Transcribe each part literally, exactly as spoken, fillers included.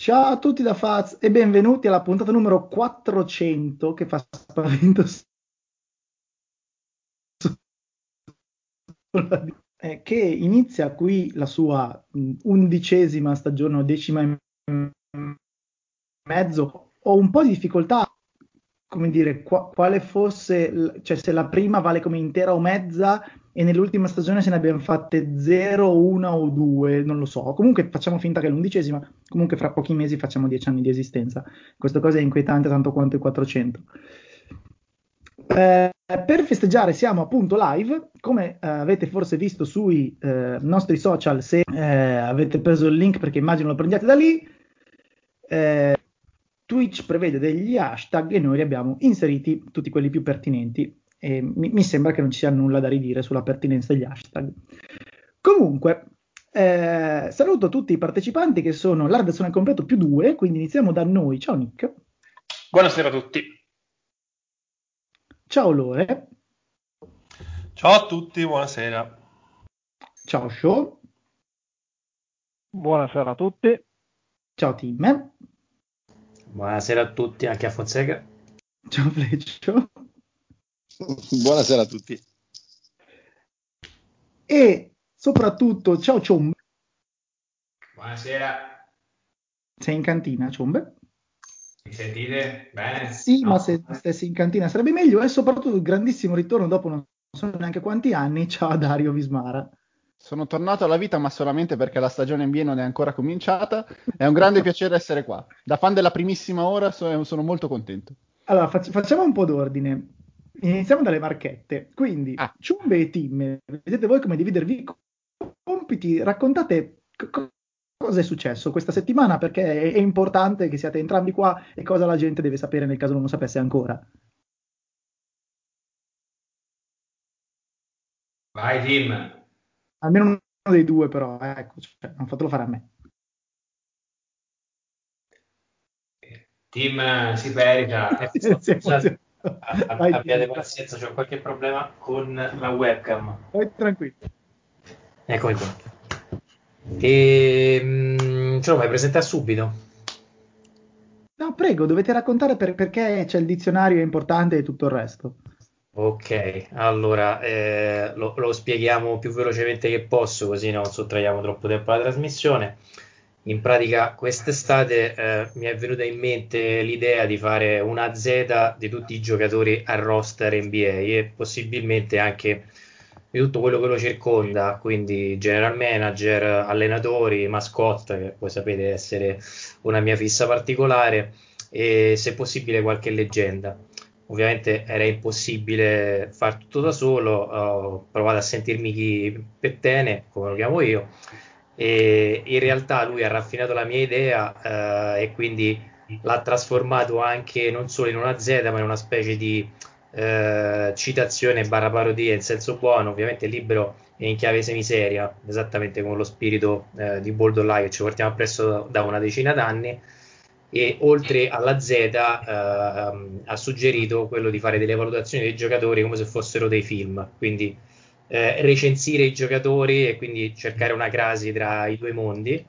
Ciao a tutti da Faz e benvenuti alla puntata numero quattrocento che fa spavento. eh, che inizia qui la sua mh, undicesima stagione o decima e mezzo. Ho un po' di difficoltà, come dire, qua- quale fosse, l- cioè se la prima vale come intera o mezza e nell'ultima stagione se ne abbiamo fatte zero, una o due, non lo so. Comunque facciamo finta che è l'undicesima, comunque fra pochi mesi facciamo dieci anni di esistenza. Questa cosa è inquietante tanto quanto i quattrocento. Eh, per festeggiare siamo appunto live, come eh, avete forse visto sui eh, nostri social, se eh, avete preso il link perché immagino lo prendiate da lì. eh, Twitch prevede degli hashtag e noi li abbiamo inseriti tutti quelli più pertinenti e mi, mi sembra che non ci sia nulla da ridire sulla pertinenza degli hashtag. Comunque, eh, saluto tutti i partecipanti che sono la redazione al completo più due, quindi iniziamo da noi. Ciao Nick. Buonasera a tutti. Ciao Lore. Ciao a tutti, buonasera. Ciao Show. Buonasera a tutti. Ciao Tim. Buonasera a tutti, anche a Fonseca. Ciao Fleccio. Buonasera a tutti. E soprattutto ciao Ciombe. Buonasera. Sei in cantina, Ciombe? Mi sentite bene? Sì, No? ma se stessi in cantina sarebbe meglio. E soprattutto il grandissimo ritorno dopo non so neanche quanti anni. Ciao a Dario Vismara. Sono tornato alla vita, ma solamente perché la stagione N B A non è ancora cominciata. È un grande piacere essere qua. Da fan della primissima ora so- sono molto contento. Allora, fac- facciamo un po' d'ordine. Iniziamo dalle marchette. Quindi, Ah. Ciumbe e Tim, vedete voi come dividervi i compiti. Raccontate co- co- cosa è successo questa settimana, perché è, è importante che siate entrambi qua e cosa la gente deve sapere nel caso non lo sapesse ancora. Vai Tim. Almeno uno dei due, però, ecco, cioè, non fatelo fare a me. Tim si merita. Eh, Si è scusate, emozionato. a- Vai, abbiate Tim, vai. pazienza, c'ho qualche problema con la webcam. Vai tranquillo. Eccomi qua. E, mm, ce lo fai presentare subito? No, prego, dovete raccontare per- perché c'è il dizionario è importante e tutto il resto. Ok, allora eh, lo, lo spieghiamo più velocemente che posso, così non sottraiamo troppo tempo alla trasmissione. In pratica, quest'estate eh, mi è venuta in mente l'idea di fare una Z di tutti i giocatori a roster N B A e possibilmente anche di tutto quello che lo circonda, quindi general manager, allenatori, mascotte, che voi sapete essere una mia fissa particolare, e se possibile qualche leggenda. Ovviamente era impossibile far tutto da solo, ho provato a sentirmi chi pettene, come lo chiamo io, e in realtà lui ha raffinato la mia idea eh, e quindi l'ha trasformato anche non solo in una Z, ma in una specie di eh, citazione barra parodia in senso buono, ovviamente libero e in chiave semiseria, esattamente come lo spirito eh, di Bold Online che ci portiamo appresso da, da una decina d'anni. E oltre alla Z ehm, ha suggerito quello di fare delle valutazioni dei giocatori come se fossero dei film, quindi eh, recensire i giocatori e quindi cercare una crasi tra i due mondi.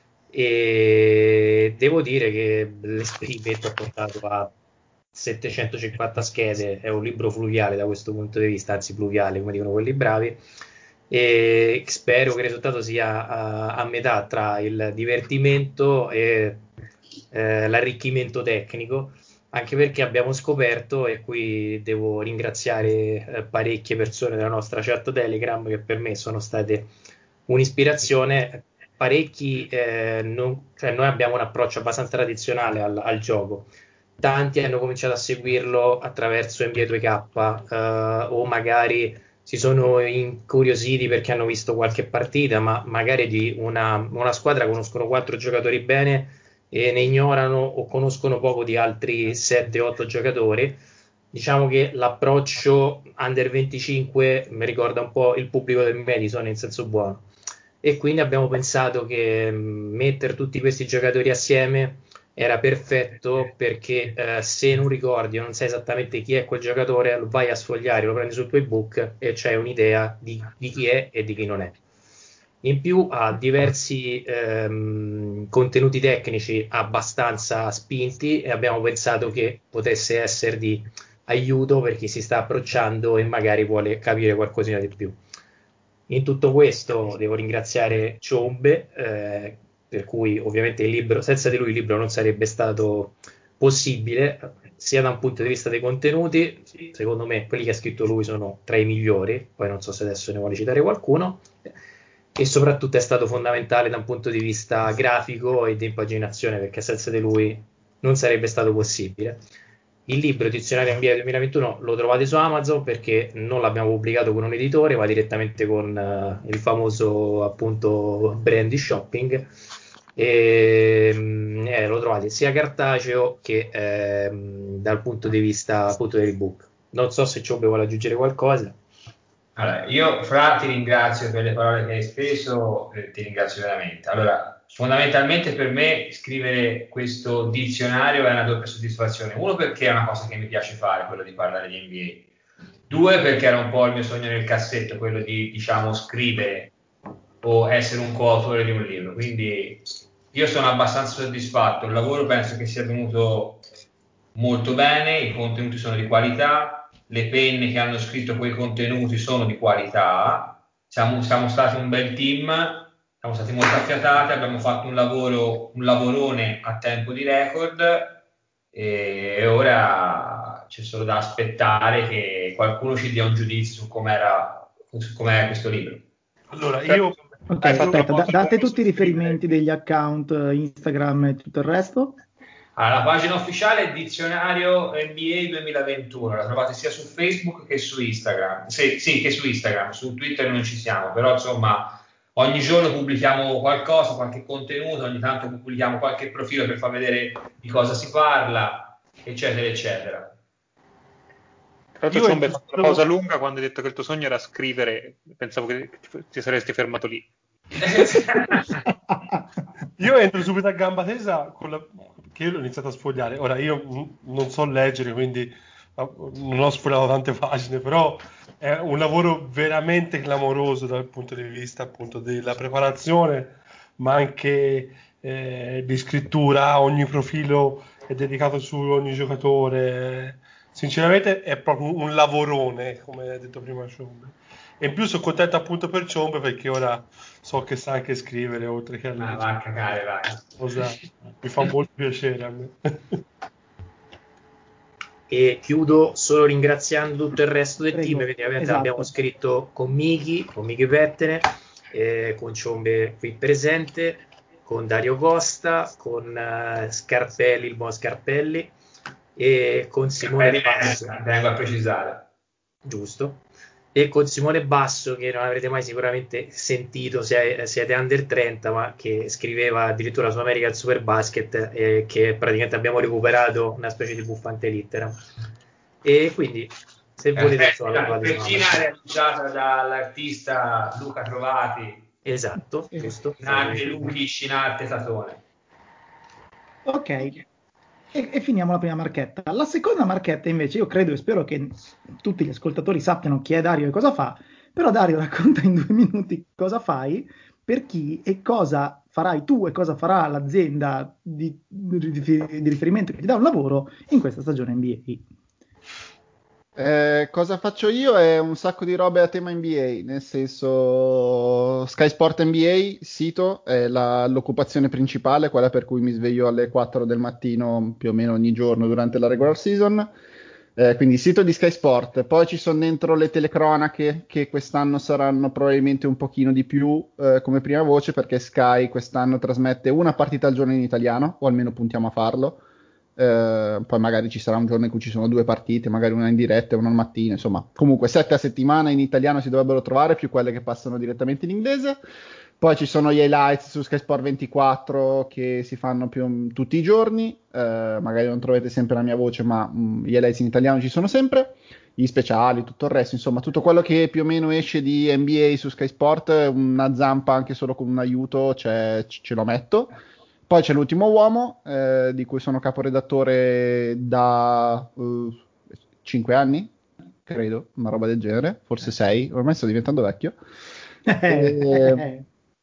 E devo dire che l'esperimento ha portato a settecentocinquanta schede, è un libro fluviale da questo punto di vista, anzi pluviale come dicono quelli bravi, e spero che il risultato sia a, a metà tra il divertimento e eh, l'arricchimento tecnico, anche perché abbiamo scoperto, e qui devo ringraziare eh, parecchie persone della nostra chat Telegram che per me sono state un'ispirazione. Parecchi, eh, non, cioè noi abbiamo un approccio abbastanza tradizionale al, al gioco. Tanti hanno cominciato a seguirlo attraverso N B A due K eh, o magari si sono incuriositi perché hanno visto qualche partita, ma magari di una, una squadra conoscono quattro giocatori bene e ne ignorano o conoscono poco di altri sette otto giocatori. Diciamo che l'approccio under venticinque mi ricorda un po' il pubblico del Madison in senso buono. E quindi abbiamo pensato che mh, mettere tutti questi giocatori assieme era perfetto perché eh, se non ricordi o non sai esattamente chi è quel giocatore, lo vai a sfogliare, lo prendi sul tuo ebook e c'hai un'idea di, di chi è e di chi non è. In più ha diversi ehm, contenuti tecnici abbastanza spinti e abbiamo pensato che potesse essere di aiuto per chi si sta approcciando e magari vuole capire qualcosina di più. In tutto questo devo ringraziare Ciombe, eh, per cui ovviamente il libro, senza di lui il libro non sarebbe stato possibile, sia da un punto di vista dei contenuti. Secondo me quelli che ha scritto lui sono tra i migliori, poi non so se adesso ne vuole citare qualcuno, e soprattutto è stato fondamentale da un punto di vista grafico e di impaginazione, perché senza di lui non sarebbe stato possibile. Il libro Dizionario N B A duemilaventuno lo trovate su Amazon, perché non l'abbiamo pubblicato con un editore, ma direttamente con uh, il famoso appunto brand di shopping, e eh, lo trovate sia cartaceo che eh, dal punto di vista appunto dell'ebook. Non so se Ciobbe vuole aggiungere qualcosa. Allora, io Fra ti ringrazio per le parole che hai speso, eh, ti ringrazio veramente. Allora, fondamentalmente per me scrivere questo dizionario è una doppia soddisfazione. Uno, perché è una cosa che mi piace fare, quello di parlare di N B A. Due, perché era un po' il mio sogno nel cassetto, quello di, diciamo, scrivere o essere un coautore di un libro. Quindi io sono abbastanza soddisfatto. Il lavoro penso che sia venuto molto bene, i contenuti sono di qualità, le penne che hanno scritto quei contenuti sono di qualità, siamo, siamo stati un bel team, siamo stati molto affiatati, abbiamo fatto un lavoro, un lavorone a tempo di record, e ora c'è solo da aspettare che qualcuno ci dia un giudizio su com'era, su com'è questo libro. Allora, io... Ok, Hai fatto aspetta, una da- cosa date molto tutti i riferimenti degli account eh, Instagram e tutto il resto. Allora, la pagina ufficiale è Dizionario N B A duemilaventuno, la trovate sia su Facebook che su Instagram. Sì, sì, che su Instagram, su Twitter non ci siamo, però insomma ogni giorno pubblichiamo qualcosa, qualche contenuto, ogni tanto pubblichiamo qualche profilo per far vedere di cosa si parla, eccetera, eccetera. Tra l'altro, Io Ciombe, hai entro fatto una pausa lunga quando hai detto che il tuo sogno era scrivere. Pensavo che ti, ti saresti fermato lì. Io entro subito a gamba tesa con la... che io l'ho iniziato a sfogliare. Ora, io n- non so leggere, quindi ah, non ho sfogliato tante pagine, però è un lavoro veramente clamoroso dal punto di vista appunto della preparazione, ma anche eh, di scrittura. Ogni profilo è dedicato su ogni giocatore. Sinceramente è proprio un lavorone, come ha detto prima Ciombe. E in più sono contento appunto per Ciombe, perché ora so che sa anche scrivere oltre che a Ma va leggere. a cagare, vai. Cosa mi fa molto piacere a me. E chiudo solo ringraziando tutto il resto del Prego, team, perché ovviamente esatto. abbiamo scritto con Miki, con Miki Pettene, eh, con Ciombe qui presente, con Dario Costa, con eh, Scarpelli, il buon Scarpelli, e con Simone Basso, Vengo a precisare. giusto, e con Simone Basso, che non avrete mai sicuramente sentito se siete under trenta, ma che scriveva addirittura su American Superbasket, e che praticamente abbiamo recuperato una specie di buffante littera. E quindi, se volete, insomma, lo trovate su Peppina Amazon. realizzata dall'artista Luca Trovati, Esatto, Eh, giusto. Nagli Lukic in arte Tatone. Ok, e, e finiamo la prima marchetta. La seconda marchetta invece, io credo e spero che tutti gli ascoltatori sappiano chi è Dario e cosa fa, però Dario racconta in due minuti cosa fai, per chi e cosa farai tu e cosa farà l'azienda di, di, di riferimento che ti dà un lavoro in questa stagione N B A. Eh, cosa faccio io? È un sacco di robe a tema N B A, nel senso Sky Sport N B A, sito, è la- l'occupazione principale, quella per cui mi sveglio alle quattro del mattino più o meno ogni giorno durante la regular season. Eh, quindi sito di Sky Sport, poi ci sono dentro le telecronache che quest'anno saranno probabilmente un pochino di più eh, come prima voce, perché Sky quest'anno trasmette una partita al giorno in italiano, o almeno puntiamo a farlo. Eh, poi magari ci sarà un giorno in cui ci sono due partite, magari una in diretta e una al mattino, insomma, comunque sette a settimana in italiano si dovrebbero trovare, più quelle che passano direttamente in inglese. Poi ci sono gli highlights su Sky Sport ventiquattro che si fanno più tutti i giorni, eh, magari non trovate sempre la mia voce, ma mh, gli highlights in italiano ci sono sempre, gli speciali, tutto il resto, insomma, tutto quello che più o meno esce di N B A su Sky Sport, una zampa anche solo con un aiuto, cioè, ce lo metto. Poi c'è L'ultimo uomo, eh, di cui sono caporedattore da cinque anni, credo, una roba del genere, forse sei, ormai sto diventando vecchio. E,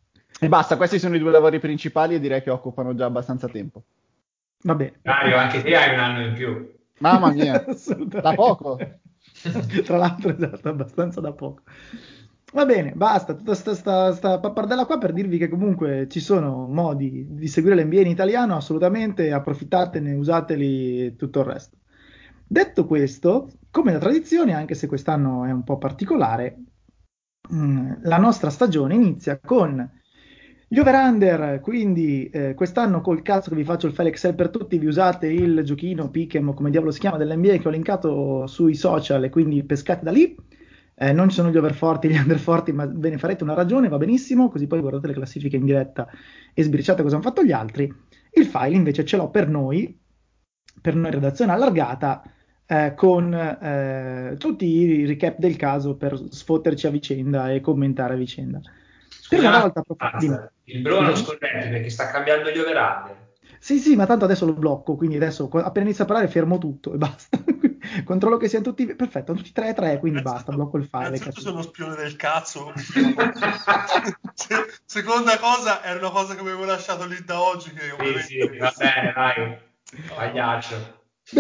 E basta, questi sono i due lavori principali e direi che occupano già abbastanza tempo. Va bene. Mario, anche te hai un anno in più. Mamma mia, da poco. Tra l'altro, esatto, abbastanza da poco. Va bene, basta, tutta sta, sta, sta pappardella qua per dirvi che comunque ci sono modi di seguire l'N B A in italiano, assolutamente, approfittatene, usateli e tutto il resto. Detto questo, come da tradizione, anche se quest'anno è un po' particolare, mh, la nostra stagione inizia con gli over-under, quindi eh, quest'anno col cazzo che vi faccio il file Excel per tutti, vi usate il giochino Pick'em o come diavolo si chiama dell'N B A che ho linkato sui social e quindi pescate da lì. Eh, non ci sono gli over forti, gli under forti, ma ve ne farete una ragione, va benissimo, così poi guardate le classifiche in diretta e sbirciate cosa hanno fatto gli altri. Il file invece ce l'ho per noi, per noi redazione allargata, eh, con eh, tutti i recap del caso per sfotterci a vicenda e commentare a vicenda. Per una volta, Basta, il Bro non scorretti perché sta cambiando gli over-under. Sì, sì, ma tanto adesso lo blocco, quindi adesso appena inizio a parlare fermo tutto e basta. Controllo che siano tutti perfetto, tutti tre a tre, quindi basta, blocco il file. Innanzitutto sono uno spione del cazzo. Se, seconda cosa, era una cosa che avevo lasciato lì da oggi. Che sì, sì, va bene, vai, pagliaccio.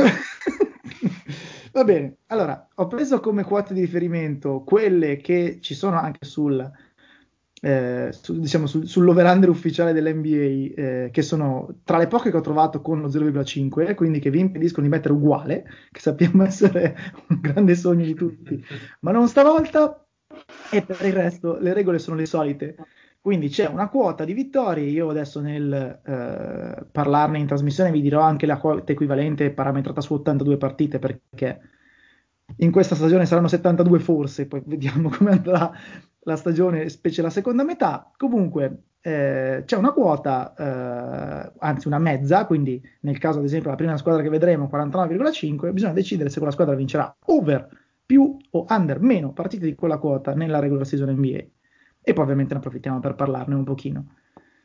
Va bene, allora, ho preso come quote di riferimento quelle che ci sono anche sul, eh, su, diciamo, sul, sull'over-under ufficiale dell'N B A, eh, che sono tra le poche che ho trovato con lo zero virgola cinque, quindi che vi impediscono di mettere uguale, che sappiamo essere un grande sogno di tutti, ma non stavolta, e per il resto le regole sono le solite. Quindi c'è una quota di vittorie, io adesso nel eh, parlarne in trasmissione vi dirò anche la quota equivalente parametrata su ottantadue partite, perché in questa stagione saranno settantadue forse, poi vediamo come andrà la stagione, specie la seconda metà. Comunque eh, c'è una quota, eh, anzi una mezza, quindi nel caso ad esempio la prima squadra che vedremo, quarantanove virgola cinque, bisogna decidere se quella squadra vincerà over più o under meno partite di quella quota nella regular season N B A. E poi ovviamente ne approfittiamo per parlarne un pochino.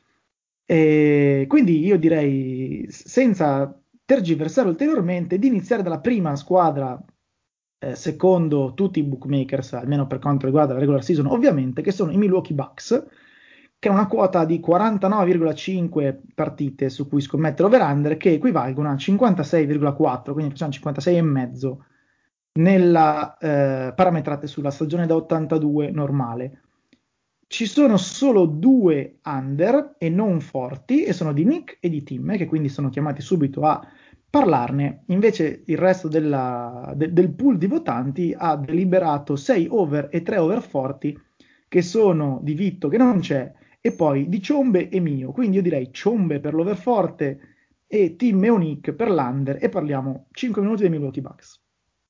E quindi io direi, senza tergiversare ulteriormente, di iniziare dalla prima squadra, eh, secondo tutti i bookmakers, almeno per quanto riguarda la regular season, ovviamente, che sono i Milwaukee Bucks, che ha una quota di quarantanove virgola cinque partite su cui scommettere over-under, che equivalgono a cinquantasei virgola quattro, quindi facciamo cinquantasei virgola cinque nella eh, parametrate sulla stagione da ottantadue normale. Ci sono solo due under e non forti, e sono di Nick e di Tim, che quindi sono chiamati subito a parlarne. Invece il resto della, de, del pool di votanti ha deliberato sei over e tre over forti, che sono di Vitto, che non c'è, e poi di Ciombe e mio. Quindi io direi Ciombe per l'over forte e Tim e Nick per l'under, e parliamo cinque minuti dei Milwaukee Bucks.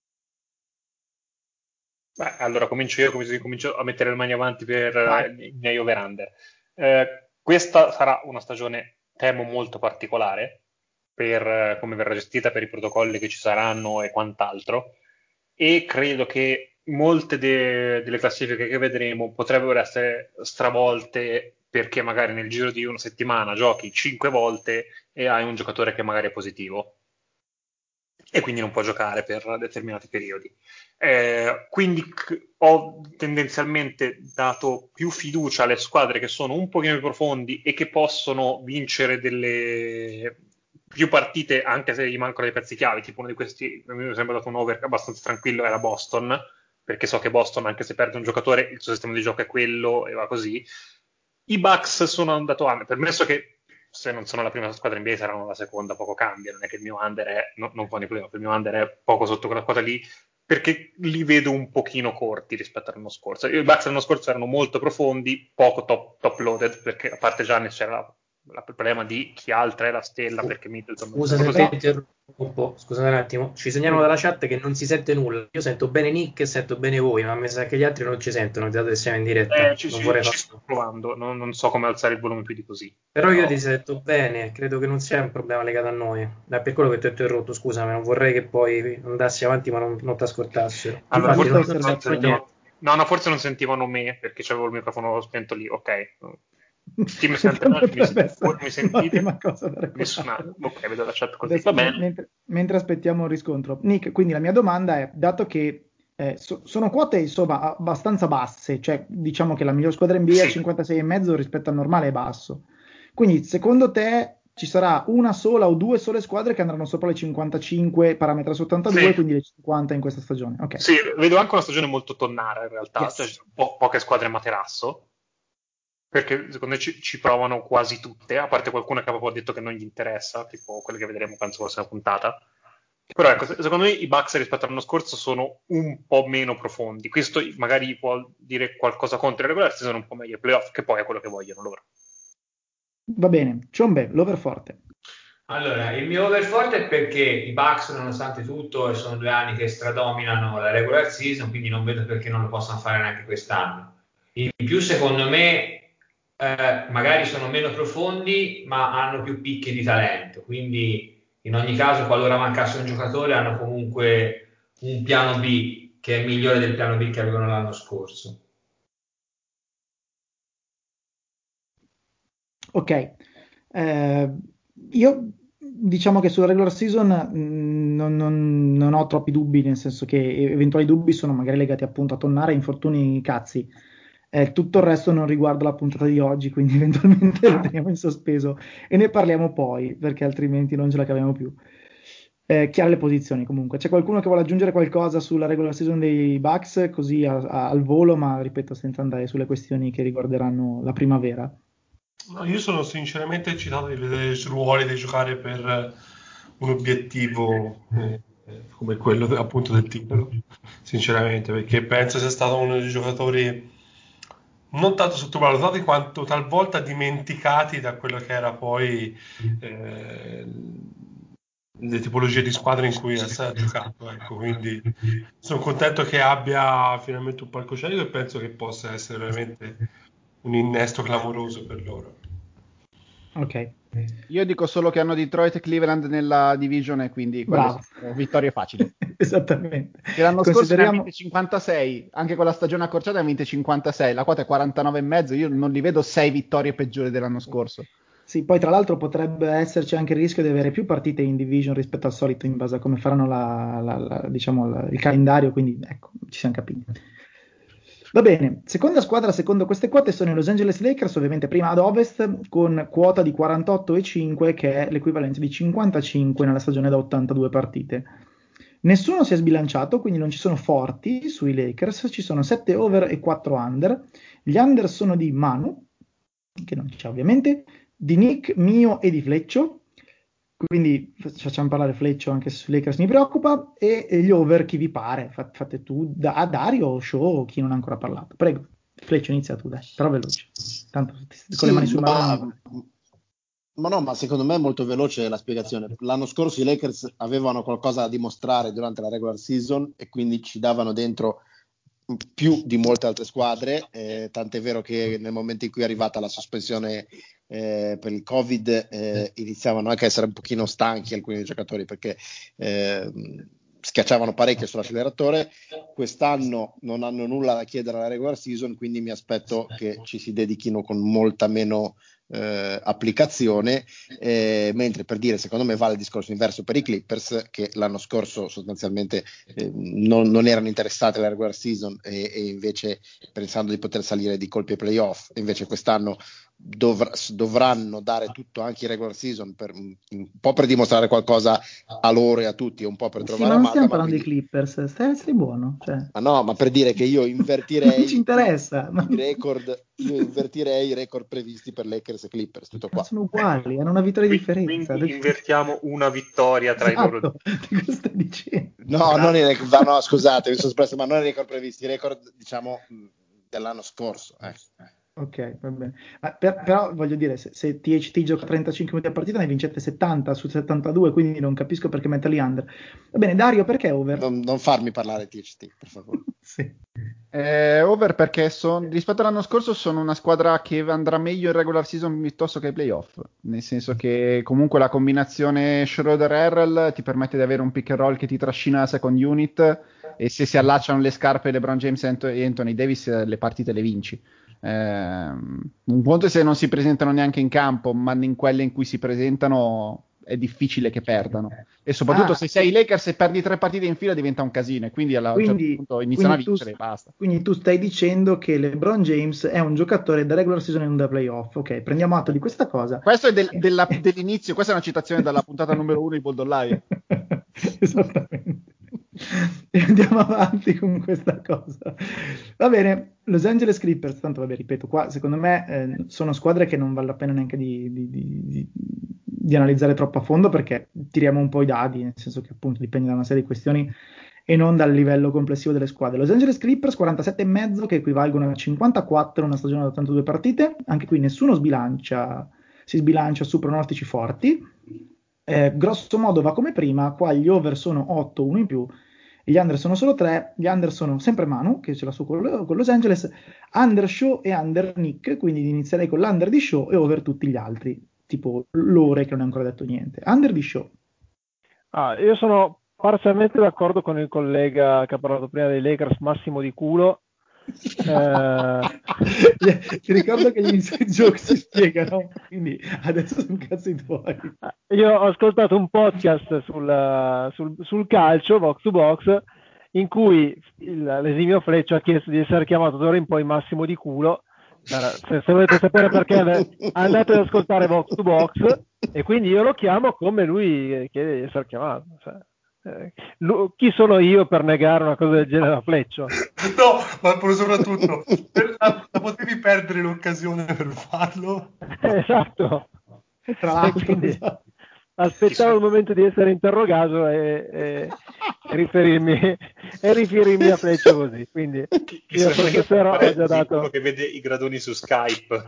Beh, allora comincio io, comincio, comincio a mettere le mani avanti per eh, i miei over-under. Eh, questa sarà una stagione, temo, molto particolare per eh, come verrà gestita, per i protocolli che ci saranno e quant'altro, e credo che molte de- delle classifiche che vedremo potrebbero essere stravolte perché magari nel giro di una settimana giochi cinque volte e hai un giocatore che magari è positivo e quindi non può giocare per determinati periodi. Eh, quindi c- ho tendenzialmente dato più fiducia alle squadre che sono un pochino più profondi e che possono vincere delle più partite anche se gli mancano dei pezzi chiavi. Tipo uno di questi, mi è sempre dato un over abbastanza tranquillo, era Boston, perché so che Boston, anche se perde un giocatore, il suo sistema di gioco è quello e va così. I Bucks sono andato a, permesso che se non sono la prima squadra N B A saranno la seconda, poco cambia, non è che il mio under è, no, non fa problema, il mio under è poco sotto quella quota lì, perché li vedo un pochino corti rispetto all'anno scorso. I Bucks l'anno scorso erano molto profondi, poco top, top loaded, perché a parte Giannis c'era la, la, il problema di chi altra è la stella, perché Middleton non Scusa se così. ti interrompo, scusate un attimo, ci segnalano dalla chat che non si sente nulla. Io sento bene Nick e sento bene voi, ma mi sa che gli altri non ci sentono, dato che siamo in diretta. Eh, ci, Non ci, vorrei ci far... sto provando, non, non so come alzare il volume più di così. Però io ti sento bene, credo che non sia un problema legato a noi. È per quello che ti ho interrotto, scusami, non vorrei che poi andassi avanti ma non, non ti ascoltassero. Allora, Infatti, forse non, non, non so sentivano, niente. no, no, forse non sentivano me perché avevo il microfono spento lì, ok. Chi mi Che sente? potrebbe Mi, essere voi mi sentite? un'ottima cosa da Nessun recordare. altro. Ok, vedo la chat così. Adesso, Va me- bene. mentre, mentre aspettiamo un riscontro. Nick, quindi la mia domanda è, dato che Eh, so- sono quote insomma abbastanza basse, cioè diciamo che la miglior squadra N B A a Sì. cinquantasei e mezzo rispetto al normale è basso. Quindi secondo te ci sarà una sola o due sole squadre che andranno sopra le cinquantacinque, parametra su ottantadue, Sì. quindi le cinquanta in questa stagione? Ok. Sì, vedo anche una stagione molto tonnara in realtà, Yes. cioè ci sono po- poche squadre materasso, perché secondo me ci, ci provano quasi tutte, a parte qualcuna che proprio ha detto che non gli interessa, tipo quelle che vedremo penso la prossima puntata. Però ecco, se- secondo me i Bucks rispetto all'anno scorso sono un po' meno profondi. Questo magari può dire qualcosa contro i regular season, un po' meglio i playoff, che poi è quello che vogliono loro. Va bene, Ciombe, l'over forte. Allora, il mio over forte è perché i Bucks, nonostante tutto, sono due anni che stradominano la regular season, quindi non vedo perché non lo possano fare neanche quest'anno. In più, secondo me, eh, magari sono meno profondi, ma hanno più picchi di talento. Quindi, in ogni caso, qualora mancasse un giocatore, hanno comunque un piano B che è migliore del piano B che avevano l'anno scorso. Ok, eh, io diciamo che sulla regular season mh, non, non- non ho troppi dubbi, nel senso che eventuali dubbi sono magari legati appunto a tonnare, infortuni, cazzi. Eh, tutto il resto non riguarda la puntata di oggi, quindi eventualmente lo teniamo in sospeso e ne parliamo poi, perché altrimenti non ce la caviamo più. Eh, chiare le posizioni comunque. C'è qualcuno che vuole aggiungere qualcosa sulla regular season dei Bucks, così a- a- al volo, ma ripeto, senza andare sulle questioni che riguarderanno la primavera. No, io sono sinceramente eccitato di vedere Jrue Holiday giocare per eh, un obiettivo eh, eh, come quello de- appunto del titolo, sinceramente, perché penso sia stato uno dei giocatori non tanto sottovalutati quanto talvolta dimenticati da quello che era poi eh, le tipologie di squadre in cui ha giocato. Ecco, quindi sono contento che abbia finalmente un palcoscenico e penso che possa essere veramente un innesto clamoroso per loro. Ok, Io dico solo che hanno Detroit e Cleveland nella divisione, quindi quelle bravo. sono vittorie facili. Esattamente. Che l'anno scorso ne ha Consideriamo... vinte cinquantasei, anche con la stagione accorciata ne ha vinte cinquantasei, la quota è quarantanove e mezzo, io non li vedo sei vittorie peggiori dell'anno scorso. Sì, poi tra l'altro potrebbe esserci anche il rischio di avere più partite in division rispetto al solito in base a come faranno la, la- la- diciamo, la- il calendario, quindi ecco, ci siamo capiti. Va bene, seconda squadra secondo queste quote sono i Los Angeles Lakers, ovviamente prima ad ovest, con quota di quarantotto virgola cinque che è l'equivalente di cinquantacinque nella stagione da ottantadue partite. Nessuno si è sbilanciato, quindi non ci sono forti sui Lakers, ci sono sette over e quattro under. Gli under sono di Manu, che non c'è ovviamente, di Nick, mio e di Fleccio, quindi facciamo parlare Fleccio anche se su Lakers mi preoccupa, e, e gli over chi vi pare, Fa- fate tu, da, a Dario o Show o chi non ha ancora parlato. Prego, Fleccio inizia tu, dai, però veloce, tanto ti- con le mani Sì, sul cuore non ma, vale. ma no, ma secondo me è molto veloce la spiegazione. L'anno scorso i Lakers avevano qualcosa da dimostrare durante la regular season e quindi ci davano dentro più di molte altre squadre, eh, tant'è vero che nel momento in cui è arrivata la sospensione eh, per il Covid eh, iniziavano anche a essere un pochino stanchi alcuni giocatori perché eh, schiacciavano parecchio sull'acceleratore. Quest'anno non hanno nulla da chiedere alla regular season, quindi mi aspetto che ci si dedichino con molta meno eh, applicazione, eh, mentre per dire secondo me vale il discorso inverso per i Clippers che l'anno scorso sostanzialmente eh, non, non erano interessati alla regular season e, e invece pensando di poter salire di colpi ai playoff, invece quest'anno dovr- dovranno dare tutto anche in regular season per, un po' per dimostrare qualcosa a loro e a tutti, un po' per Sì, trovare ma non stiamo amalgama, parlando di quindi Clippers, stai, stai buono, cioè, ma no, ma per dire che io non ci invertirei i, interessa, ma, i record, io invertirei i record previsti per Lakers e Clippers, tutto ma qua. sono uguali, hanno una vittoria di Qui- differenza. Quindi invertiamo una vittoria tra i loro. Esatto, di cosa stai dicendo? No, non i record, ma no, scusate, mi sono espresso, ma non i record previsti, i record, diciamo, mh, dell'anno scorso. Eh. Ok, va bene. Ma per- però voglio dire, se, se T H T gioca trentacinque minuti a partita ne vincete settanta su settantadue, quindi non capisco perché metterli under. Va bene, Dario, perché over? Non, non farmi parlare T H T, per favore. Sì. Eh, over perché son- rispetto all'anno scorso sono una squadra che andrà meglio in regular season piuttosto che ai playoff, nel senso che comunque la combinazione Schroeder-Harrell ti permette di avere un pick and roll che ti trascina la second unit e se si allacciano le scarpe LeBron James e Ant- e Anthony Davis eh, le partite le vinci. Ehm, un conto è se non si presentano neanche in campo, ma in quelle in cui si presentano è difficile che perdano. E soprattutto Ah. se sei i Lakers e perdi tre partite in fila diventa un casino, e quindi alla- a un certo Quindi, punto iniziano a quindi tu, vincere e basta. quindi tu stai dicendo che LeBron James è un giocatore da regular season e non da playoff. Ok, prendiamo atto di questa cosa. Questo è del- della- dell'inizio, questa è una citazione dalla puntata numero uno di Bold Live. Esattamente. E andiamo avanti con questa cosa. Va bene, Los Angeles Clippers, tanto vabbè, ripeto, qua secondo me eh, sono squadre che non vale la pena neanche di, di- di- di- di analizzare troppo a fondo, perché tiriamo un po' i dadi, nel senso che appunto dipende da una serie di questioni e non dal livello complessivo delle squadre. Los Angeles Clippers quarantasette e mezzo, che equivalgono a cinquantaquattro in una stagione da ottantadue partite, anche qui nessuno sbilancia, si sbilancia su pronostici forti. Eh, grosso modo va come prima, qua gli over sono otto, uno in più, gli under sono solo tre, gli under sono sempre Manu, che ce l'ha su con, con Los Angeles, under Show e under Nick, quindi inizierei con l'under di Show e over tutti gli altri, tipo Lore che non ha ancora detto niente. Under di Show. Ah, io sono parzialmente d'accordo con il collega che ha parlato prima dei Lakers, Massimo di culo. Eh... Ti ricordo che gli inside joke si spiegano, quindi adesso sono cazzi tuoi. Io ho ascoltato un podcast sul, sul, sul calcio, Box to Box, in cui il, l'esimio Fleccio ha chiesto di essere chiamato d'ora in poi Massimo di culo. Se, se volete sapere perché, andate ad ascoltare Box to Box, e quindi io lo chiamo come lui chiede di essere chiamato. Cioè, eh, lui, chi sono io per negare una cosa del genere a Fleccio? No, ma soprattutto la, la potevi perdere l'occasione per farlo. Esatto. Tra l'altro, E quindi esatto. aspettavo il momento di essere interrogato e, e, e riferirmi e riferirmi a Fleccio così. Quindi Chi, chi io sono io stasera ho già dato dato. uno che vede i gradoni su Skype.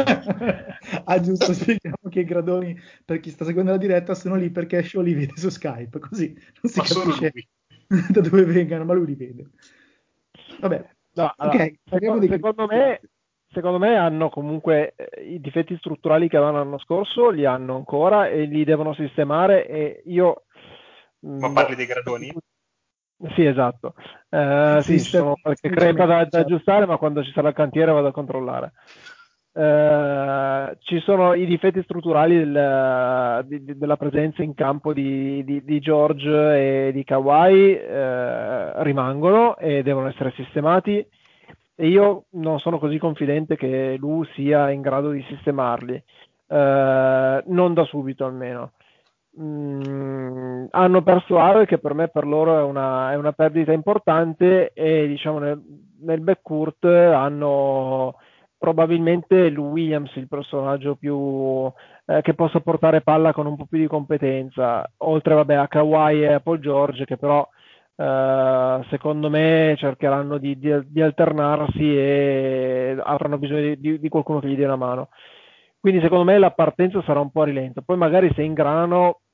Ah, giusto, spieghiamo che i gradoni, per chi sta seguendo la diretta, sono lì perché Show li vede su Skype, così non si Ma solo capisce lui. da dove vengano, ma lui li vede. Vabbè, No, allora, ok, parliamo secondo, di secondo me secondo me hanno comunque eh, i difetti strutturali che avevano l'anno scorso, li hanno ancora e li devono sistemare, e io Ma mh, parli dei gradoni? Sì, esatto. Eh, sì, ci Sistema- sono qualche crepa da, da aggiustare, ma quando ci sarà il cantiere vado a controllare. Eh, ci sono i difetti strutturali del- di- di- della presenza in campo di, di- di George e di Kawhi, eh, rimangono e devono essere sistemati, e io non sono così confidente che lui sia in grado di sistemarli, eh, non da subito almeno. Mm, hanno perso Harrell, che per me, per loro è una, è una perdita importante, e diciamo nel, nel backcourt hanno probabilmente Lou Williams, il personaggio più eh, che possa portare palla con un po' più di competenza, oltre vabbè a Kawhi e a Paul George, che però eh, secondo me cercheranno di, di, di alternarsi e avranno bisogno di, di, di qualcuno che gli dia una mano. Quindi secondo me la partenza sarà un po' rilenta, poi magari se ingranano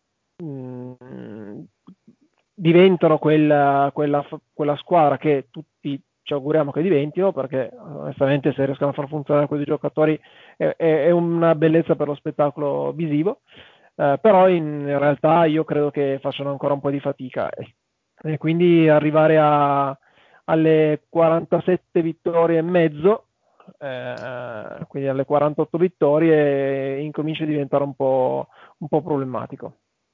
mh, diventano quella, quella, quella squadra che tutti ci auguriamo che diventino, perché onestamente se riescono a far funzionare questi giocatori è, è, è una bellezza per lo spettacolo visivo, eh, però in realtà io credo che facciano ancora un po' di fatica, e, e quindi arrivare a, alle quarantasette vittorie e mezzo, eh, quindi alle quarantotto vittorie, incomincia a diventare un po', un po' problematico.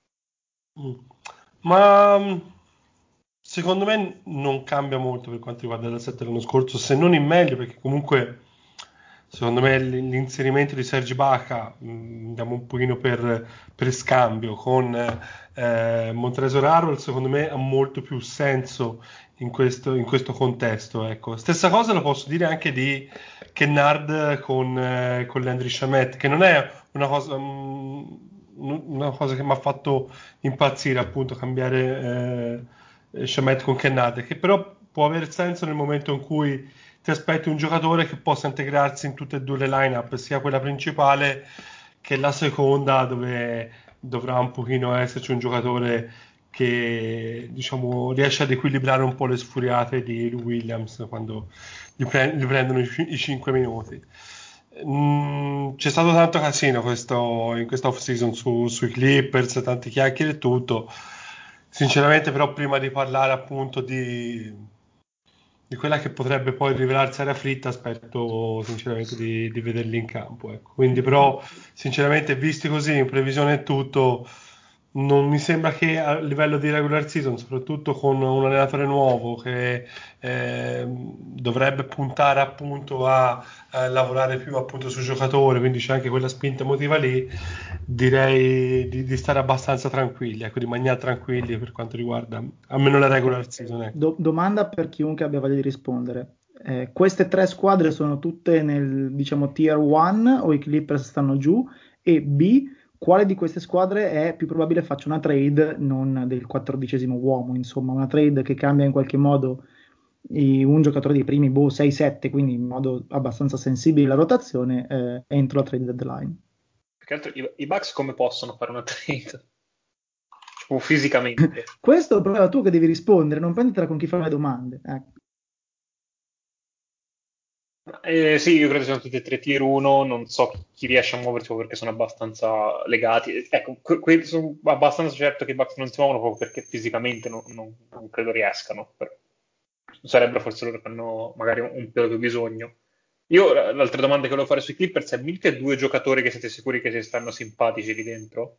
Ma secondo me non cambia molto per quanto riguarda l'assetto dell'anno scorso, se non in meglio, perché comunque secondo me l'inserimento di Serge Ibaka, mh, andiamo un pochino per, per scambio con eh, Montrezl Harrell, secondo me ha molto più senso in questo, in questo contesto, ecco. Stessa cosa la posso dire anche di Kennard con, eh, con Landry Shamet, che non è una cosa, mh, una cosa che mi ha fatto impazzire, appunto, cambiare eh, Shamet con Kennard, che però può avere senso nel momento in cui ti aspetti un giocatore che possa integrarsi in tutte e due le line-up, sia quella principale che la seconda, dove dovrà un pochino esserci un giocatore che, diciamo, riesce ad equilibrare un po' le sfuriate di Lou Williams quando gli, pre- gli prendono i, i cinque minuti. Mm, c'è stato tanto casino questo, in questa off-season su, sui Clippers, tante chiacchiere e tutto. Sinceramente, però, prima di parlare appunto di, di quella che potrebbe poi rivelarsi aria fritta, aspetto sinceramente di, di vederli in campo, ecco. Quindi, però, sinceramente, visti così, in previsione e tutto, non mi sembra che a livello di regular season, soprattutto con un allenatore nuovo che eh, dovrebbe puntare appunto a, a lavorare più appunto sui giocatori, quindi c'è anche quella spinta emotiva lì, direi di, di stare abbastanza tranquilli, ecco, di mangiare tranquilli per quanto riguarda almeno la regular season. Ecco. Do- domanda per chiunque abbia voglia di rispondere. Eh, queste tre squadre sono tutte nel, diciamo, tier one o i Clippers stanno giù? E B, quale di queste squadre è più probabile faccia una trade non del quattordicesimo uomo, insomma, una trade che cambia in qualche modo i- un giocatore dei primi boh, sei sette, quindi in modo abbastanza sensibile la rotazione eh, entro la trade deadline. Più che altro i, i Bucks come possono fare una trade? O fisicamente? Questo è il problema tu che devi rispondere, non prendetela con chi fa le domande. Ecco. Eh, sì, io credo siano tutti e tre tier uno, non so chi, chi riesce a muoversi perché sono abbastanza legati. Ecco, que- que- sono abbastanza certo che i Bucks non si muovono proprio perché fisicamente non, non- non credo riescano. Però sarebbero forse loro che hanno magari un, un pelo più bisogno. Io l- l'altra domanda che volevo fare sui Clippers è: mica due giocatori che siete sicuri che si stanno simpatici lì dentro?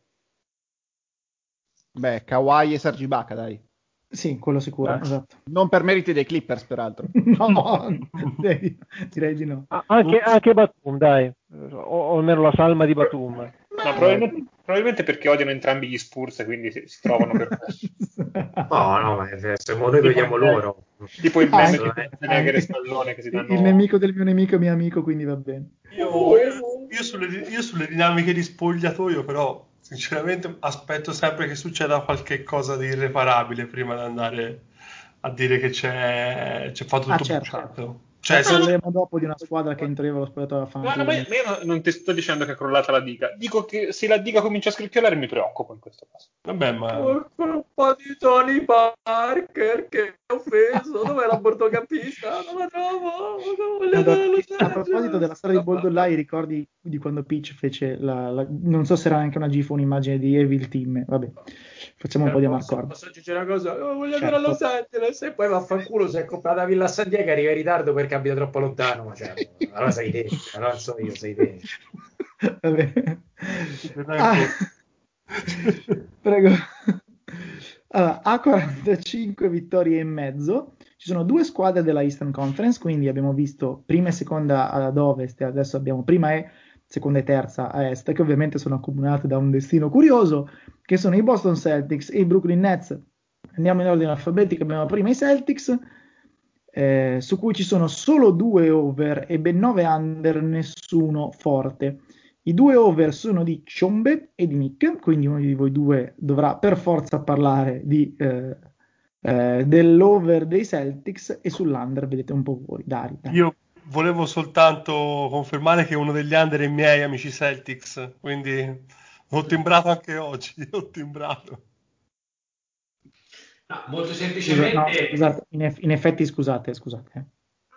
Beh, Kawhi e Serge Ibaka, dai. Sì, quello sicuro, Eh. esatto. Non per meriti dei Clippers, peraltro. No, direi, direi di no. Ah, anche, anche Batum, dai, o, o almeno la salma di Batum. No, probabilmente, probabilmente perché odiano entrambi gli Spurs, quindi si, si trovano per questo. No, no, ma se mo noi togliamo loro. Tipo il Ah, meme anche- che Schwarzenegger e anche- Stallone che si il, danno... il nemico del mio nemico è mio amico, quindi va bene. Io, io sulle, io sulle dinamiche di spogliatoio, però, sinceramente, aspetto sempre che succeda qualche cosa di irreparabile prima di andare a dire che c'è, c'è fatto Ah, tutto certo. bucato. Cioè, se- Parleremo dopo di una squadra che in teoria aveva spogliato la Ma, no, ma fanculo. io, ma io non- non ti sto dicendo che è crollata la diga. Dico che se la diga comincia a scricchiolare mi preoccupo in questo caso. vabbè, ma Por colpa di Tony Parker che è offeso. Dov'è la bortocampista? Non la trovo. Non voglio Madonna, andare allo a proposito della storia di Boldolai, ricordi di quando Peach fece la, la- non so se era anche una gif o un'immagine di Evil Team, vabbè, facciamo un po' di amarcord. Posso aggiungere una cosa? Oh, voglio Certo. andare a Los Angeles e poi vaffanculo si è comprata la villa a San Diego, arriva in ritardo perché abita troppo lontano. Ma cioè, allora sei te, non so io, sei te. Vabbè. dai, Ah, boh. prego. Allora, a quarantacinque vittorie e mezzo. Ci sono due squadre della Eastern Conference, quindi abbiamo visto prima e seconda ad ovest e adesso abbiamo prima e seconda e terza a est, che ovviamente sono accomunate da un destino curioso, che sono i Boston Celtics e i Brooklyn Nets. Andiamo in ordine alfabetico, abbiamo prima i Celtics, eh, su cui ci sono solo due over e ben nove under, nessuno forte. I due over sono di Ciombe e di Nick, quindi uno di voi due dovrà per forza parlare di, eh, eh, dell'over dei Celtics e sull'under vedete un po' voi. Dari, dai. Io volevo soltanto confermare che uno degli under è i miei amici Celtics, quindi ho timbrato anche oggi, ho timbrato. No, molto Scusa, semplicemente... no, scusate, in, eff- in effetti scusate, scusate. eh.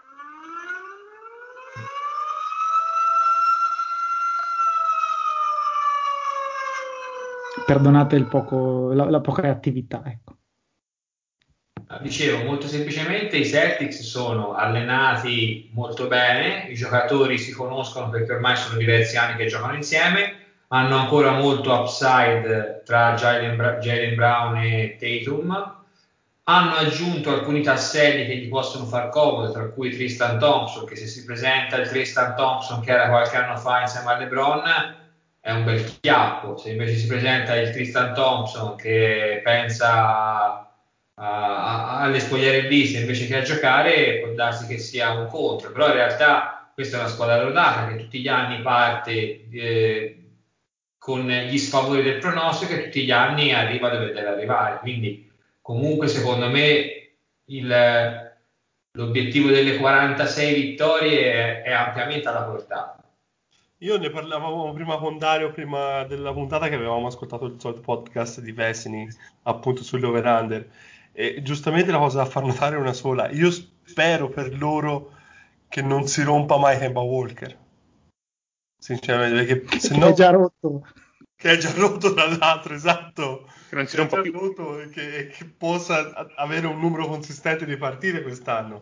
Perdonate il poco, la, la poca attività, ecco. Dicevo, molto semplicemente i Celtics sono allenati molto bene, i giocatori si conoscono perché ormai sono diversi anni che giocano insieme, hanno ancora molto upside tra Jaylen, Bra- Jaylen Brown e Tatum, hanno aggiunto alcuni tasselli che gli possono far comodo, tra cui Tristan Thompson, che se si presenta il Tristan Thompson che era qualche anno fa insieme a LeBron è un bel chiappo, se invece si presenta il Tristan Thompson che pensa a, alle spogliarelliste invece che a giocare, può darsi che sia un contro, però in realtà questa è una squadra rodata che tutti gli anni parte eh, con gli sfavori del pronostico e tutti gli anni arriva dove deve arrivare, quindi comunque secondo me il, l'obiettivo delle quarantasei vittorie è, è ampiamente alla portata. Io ne parlavamo prima con Dario, prima della puntata che avevamo ascoltato il solito podcast di Vesini, appunto sugli over-under. E giustamente la cosa da far notare è una sola. Io spero per loro che non si rompa mai Kemba Walker. Sinceramente, perché se Che no... è già rotto. Che è già rotto tra l'altro, esatto. Che non si Che è rompa già più. rotto e che, e che possa a- avere un numero consistente di partite quest'anno.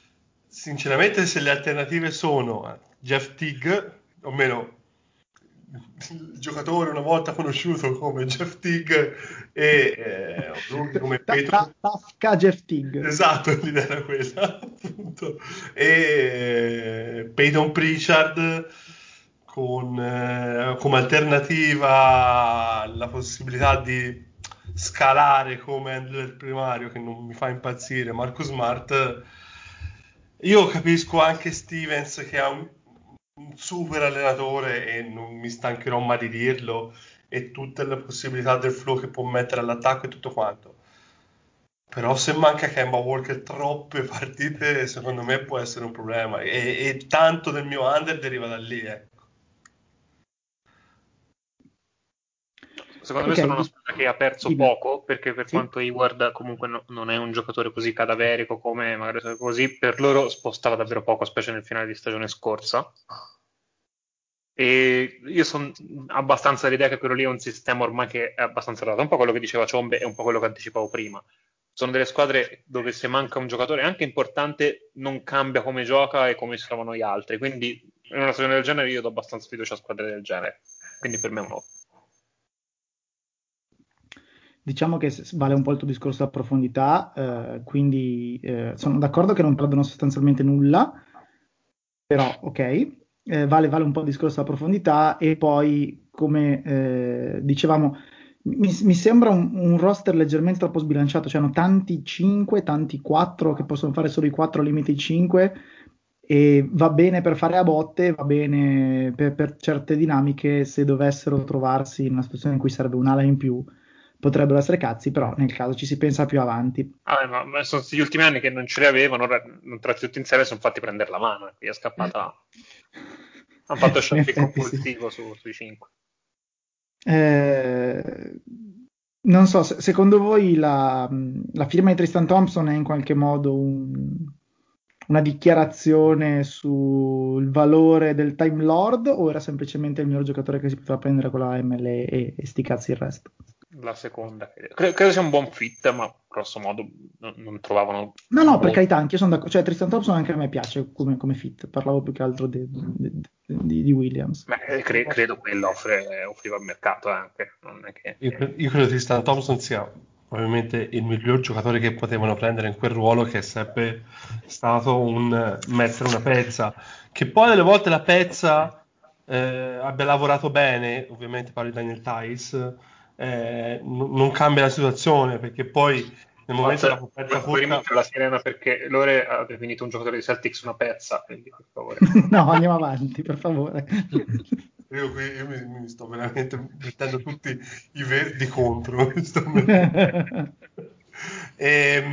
Sinceramente, se le alternative sono Jeff Teague, o meno il giocatore una volta conosciuto come Jeff Teague e eh, lui come Peyton... Tasca Jeff Teague. Esatto, l'idea era quella, appunto. E Peyton Pritchard con eh, come alternativa la possibilità di scalare come handler primario, che non mi fa impazzire, Marcus Smart. Io capisco anche Stevens, che ha un, un super allenatore, e non mi stancherò mai di dirlo, e tutte le possibilità del flow che può mettere all'attacco e tutto quanto. Però se manca Kemba Walker troppe partite, secondo me può essere un problema, e, e tanto del mio under deriva da lì, ecco. Secondo okay. me sono una squadra che ha perso sì, poco, perché per sì. quanto Hayward comunque no, non è un giocatore così cadaverico come magari così, per loro spostava davvero poco, specie nel finale di stagione scorsa. E io sono abbastanza dell'idea che quello lì è un sistema ormai che è abbastanza dato, un po' quello che diceva Ciombe e un po' quello che anticipavo prima. Sono delle squadre dove se manca un giocatore anche importante non cambia come gioca e come si trovano gli altri, quindi in una stagione del genere io do abbastanza fiducia a squadre del genere, quindi per me è un no. Diciamo che vale un po' il tuo discorso a profondità, eh, quindi eh, sono d'accordo che non perdono sostanzialmente nulla, però ok, eh, vale, vale un po' il discorso a profondità, e poi come eh, dicevamo mi, mi sembra un, un roster leggermente troppo sbilanciato, cioè hanno tanti cinque, tanti quattro che possono fare solo i quattro limiti cinque, e va bene per fare a botte, va bene per, per certe dinamiche, se dovessero trovarsi in una situazione in cui serve un'ala in più potrebbero essere cazzi, però nel caso ci si pensa più avanti. Ah, ma, ma sono gli ultimi anni che non ce li avevano, ora non tratti tutti insieme, sono fatti prendere la mano, e qui è scappata. Hanno fatto shopping compulsivo sì. su, sui cinque. Eh, non so, se, secondo voi la, la firma di Tristan Thompson è in qualche modo un, una dichiarazione sul valore del Time Lord, o era semplicemente il miglior giocatore che si poteva prendere con la M L E e, e sti cazzi il resto? La seconda, credo, credo sia un buon fit, ma grosso modo non, non trovavano. No, no, per carità, anche io sono d'accordo. Cioè, Tristan Thompson anche a me piace come, come fit. Parlavo più che altro di, di, di, di Williams. Beh, cre- credo quello offre, offriva il mercato anche. Non è che... io, io credo che Tristan Thompson sia ovviamente il miglior giocatore che potevano prendere in quel ruolo, che è sempre stato un mettere una pezza. Che poi delle volte la pezza eh, abbia lavorato bene, ovviamente parlo di Daniel Tice. Eh, n- non cambia la situazione, perché poi nel momento della coperta corta la sirena, perché loro ha definito un giocatore di Celtics una pezza, quindi per favore. No, andiamo avanti, per favore. Io qui io mi, mi sto veramente mettendo tutti i verdi contro. e,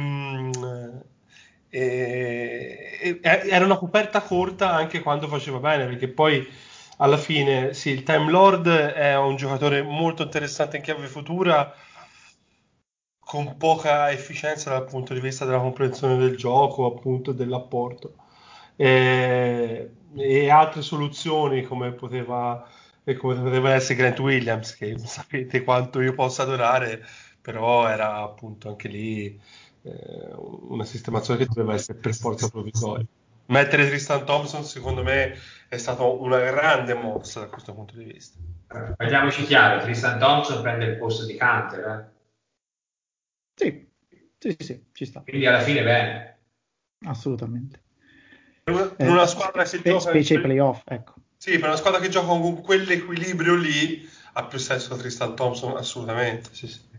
e, e, era una coperta corta anche quando faceva bene, perché poi alla fine sì, il Time Lord è un giocatore molto interessante in chiave futura, con poca efficienza dal punto di vista della comprensione del gioco, appunto, dell'apporto. E, e altre soluzioni come poteva, come poteva essere Grant Williams, che sapete quanto io possa adorare, però era appunto anche lì eh, una sistemazione che doveva essere per forza provvisoria. Mettere Tristan Thompson secondo me è stata una grande mossa da questo punto di vista. Parliamoci chiaro, Tristan Thompson prende il posto di Canter, eh? Sì, sì, sì, sì, ci sta. Quindi alla fine bene. Assolutamente. Per una, per una squadra che spe- gioca specie ai playoff, ecco. Sì, per una squadra che gioca con quell'equilibrio lì ha più senso Tristan Thompson, assolutamente. Sì, sì.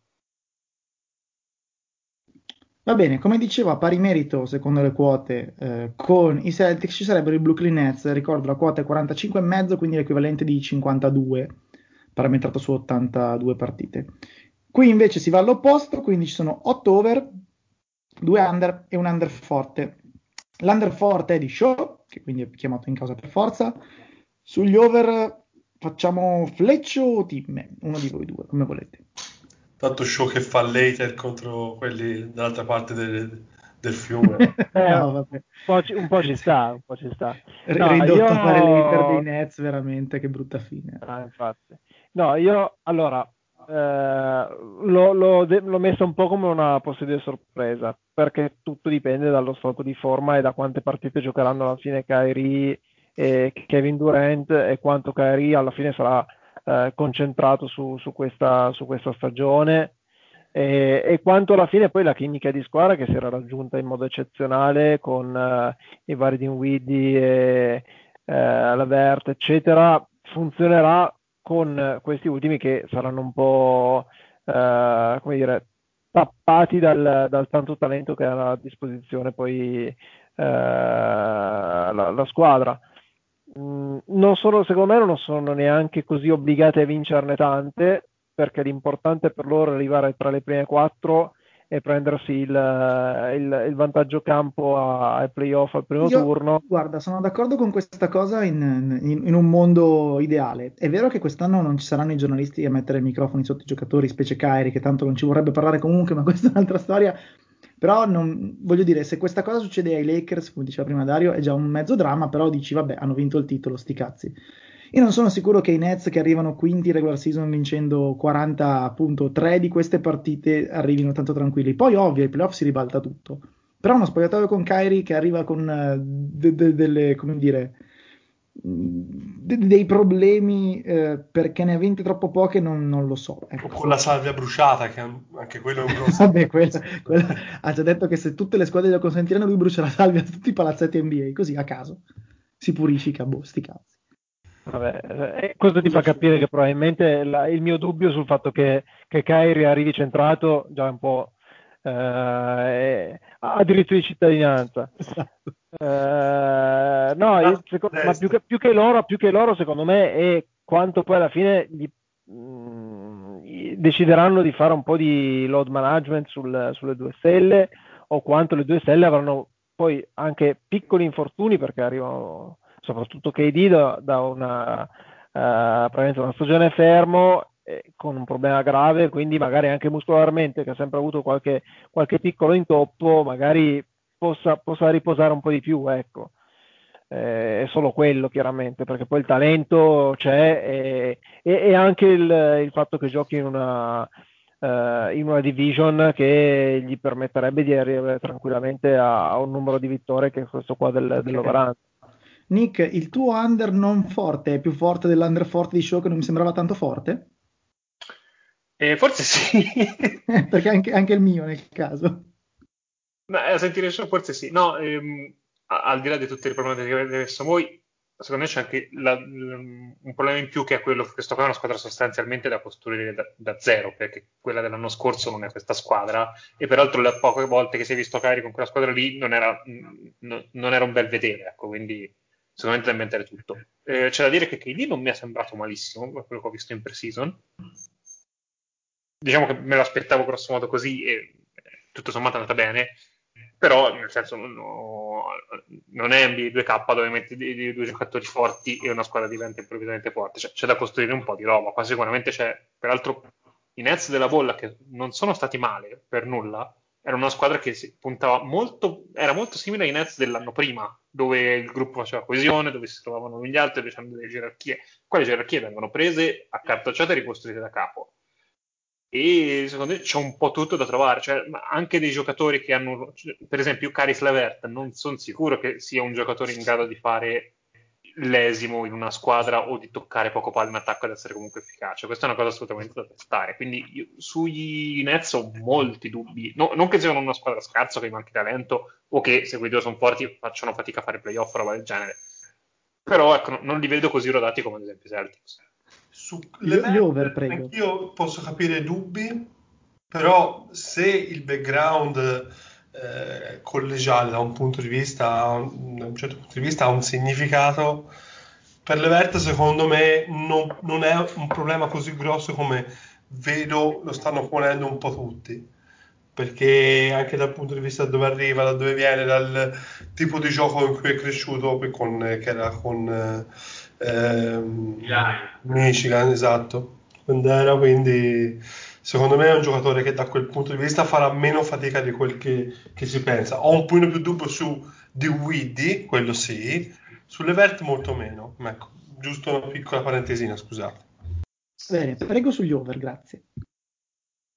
Va bene, come dicevo, a pari merito, secondo le quote, eh, con i Celtics ci sarebbero i Brooklyn Nets. Ricordo, la quota è quarantacinque virgola cinque, quindi l'equivalente di cinquantadue, parametrato su ottantadue partite. Qui invece si va all'opposto, quindi ci sono otto over, due under e un under forte. L'under forte è di Shaw, che quindi è chiamato in causa per forza. Sugli over facciamo Fleccio o Timme, uno di voi due, come volete. Tanto Show che fa later contro quelli dall'altra parte del, del fiume. No, vabbè. Un po' ci, un po' ci sta, un po' ci sta. No, ridotto io... a fare l'hater dei Nets, veramente, che brutta fine. Ah, infatti. No, io, allora, eh, l'ho, l'ho, de- l'ho messo un po' come una possibile sorpresa, perché tutto dipende dallo stato di forma e da quante partite giocheranno alla fine Kyrie e Kevin Durant e quanto Kyrie alla fine sarà eh, concentrato su, su, questa, su questa stagione e, e quanto alla fine poi la chimica di squadra che si era raggiunta in modo eccezionale con eh, i vari Dinwiddie e eh, Levert eccetera funzionerà con questi ultimi che saranno un po' eh, come dire tappati dal, dal tanto talento che ha a disposizione poi eh, la, la squadra. Mm, non sono, secondo me non sono neanche così obbligate a vincerne tante, perché l'importante per loro è arrivare tra le prime quattro e prendersi il, il, il vantaggio campo a- ai playoff al primo Io, turno. guarda, sono d'accordo con questa cosa in, in- in un mondo ideale. È vero che quest'anno non ci saranno i giornalisti a mettere i microfoni sotto i giocatori, specie Kyrie, che tanto non ci vorrebbe parlare comunque, ma questa è un'altra storia. Però non, voglio dire, se questa cosa succede ai Lakers, come diceva prima Dario, è già un mezzo dramma, però dici, vabbè, hanno vinto il titolo, sti cazzi. Io non sono sicuro che i Nets che arrivano quinti in regular season vincendo quaranta virgola tre di queste partite arrivino tanto tranquilli. Poi, ovvio, ai playoff si ribalta tutto. Però uno spogliatoio con Kyrie che arriva con uh, de- de- delle, come dire, de- dei problemi eh, perché ne ha vinte troppo poche, non, non lo so. O Ecco. con la salvia bruciata, che anche quello è un grosso... Vabbè, quella, quella- ha già detto che se tutte le squadre lo consentiranno, lui brucerà salvia a tutti i palazzetti N B A, così a caso. Si purifica, boh, sti cazzi. Vabbè, eh, questo ti fa capire che probabilmente la- il mio dubbio sul fatto che, che Kyrie arrivi centrato già un po' eh, è- ha diritto di cittadinanza. Esatto. Eh, no, io- seco- ma più che, più che loro, più che loro, secondo me, è quanto poi alla fine gli- mh, gli- decideranno di fare un po' di load management sul- sulle due stelle o quanto le due stelle avranno poi anche piccoli infortuni perché arrivano soprattutto K D da, da una, eh, praticamente una stagione fermo eh, con un problema grave, quindi magari anche muscolarmente che ha sempre avuto qualche, qualche piccolo intoppo, magari possa, possa riposare un po' di più, ecco. Eh, è solo quello chiaramente, perché poi il talento c'è e, e, e anche il, il fatto che giochi in una, eh, in una division che gli permetterebbe di arrivare tranquillamente a, a un numero di vittorie che è questo qua del, Okay. dell'over. Nick, il tuo under non forte è più forte dell'under forte di Show che non mi sembrava tanto forte? Eh, forse sì. Perché anche, anche il mio nel caso. Ma a sentire il show forse sì. No, ehm, a- al di là di tutte le problematiche che avete messo voi, secondo me c'è anche la- l- un problema in più che è quello che questa qua è una squadra sostanzialmente da costruire da, da zero, perché quella dell'anno scorso non è questa squadra e peraltro le poche volte che si è visto Kyrie con quella squadra lì non era, mh, no- non era un bel vedere, ecco, quindi sicuramente da inventare tutto. Eh, c'è da dire che K D non mi è sembrato malissimo, per quello che ho visto in pre-season. Diciamo che me lo aspettavo grosso modo così e eh, tutto sommato è andata bene, però nel senso no- no- non è N B A due K dove metti dei, dei due giocatori forti e una squadra diventa improvvisamente forte, cioè, c'è da costruire un po' di roba, qua sicuramente c'è, peraltro i Nets della bolla che non sono stati male per nulla, era una squadra che si puntava molto, era molto simile ai Nets dell'anno prima, dove il gruppo faceva coesione, dove si trovavano gli altri, dove c'erano delle gerarchie, qua le gerarchie vengono prese, accartocciate e ricostruite da capo e secondo me c'è un po' tutto da trovare, cioè, ma anche dei giocatori che hanno, cioè, per esempio Caris Levert, non sono sicuro che sia un giocatore in grado di fare l'esimo in una squadra o di toccare poco palla in attacco ed essere comunque efficace, questa è una cosa assolutamente da testare, quindi io, sui Nets ho molti dubbi, no, non che siano una squadra scarsa, che manchi talento o che se quei due sono forti facciano fatica a fare playoff o roba del genere, però ecco, non li vedo così rodati come ad esempio i Celtics. Gli, gli over, Sulle prego. anch'io posso capire i dubbi, però se il background eh, collegiale da un punto di vista, da un certo punto di vista ha un significato, per Levert secondo me non, non è un problema così grosso come vedo lo stanno ponendo un po' tutti. Perché anche dal punto di vista da dove arriva, da dove viene, dal tipo di gioco in cui è cresciuto, con, che era con eh, ehm, Michigan, esatto, quando era, quindi secondo me è un giocatore che da quel punto di vista farà meno fatica di quel che, che si pensa. Ho un pochino più dubbio su Dinwiddie, quello sì, sulle Vert molto meno. Ecco, giusto una piccola parentesina, scusate. Bene, prego sugli over, grazie.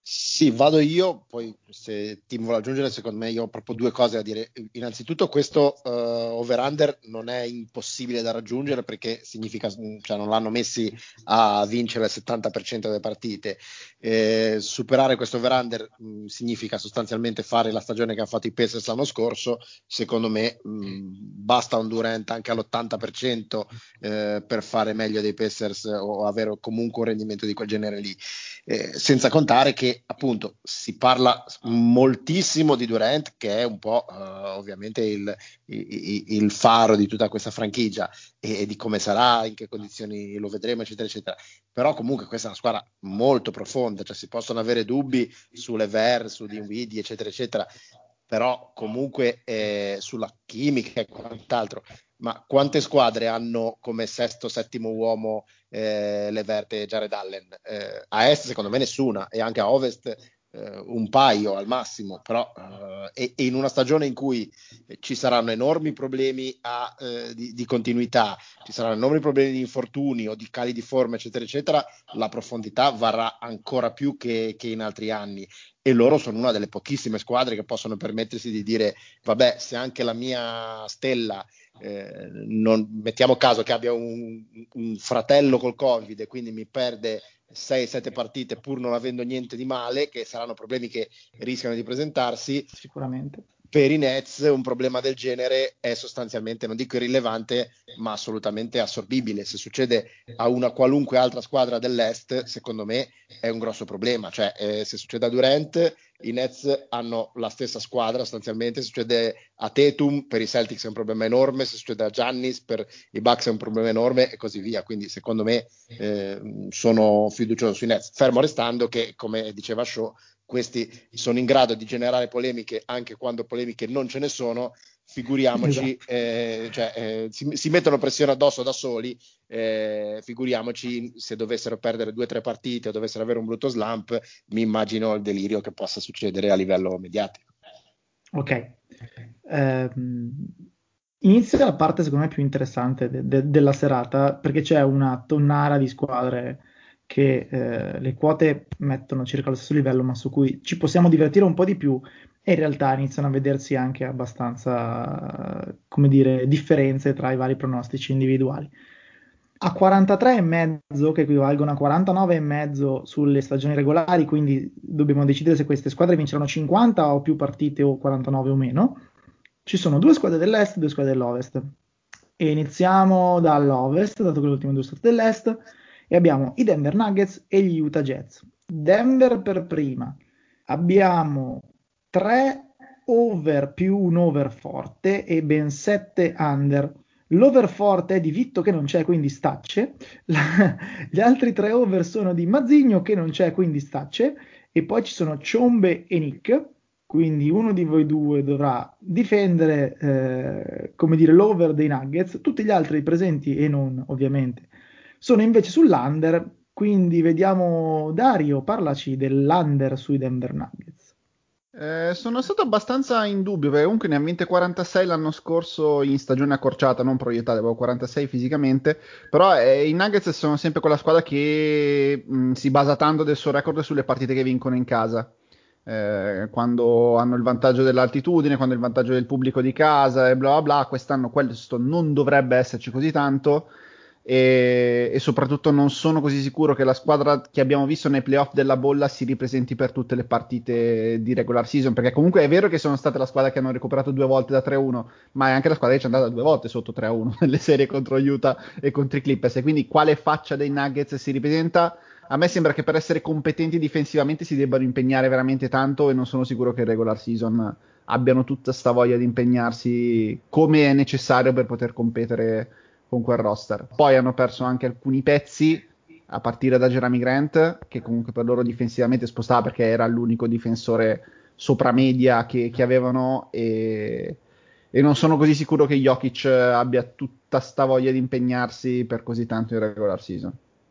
Sì, vado io, poi se Tim vuole aggiungere, secondo me io ho proprio due cose da dire. Innanzitutto questo uh, over-under non è impossibile da raggiungere perché significa, cioè non l'hanno messi a vincere il settanta per cento delle partite. Eh, superare questo over-under mh, significa sostanzialmente fare la stagione che hanno fatto i Pacers l'anno scorso. Secondo me mh, basta un Durant anche all'ottanta per cento eh, per fare meglio dei Pacers o avere comunque un rendimento di quel genere lì. Eh, senza contare che appunto si parla moltissimo di Durant, che è un po' eh, ovviamente il, il, il faro di tutta questa franchigia e, e di come sarà, in che condizioni lo vedremo, eccetera, eccetera. Però comunque questa è una squadra molto profonda, cioè si possono avere dubbi sulle Ver, su Dinwiddie, eccetera, eccetera, però comunque eh, sulla chimica e quant'altro. Ma quante squadre hanno come sesto, settimo uomo eh, Levert e Jared Allen? Eh, a est secondo me nessuna, e anche a ovest eh, un paio al massimo, però eh, e, e in una stagione in cui ci saranno enormi problemi a, eh, di, di continuità, ci saranno enormi problemi di infortuni o di cali di forma, eccetera, eccetera, la profondità varrà ancora più che, che in altri anni. E loro sono una delle pochissime squadre che possono permettersi di dire vabbè, se anche la mia stella eh, non, mettiamo caso che abbia un, un fratello col Covid e quindi mi perde sei sette partite pur non avendo niente di male, che saranno problemi che rischiano di presentarsi sicuramente. Per i Nets un problema del genere è sostanzialmente, non dico irrilevante, ma assolutamente assorbibile. Se succede a una qualunque altra squadra dell'Est, secondo me è un grosso problema. Cioè, eh, se succede a Durant, i Nets hanno la stessa squadra sostanzialmente. Se succede a Tatum, per i Celtics è un problema enorme. Se succede a Giannis, per i Bucks è un problema enorme e così via. Quindi, secondo me, eh, sono fiducioso sui Nets. Fermo restando che, come diceva Shaw, questi sono in grado di generare polemiche anche quando polemiche non ce ne sono, figuriamoci, esatto. eh, cioè, eh, si, si mettono pressione addosso da soli, eh, figuriamoci se dovessero perdere due o tre partite o dovessero avere un brutto slump, mi immagino il delirio che possa succedere a livello mediatico. Ok, eh, inizia la parte secondo me più interessante de- de- della serata, perché c'è una tonnara di squadre che eh, le quote mettono circa allo stesso livello, ma su cui ci possiamo divertire un po' di più, e in realtà iniziano a vedersi anche abbastanza, come dire, differenze tra i vari pronostici individuali. A quarantatré e mezzo, che equivalgono a quarantanove e mezzo sulle stagioni regolari, quindi dobbiamo decidere se queste squadre vinceranno cinquanta o più partite o quarantanove o meno. Ci sono due squadre dell'est e due squadre dell'ovest. E iniziamo dall'ovest, dato che le ultime due sono state dell'est, e abbiamo i Denver Nuggets e gli Utah Jazz. Denver per prima. Abbiamo tre over più un over forte e ben sette under. L'over forte è di Vitto che non c'è, quindi stacce. La, gli altri tre over sono di Mazzigno che non c'è, quindi stacce. E poi ci sono Ciombe e Nick. Quindi uno di voi due dovrà difendere, eh, come dire, l'over dei Nuggets. Tutti gli altri presenti e non, ovviamente, sono invece sull'under. Quindi vediamo, Dario, parlaci dell'under sui Denver Nuggets. Eh, sono stato abbastanza in dubbio perché comunque ne ha vinte quarantasei l'anno scorso in stagione accorciata, non proiettate, avevo quarantasei fisicamente, però eh, i Nuggets sono sempre quella squadra che mh, si basa tanto del suo record sulle partite che vincono in casa. Eh, quando hanno il vantaggio dell'altitudine, quando il vantaggio del pubblico di casa e bla bla bla, quest'anno questo non dovrebbe esserci così tanto. E, e soprattutto non sono così sicuro che la squadra che abbiamo visto nei playoff della bolla si ripresenti per tutte le partite di regular season, perché comunque è vero che sono state la squadra che hanno recuperato due volte da tre a uno, ma è anche la squadra che ci è andata due volte sotto tre a uno nelle serie contro Utah e contro i Clippers, e quindi quale faccia dei Nuggets si ripresenta? A me sembra che per essere competenti difensivamente si debbano impegnare veramente tanto, e non sono sicuro che il regular season abbiano tutta sta voglia di impegnarsi come è necessario per poter competere con quel roster. Poi hanno perso anche alcuni pezzi, a partire da Jeremy Grant, che comunque per loro difensivamente spostava perché era l'unico difensore sopra media che, che avevano, e, e non sono così sicuro che Jokic abbia tutta sta voglia di impegnarsi per così tanto in regular season.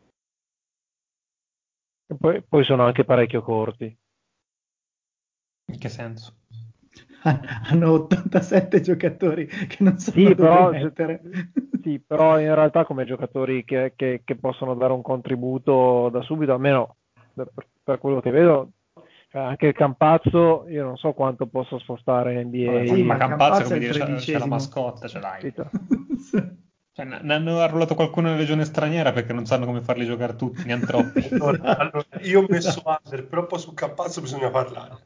E poi, poi sono anche parecchio corti. In che senso? Hanno ottantasette giocatori che non sanno Sì, dove però, mettere. sì, però in realtà come giocatori che, che, che possono dare un contributo da subito, almeno per, per quello che vedo, Cioè, anche il Campazzo, io non so quanto possa spostare in N B A. Vabbè, Sì, ma ma Campazzo, Campazzo come è il dire, c'è, c'è la tredicesimo. mascotte, ce l'hai. Capito? Cioè, ne hanno arruolato qualcuno nella legione straniera perché non sanno come farli giocare tutti, neanche troppi. Allora, allora, io ho messo under, però poi sul Campazzo bisogna parlare.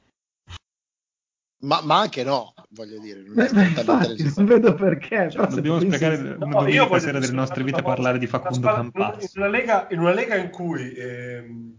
Ma, ma anche no, voglio dire, non Beh, è beh, strettamente infatti, non necessario. vedo perché. Cioè, però se dobbiamo proprio spiegare insisti- una No, io domenica voglio sera delle soltanto nostre vite una cosa. parlare di Una Facundo squadra- Campazzo. in una lega, in una lega in cui ehm,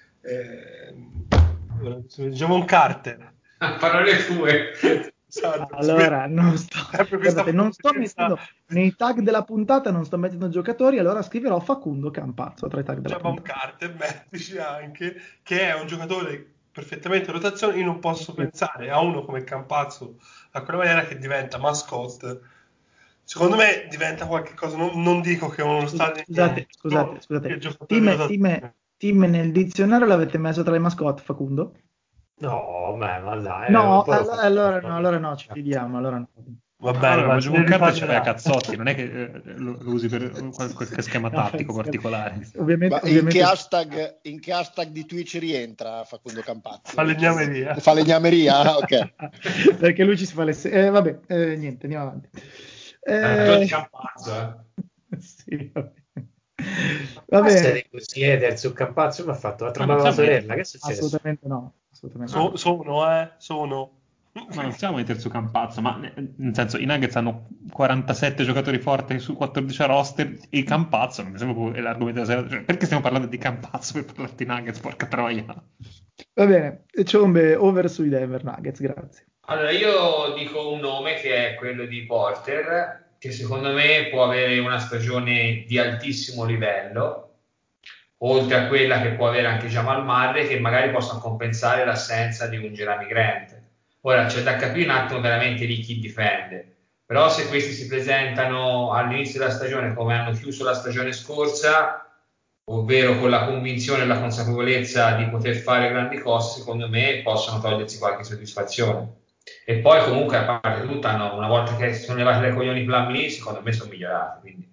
ehm, Javon Carter Parole tue. esatto, Allora, non sto, sempre questa guardate, non sto potenza, mettendo nei tag della puntata, non sto mettendo giocatori, allora scriverò Facundo Campazzo tra i tag della Javon puntata. Carter, beh, dici anche che è un giocatore perfettamente in rotazione. Io non posso pensare a uno come Campazzo a quella maniera che diventa mascotte. Secondo me diventa qualche cosa, non, non dico che è uno stadio Scusate, scusate, che scusate. giocatore di Team, rotazione. team, team nel dizionario l'avete messo tra le mascotte, Facundo? No, beh, ma dai, No, poi lo all- faccio- allora no, allora no, ci fidiamo, allora no. Va bene, Allora, va ma Javon ne Carter ce l'hai a riparlerà. cazzotti, non è che eh, lo, lo usi per qual- qualche schema No, tattico scherzo. particolare. Ovviamente, Ma in ovviamente che, hashtag, in che hashtag di Twitch rientra Facundo Campazzo? Falegnameria. Falegnameria, ah, ok. perché lui ci si fa le se- eh, vabbè, eh, niente, andiamo avanti. Eh, Eh, Campazzo, eh. sì, va bene. Va Ma bene. siete così Eder sul Campazzo mi ha fatto la Ma non trombata la siamo ai- sorella, che è successo? Assolutamente no, assolutamente So- no. sono, eh, sono. Ma non siamo in terzo campazzo, ma ne- nel senso i Nuggets hanno quarantasette giocatori forti su quattordici a roster e il Campazzo non mi sembra proprio l'argomento della sera. Cioè, perché stiamo parlando di Campazzo per parlare di Nuggets, porca troia? Va bene, e Ciombe over sui Denver Nuggets, grazie. Allora, io dico un nome che è quello di Porter, che secondo me può avere una stagione di altissimo livello, oltre a quella che può avere anche Jamal Murray, che magari possono compensare l'assenza di un Jeremy Grant. Ora c'è da capire un attimo veramente lì chi difende, però se questi si presentano all'inizio della stagione come hanno chiuso la stagione scorsa, ovvero con la convinzione e la consapevolezza di poter fare grandi cose, secondo me possono togliersi qualche soddisfazione. E poi comunque a parte tutto hanno, una volta che sono levati dai coglioni Plumlee, secondo me sono migliorati, quindi.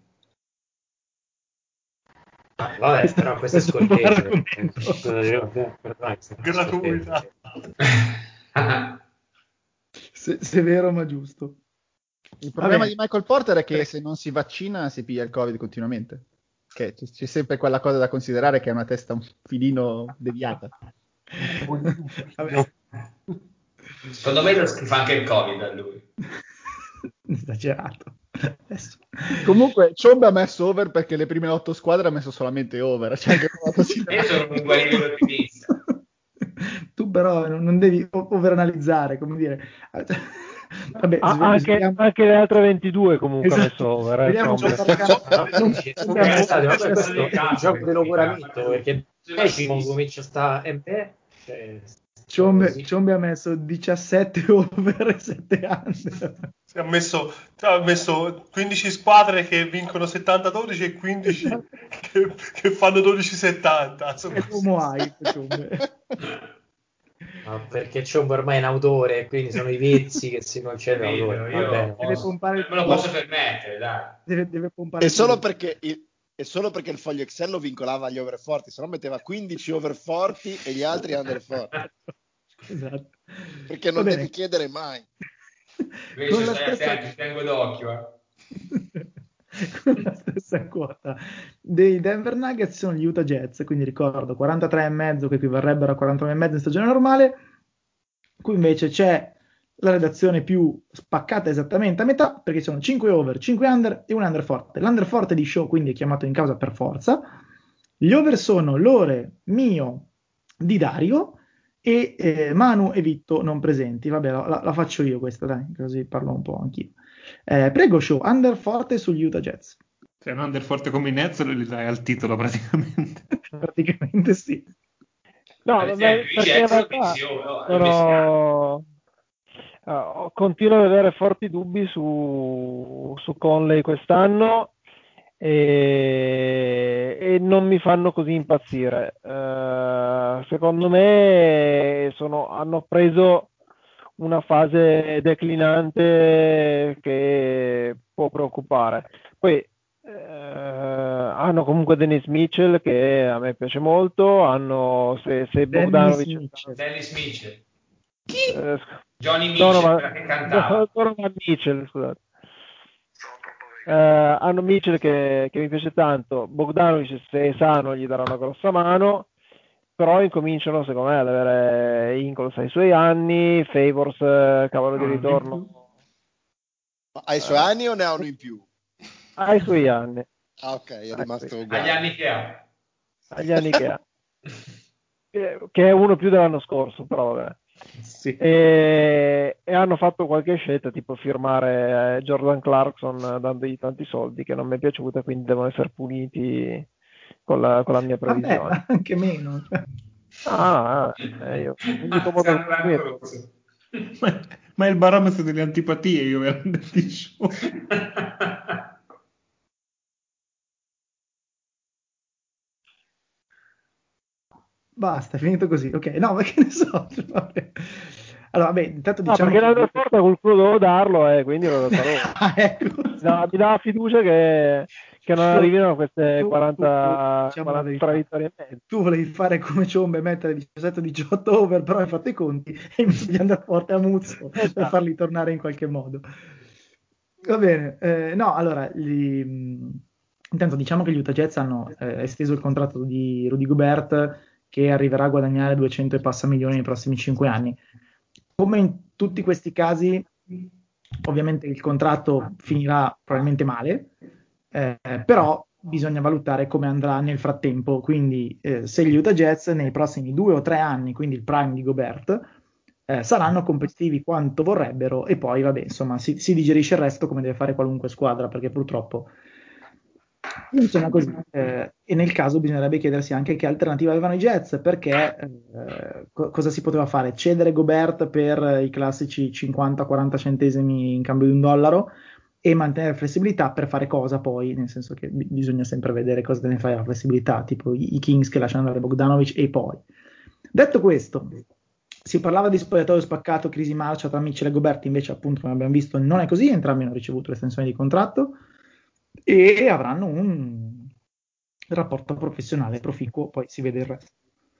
Ah, vabbè, Questo- però questo è questo è un buon scortese. argomento. Scusa, io- per me è Gratuita. scortese. Se- severo ma giusto. Il Va problema bene. di Michael Porter è che se non si vaccina si piglia il Covid continuamente. Che c'è, c'è sempre quella cosa da considerare che è una testa un filino deviata. Vabbè. Secondo me lo schifa anche il Covid a lui. Esagerato. Adesso. Comunque, Ciombe ha messo over perché le prime otto squadre ha messo solamente over. C'è anche una Io considerazione. sono un guaribile ottimista. Tu però non, non devi o- overanalizzare, come dire. Vabbè, Ah, sve- anche, sveliamo- anche le altre ventidue comunque ha Esatto. messo over. eh, Vediamo un po' Ciombe. Farcano. No, Non- dici, non eh, abbiamo- state, ma Sulla questo è il casa, gioco dell'auguramento, perché il sulla decimo sinistra. comincia sta eh, beh, cioè, Ciombe, così. Ciombe ha messo diciassette over e sette under. Si è messo, ha messo quindici squadre che vincono settanta dodici e quindici che, che fanno dodici settanta. È l'uomo hype, Ciombe. Ma perché c'è un ormai un autore, quindi sono i vezzi che si concedono Capito? l'autore. Io Va bene. Deve posso- pompare me lo tutto. posso permettere, dai. Deve, deve pompare E solo, tutto. perché il, e solo perché il foglio Excel lo vincolava agli over forti, se no metteva quindici over forti e gli altri under forti. Esatto. Perché Va non bene. devi chiedere mai. Invece Con la stai stessa- attento, ti tengo d'occhio. Eh. con la stessa quota dei Denver Nuggets sono gli Utah Jazz, quindi ricordo quarantatré e mezzo che equivarrebbero a quarantanove e mezzo in stagione normale. Qui invece c'è la redazione più spaccata esattamente a metà, perché sono cinque over, cinque under e un under forte. L'under forte di show quindi è chiamato in causa per forza. Gli over sono Lore, Mio, di Dario e eh, Manu e Vitto non presenti. Vabbè, la, la- la faccio io questa, dai, così parlo un po' anch'io. Eh, prego, show, under forte sugli Utah Jazz. Se un under forte come i Nets li dai al titolo praticamente. Praticamente sì. No, Ad vabbè, esempio, i perché in Jets lo realtà messi- oh, oh, l'ho messi sono... uh, continuo ad avere forti dubbi su, su Conley quest'anno e, e non mi fanno così impazzire. Uh, secondo me sono, hanno preso una fase declinante che può preoccupare. Poi eh, hanno comunque Dennis Mitchell che a me piace molto, hanno se, se Bogdanovic Mitchell. Dennis Mitchell. Chi? Eh, Johnny Mitchell, Donovan, quella che cantava. Donovan Mitchell, scusate. Eh, hanno Mitchell che, che mi piace tanto, Bogdanovic se è sano gli darà una grossa mano, però incominciano secondo me ad avere Ingles ai suoi anni, Favors cavolo di ritorno. Ai suoi anni o ne ha uno in più? Ai suoi anni. Ah, ok, è rimasto uguale. Agli anni che ha. Agli anni che ha. Che è uno più dell'anno scorso, però vabbè. Sì. E, e hanno fatto qualche scelta, tipo firmare eh, Jordan Clarkson dandogli tanti soldi, che non mi è piaciuta, quindi devono essere puniti con la, con la mia previsione. Vabbè, anche meno. Ah, eh, io l'unico modo per punire. Ma, ma è il barometro delle antipatie, io veramente dico. Basta, è finito così. Ok, no, ma che ne so. Vabbè. Allora, vabbè, intanto Ah, diciamo perché che... l'anno scorso qualcuno dovevo darlo e eh, quindi l'ho dato loro. Ah, ecco. No, mi dà fiducia che, che non arrivino a queste Tu- quaranta, diciamo la verità. quarantatré vittorie e mezzo. Tu volevi fare come Ciombe e mettere diciassette diciotto over, però hai fatto i conti e invece di andare forte a Muzzo per Esatto. farli tornare in qualche modo. Va bene, eh, no, allora, gli, mh, intanto diciamo che gli Utah Jazz hanno eh, esteso il contratto di Rudy Gobert che arriverà a guadagnare duecento e passa milioni nei prossimi cinque anni. Come in tutti questi casi, ovviamente il contratto finirà probabilmente male, eh, però bisogna valutare come andrà nel frattempo. Quindi, eh, se gli Utah Jazz nei prossimi due o tre anni, quindi il prime di Gobert, eh, saranno competitivi quanto vorrebbero, e poi, vabbè, insomma, si, si digerisce il resto come deve fare qualunque squadra, perché purtroppo funziona così. Eh, e nel caso bisognerebbe chiedersi anche che alternative avevano i Jets, perché eh, co- cosa si poteva fare? Cedere Gobert per i classici cinquanta quaranta centesimi in cambio di un dollaro e mantenere flessibilità per fare cosa poi? Nel senso che b- bisogna sempre vedere cosa te ne fai la flessibilità, tipo i, i Kings che lasciano andare Bogdanovic e poi. Detto questo, si parlava di spogliatoio spaccato, crisi marcia tra Mitchell e Gobert, invece appunto come abbiamo visto non è così, entrambi hanno ricevuto l'estensione di contratto e avranno un rapporto professionale proficuo, poi si vede il resto.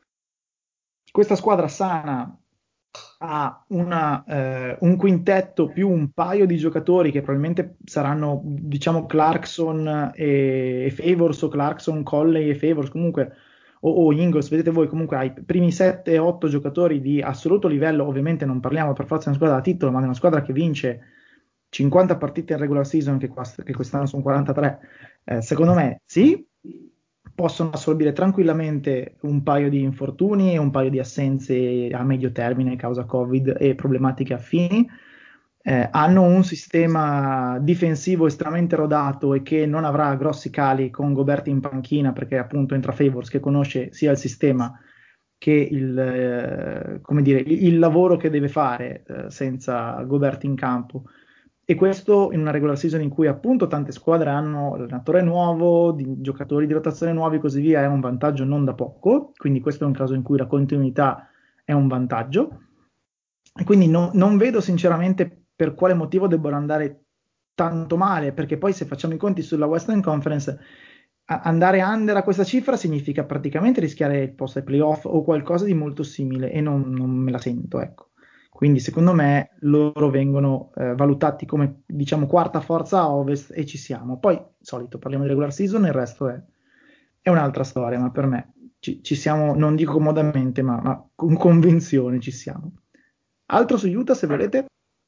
Questa squadra sana ha una, eh, un quintetto più un paio di giocatori che probabilmente saranno, diciamo, Clarkson e, e Favors, o Clarkson, Colley e Favors, comunque, o, o Ingles, vedete voi, comunque ai primi sette otto giocatori di assoluto livello. Ovviamente non parliamo per forza di una squadra da titolo, ma di una squadra che vince cinquanta partite in regular season, che, che quest'anno sono quarantatré. Eh, secondo me sì, possono assorbire tranquillamente un paio di infortuni e un paio di assenze a medio termine causa Covid e problematiche affini. Eh, hanno un sistema difensivo estremamente rodato e che non avrà grossi cali con Gobert in panchina, perché appunto entra Favors che conosce sia il sistema che il, eh, come dire, il, il lavoro che deve fare eh, senza Gobert in campo. E questo in una regular season in cui appunto tante squadre hanno allenatore nuovo, di, giocatori di rotazione nuovi e così via, è un vantaggio non da poco. Quindi questo è un caso in cui la continuità è un vantaggio. E quindi no, non vedo sinceramente per quale motivo debbano andare tanto male, perché poi se facciamo i conti sulla Western Conference, a- andare under a questa cifra significa praticamente rischiare il post ai playoff o qualcosa di molto simile, e non, non me la sento, ecco. Quindi secondo me loro vengono eh, valutati come, diciamo, quarta forza a ovest e ci siamo. Poi, solito, parliamo di regular season, il resto è, è un'altra storia, ma per me ci, ci siamo, non dico comodamente, ma, ma con convinzione ci siamo. Altro su Utah, se volete?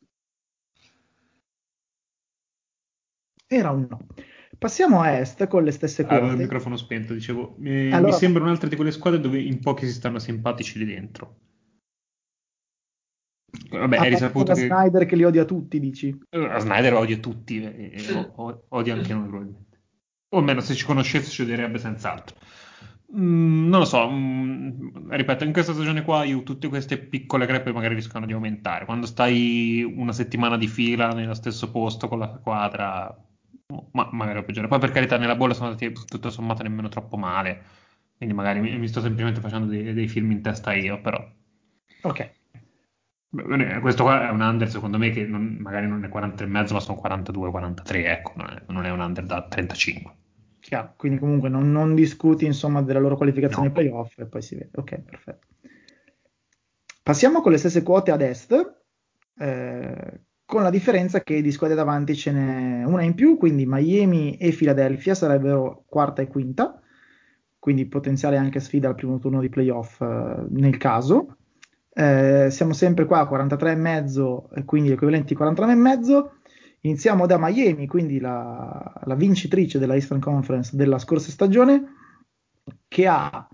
Era un no. Passiamo a est con le stesse Avevo il quote. microfono spento, dicevo, mi, Allora, mi sembra un'altra di quelle squadre dove in pochi si stanno simpatici lì dentro. Vabbè, a è parte risaputo da che Snyder che li odia tutti, dici? eh, Snyder odia tutti e, e o- o- odia anche noi probabilmente. O almeno se ci conoscesse ci odierebbe senz'altro. Mm, non lo so, mm, ripeto, in questa stagione qua io tutte queste piccole crepe magari rischiano di aumentare. Quando stai una settimana di fila nello stesso posto con la squadra, ma magari è peggiore. Poi per carità nella bolla sono andati tutto sommato nemmeno troppo male, quindi magari mi, mi sto semplicemente facendo dei, dei film in testa io, però. Ok. Beh, questo qua è un under secondo me che non- magari non è quaranta e mezzo ma sono quarantadue quarantatré, ecco, non è, non è un under da trentacinque. Chiaro, quindi comunque non, non discuti insomma della loro qualificazione ai playoff e poi si vede. Ok, perfetto. Passiamo con le stesse quote ad est, eh, con la differenza che di squadre davanti ce n'è una in più, quindi Miami e Philadelphia sarebbero quarta e quinta, quindi potenziale anche sfida al primo turno di playoff eh, nel caso. Eh, siamo sempre qua a quarantatré e mezzo, e quindi equivalenti quarantanove e mezzo. Iniziamo da Miami, quindi la, la vincitrice della Eastern Conference della scorsa stagione, che ha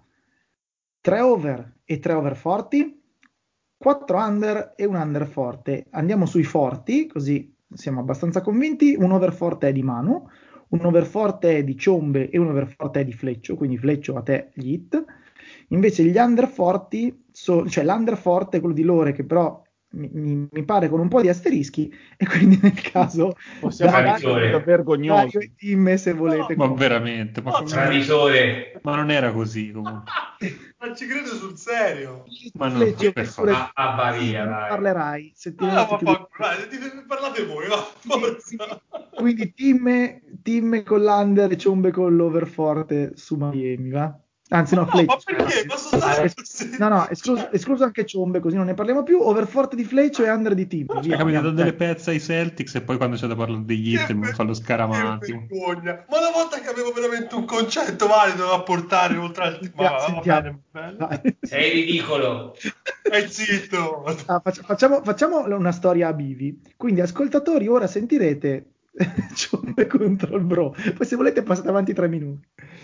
tre over e tre over forti, quattro under e un under forte. Andiamo sui forti, così siamo abbastanza convinti. Un over forte è di Manu, un over forte è di Ciombe e un over forte è di Fleccio, quindi Fleccio a te gli hit. Invece gli under forti, so, cioè l'under forte è quello di Lore, che però mi, mi, mi pare con un po' di asterischi, e quindi nel caso possiamo da- dire da- vergognoso. Dario e Tim, se volete. Ma veramente, ma, No, come- Traditore. ma non era così comunque. Ma ci credo sul serio. Ma no, Fleccio, per pure- favore. Ah, ah, va via, non dai. parlerai se ti, Ah, se ma ti- fa, dai, dite- parlate voi, va, forza. quindi Tim, Tim con l'under e Ciombe con l'overforte su Miami, va? Anzi no, No, ma Fleccio. perché? Ma sono Ah, stato es- così. no, no, escluso, escluso anche Ciombe, così non ne parliamo più. Overforte di Fleccio e under di Tim. Cioè, Via, capite, andiamo, da delle dai. pezze ai Celtics e poi quando c'è da parlare degli Che, hit mi ver- fa lo che scaramantico. vergogna. Ma una volta che avevo veramente un concetto valido da portare oltre al... Ma Sentiamo, va, va sentiamo. bene, va bene. Vai. Sei ridicolo. Stai zitto. Ah, faccia- facciamo, facciamo una storia a bivi. Quindi, ascoltatori, ora sentirete Ciombe contro il Bro. Poi, se volete, passate avanti tre minuti.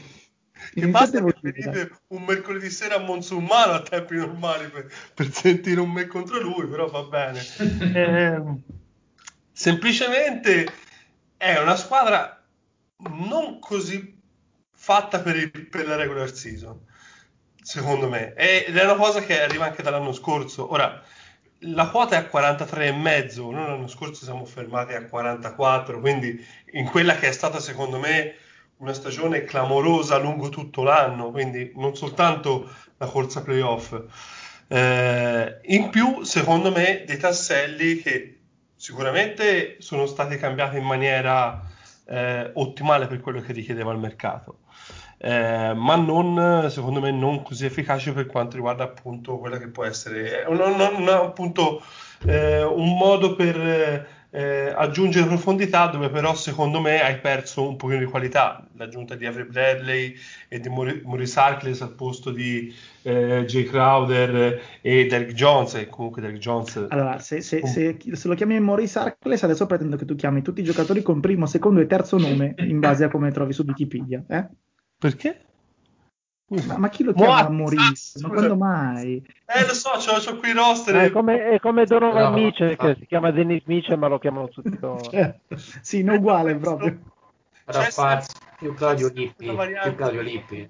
Che Iniziate basta voi, che dai. venite un mercoledì sera a Monsummano a tempi normali per, per sentire un me contro lui, però va bene. Ehm, semplicemente è una squadra non così fatta per, il- per la regular season, secondo me, E- ed è una cosa che arriva anche dall'anno scorso. Ora, la quota è a quarantatré e mezzo, noi l'anno scorso siamo fermati a quarantaquattro, quindi in quella che è stata secondo me una stagione clamorosa lungo tutto l'anno, quindi non soltanto la corsa playoff. Eh, in più, secondo me, dei tasselli che sicuramente sono stati cambiati in maniera eh, ottimale per quello che richiedeva il mercato. Eh, ma non, secondo me, non così efficace per quanto riguarda appunto quella che può essere un, un- un- appunto, eh, un modo per eh, aggiungere profondità, dove però secondo me hai perso un pochino di qualità. L'aggiunta di Avery Bradley e di Maurice Maurice Harkless al posto di eh, Jay Crowder e Derrick Jones, e comunque Derrick Jones Allora, se, se- se- se lo chiami Maurice Harkless, adesso pretendo che tu chiami tutti i giocatori con primo, secondo e terzo nome in base a come trovi su Wikipedia. Eh? perché? Ma, ma chi lo chiama Moaz, Maurice? Ma scusa. quando mai? Eh, lo so, c'ho, c'ho qui i roster. Ah, è come, è come Donovan No, Mitchell, ma- che si chiama Dennis Mitchell, ma lo chiamano tutti Donovan. Certo. Sì, no, uguale proprio. Era pazzo. Più Claudio c'è sempre la Lippi. variante. Più Claudio Lippi.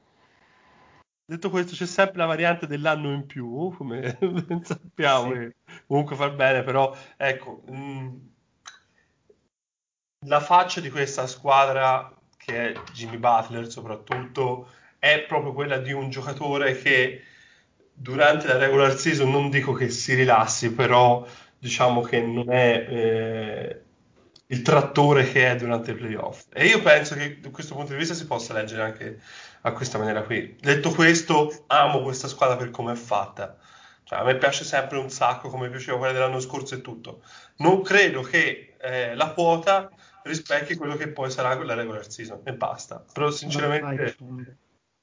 Detto questo, c'è sempre la variante dell'anno in più, come ben sappiamo, Sì. che comunque fa bene, però ecco, mh, la faccia di questa squadra, che è Jimmy Butler soprattutto, è proprio quella di un giocatore che durante la regular season non dico che si rilassi, però diciamo che non è eh, il trattore che è durante i playoff. E io penso che da questo punto di vista si possa leggere anche a questa maniera qui. Detto questo, amo questa squadra per come è fatta. Cioè, a me piace sempre un sacco, come piaceva quella dell'anno scorso e tutto. Non credo che eh, la quota rispecchi quello che poi sarà quella regular season e basta. Però Vai, sinceramente, Ciombe.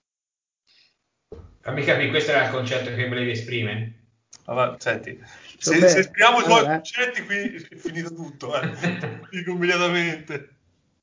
Fammi capire, questo era il concetto che volevi esprimere? allora, senti, se, Ciombe, se esprimiamo i tuoi allora, eh. concetti qui è finito tutto, eh. Dico immediatamente.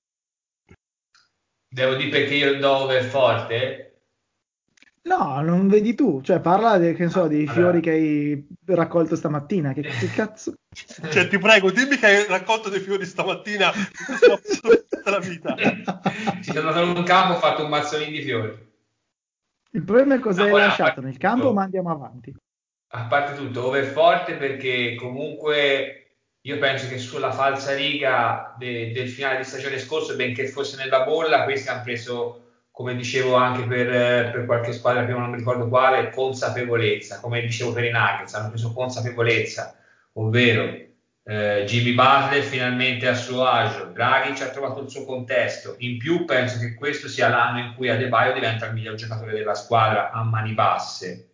Devo dire perché io do over forte? No, non vedi tu. Cioè, parla de- che ne so, dei Allora, fiori che hai raccolto stamattina. Che, che cazzo? Cioè, ti prego, dimmi che hai raccolto dei fiori stamattina, mi sono fatto tutta la vita. ci sono andato in un campo, ho fatto un mazzolino di fiori. Il problema è cosa Ma hai ora, lasciato nel campo, ma andiamo avanti. a parte tutto, over forte perché comunque io penso che sulla falsariga de- del finale di stagione scorso, benché fosse nella bolla, questi hanno preso, come dicevo anche per, eh, per qualche squadra prima, non mi ricordo quale, consapevolezza, come dicevo per i Nuggets, hanno preso consapevolezza, ovvero eh, Jimmy Butler finalmente a suo agio, Dragic ha trovato il suo contesto. In più penso che questo sia l'anno in cui Adebayo diventa il miglior giocatore della squadra a mani basse.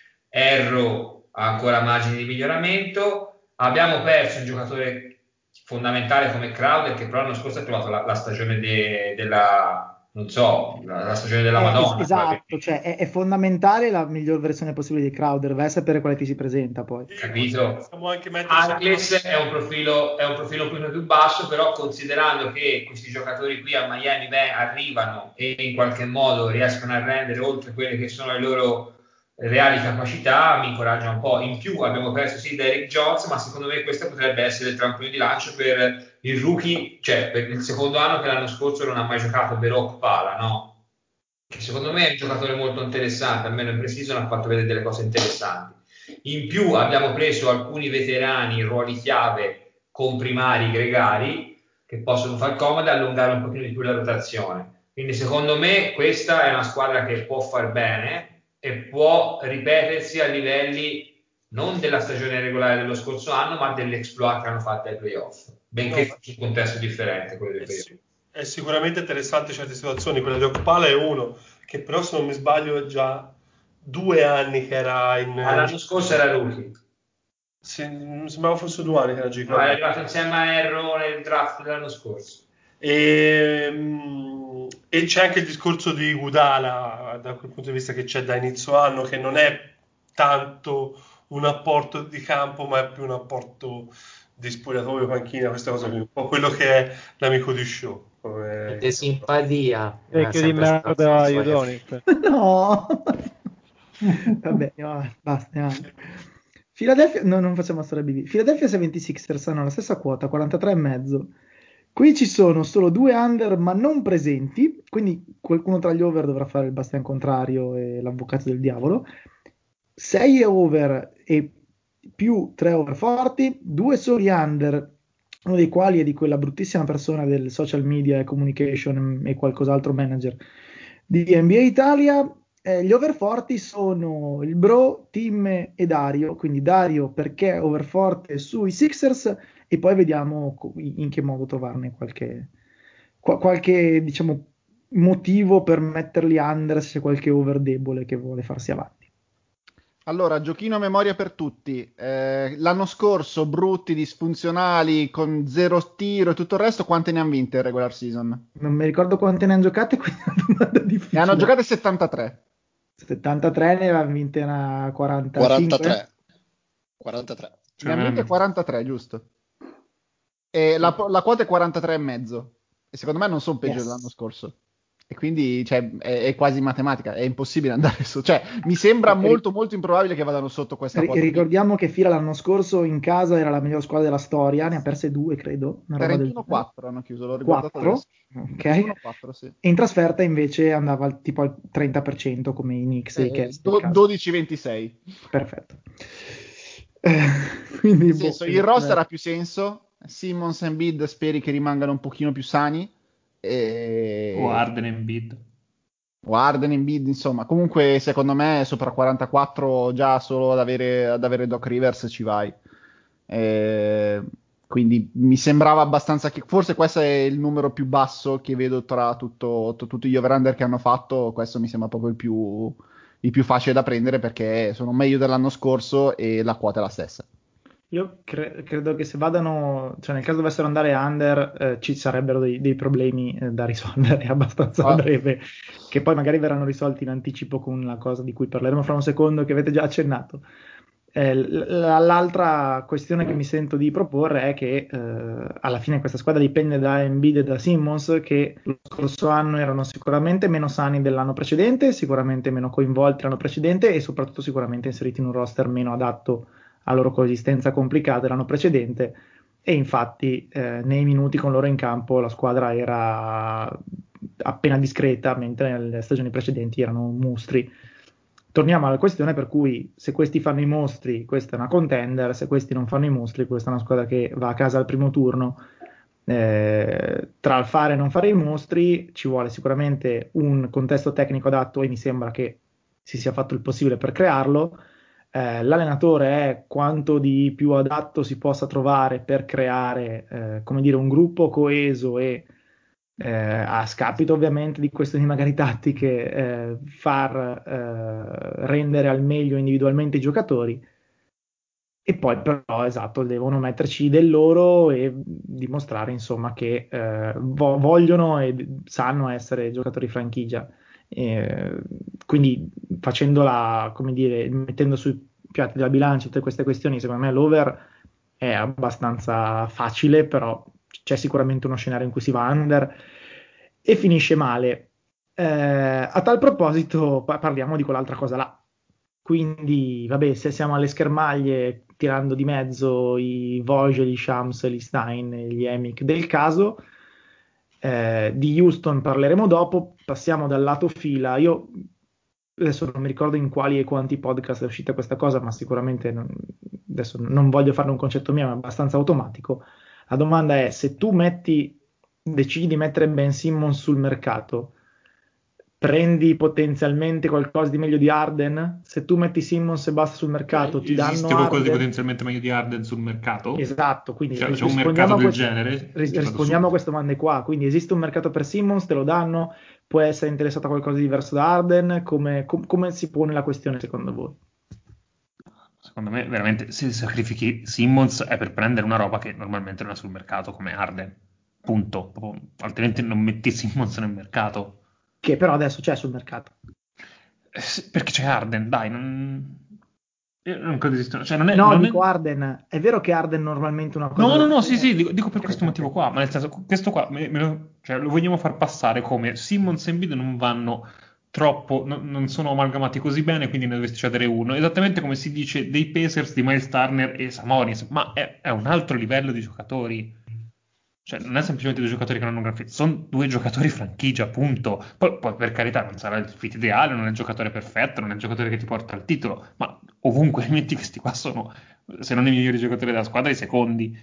Erro ha ancora margini di miglioramento. Abbiamo perso un giocatore fondamentale come Crowder, che però l'anno scorso ha trovato la, la stagione de, della non so, la, la stagione della Eh, Madonna. es- esatto, cioè è, è fondamentale la miglior versione possibile di Crowder, vai a sapere quale ti si presenta poi. Capito? Possiamo anche metterci- Harkless è un profilo è un profilo un po' più basso, però considerando che questi giocatori qui a Miami beh, arrivano e in qualche modo riescono a rendere oltre quelle che sono le loro reali capacità, mi incoraggia un po'. In più abbiamo perso sì Derrick Jones, ma secondo me questo potrebbe essere il trampolino di lancio per il rookie, cioè per il secondo anno che l'anno scorso non ha mai giocato, Berok Pala, no? Che secondo me è un giocatore molto interessante, almeno in pre-season ha fatto vedere delle cose interessanti. In più abbiamo preso alcuni veterani in ruoli chiave con primari gregari che possono far comodo e allungare un pochino di più la rotazione. Quindi secondo me questa è una squadra che può far bene e può ripetersi a livelli non della stagione regolare dello scorso anno, ma dell'exploit che hanno fatto ai playoff, benché No. su un contesto differente quello dei È, playoff. si- è sicuramente interessante certe situazioni, quella di Okpala è uno, che però se non mi sbaglio è già due anni che era in... Ah, l'anno scorso era rookie. se- mi sembrava fosse due anni che era No, G-Club. è arrivato insieme a Erro nel draft dell'anno scorso. E, mm, e c'è anche il discorso di Gudala, da quel punto di vista che c'è da inizio anno, che non è tanto un apporto di campo, ma è più un apporto di spogliatoio, panchina, questa cosa qui, un po' quello che è l'amico di Show. come- Di simpatia. Eh, Vecchio di sempre stato merda la a storia. Udonis. No, vabbè, no, basta. No. Philadelphia, no, non facciamo storia B B. Philadelphia settantasei ers hanno la stessa quota, quarantatré e mezzo. Qui ci sono solo due under ma non presenti, quindi qualcuno tra gli over dovrà fare il bastian contrario e l'avvocato del diavolo. sei over e più tre over forti, due soli under, uno dei quali è di quella bruttissima persona del social media e communication e qualcos'altro manager di N B A Italia. Eh, gli over forti sono il Bro, Tim e Dario, quindi Dario perché over forte sui Sixers e poi vediamo co- in che modo trovarne qualche, qua- qualche diciamo, motivo per metterli under se c'è qualche over debole che vuole farsi avanti. Allora, giochino a memoria per tutti. Eh, l'anno scorso, brutti, disfunzionali, con zero tiro e tutto il resto, quante ne hanno vinte in regular season? Non mi ricordo quante ne hanno giocate, quindi è una domanda Ne difficile. hanno giocate settantatré. settantatré, ne aveva vinte una quarantacinque. quarantatré. quarantatré. Ne hanno vinte quarantatré, giusto? E la, la quota è quarantatré e mezzo. E secondo me non sono peggio Yes. dell'anno scorso. E quindi cioè, è, è quasi matematica, è impossibile andare su. Cioè, mi sembra Ri- molto molto improbabile che vadano sotto questa Ri- quota. qui. ricordiamo che Fila l'anno scorso in casa era la miglior squadra della storia, ne ha perse due, credo, una roba del trentuno quattro hanno chiuso, l'ho riguardato quattro, adesso. ok. trentuno quattro, sì. E in trasferta invece andava al, tipo al trenta per cento come i Knicks e i Eh, Cavs. do- dodici ventisei. Perfetto. Eh, quindi, Nel boh, senso, il eh, roster ha più senso. Simmons e Embiid speri che rimangano un pochino più sani. E... O Harden e Embiid. o Harden, Embiid, insomma. Comunque, secondo me, sopra quarantaquattro già solo ad avere, ad avere Doc Rivers ci vai. Eh, quindi mi sembrava abbastanza che forse questo è il numero più basso che vedo tra tutto, t- tutti gli over-under che hanno fatto. Questo mi sembra proprio il più, il più facile da prendere perché sono meglio dell'anno scorso e la quota è la stessa. Io cre- credo che se vadano, cioè nel caso dovessero andare under, eh, ci sarebbero dei, dei problemi eh, da risolvere abbastanza a Ah. breve, che poi magari verranno risolti in anticipo con la cosa di cui parleremo fra un secondo, che avete già accennato. Eh, l- l'altra questione che mi sento di proporre è che eh, alla fine questa squadra dipende da Embiid e da Simmons, che lo scorso anno erano sicuramente meno sani dell'anno precedente, sicuramente meno coinvolti l'anno precedente e soprattutto sicuramente inseriti in un roster meno adatto a loro coesistenza complicata l'anno precedente e infatti eh, nei minuti con loro in campo la squadra era appena discreta mentre nelle stagioni precedenti erano mostri. Torniamo alla questione per cui se questi fanno i mostri questa è una contender, se questi non fanno i mostri questa è una squadra che va a casa al primo turno. Eh, tra il fare e non fare i mostri ci vuole sicuramente un contesto tecnico adatto e mi sembra che si sia fatto il possibile per crearlo. eh, l'allenatore è quanto di più adatto si possa trovare per creare, eh, come dire, un gruppo coeso e eh, a scapito ovviamente di questioni magari tattiche, eh, far eh, rendere al meglio individualmente i giocatori. E poi però, esatto, devono metterci del loro e dimostrare, insomma, che eh, vo- vogliono e sanno essere giocatori franchigia. Eh, quindi facendola, come dire, mettendo sui piatti della bilancia tutte queste questioni, secondo me l'over è abbastanza facile, però c'è sicuramente uno scenario in cui si va under e finisce male. Eh, a tal proposito, pa- parliamo di quell'altra cosa là. Quindi, vabbè, se siamo alle schermaglie tirando di mezzo i Vogel, gli Shams, gli Stein e gli Emic del caso, eh, di Houston parleremo dopo, passiamo dal lato fila. Io adesso non mi ricordo in quali e quanti podcast è uscita questa cosa, ma sicuramente non, adesso non voglio fare un concetto mio, ma è abbastanza automatico. La domanda è: se tu metti, decidi di mettere Ben Simmons sul mercato, prendi potenzialmente qualcosa di meglio di Harden? Se tu metti Simmons e basta sul mercato, ti Esiste danno qualcosa di Harden? potenzialmente meglio di Harden sul mercato? Esatto, quindi Cioè, ris- c'è un mercato rispondiamo a del queste, genere? ris- Ci vado rispondiamo a su. queste domande qua. Quindi esiste un mercato per Simmons, te lo danno? Può essere interessato a qualcosa di diverso da Harden? Come, com- come si pone la questione secondo voi? Secondo me, veramente, se sacrifichi Simmons è per prendere una roba che normalmente non è sul mercato, come Harden. Punto. Proprio, altrimenti non metti Simmons nel mercato. Che però adesso c'è sul mercato. Eh, sì, perché c'è Harden, dai, non... io non credo esistano. Cioè, non è, No, non è... dico Harden. È vero che Harden normalmente una No, cosa... no, no, sì, sì, dico, dico per Ok, questo ok. motivo qua, ma nel senso, questo qua me- me lo, cioè, lo vogliamo far passare come Simmons e Embiid non vanno troppo, no- non sono amalgamati così bene, quindi ne dovresti cedere uno, esattamente come si dice dei Pacers di Miles Turner e Sabonis, ma è, è un altro livello di giocatori, cioè non è semplicemente due giocatori che non hanno un gran fit, sono due giocatori franchigia, punto. Poi, poi, per carità non sarà il fit ideale, non è il giocatore perfetto, non è il giocatore che ti porta al titolo, ma ovunque li metti questi qua sono, se non i migliori giocatori della squadra, i secondi.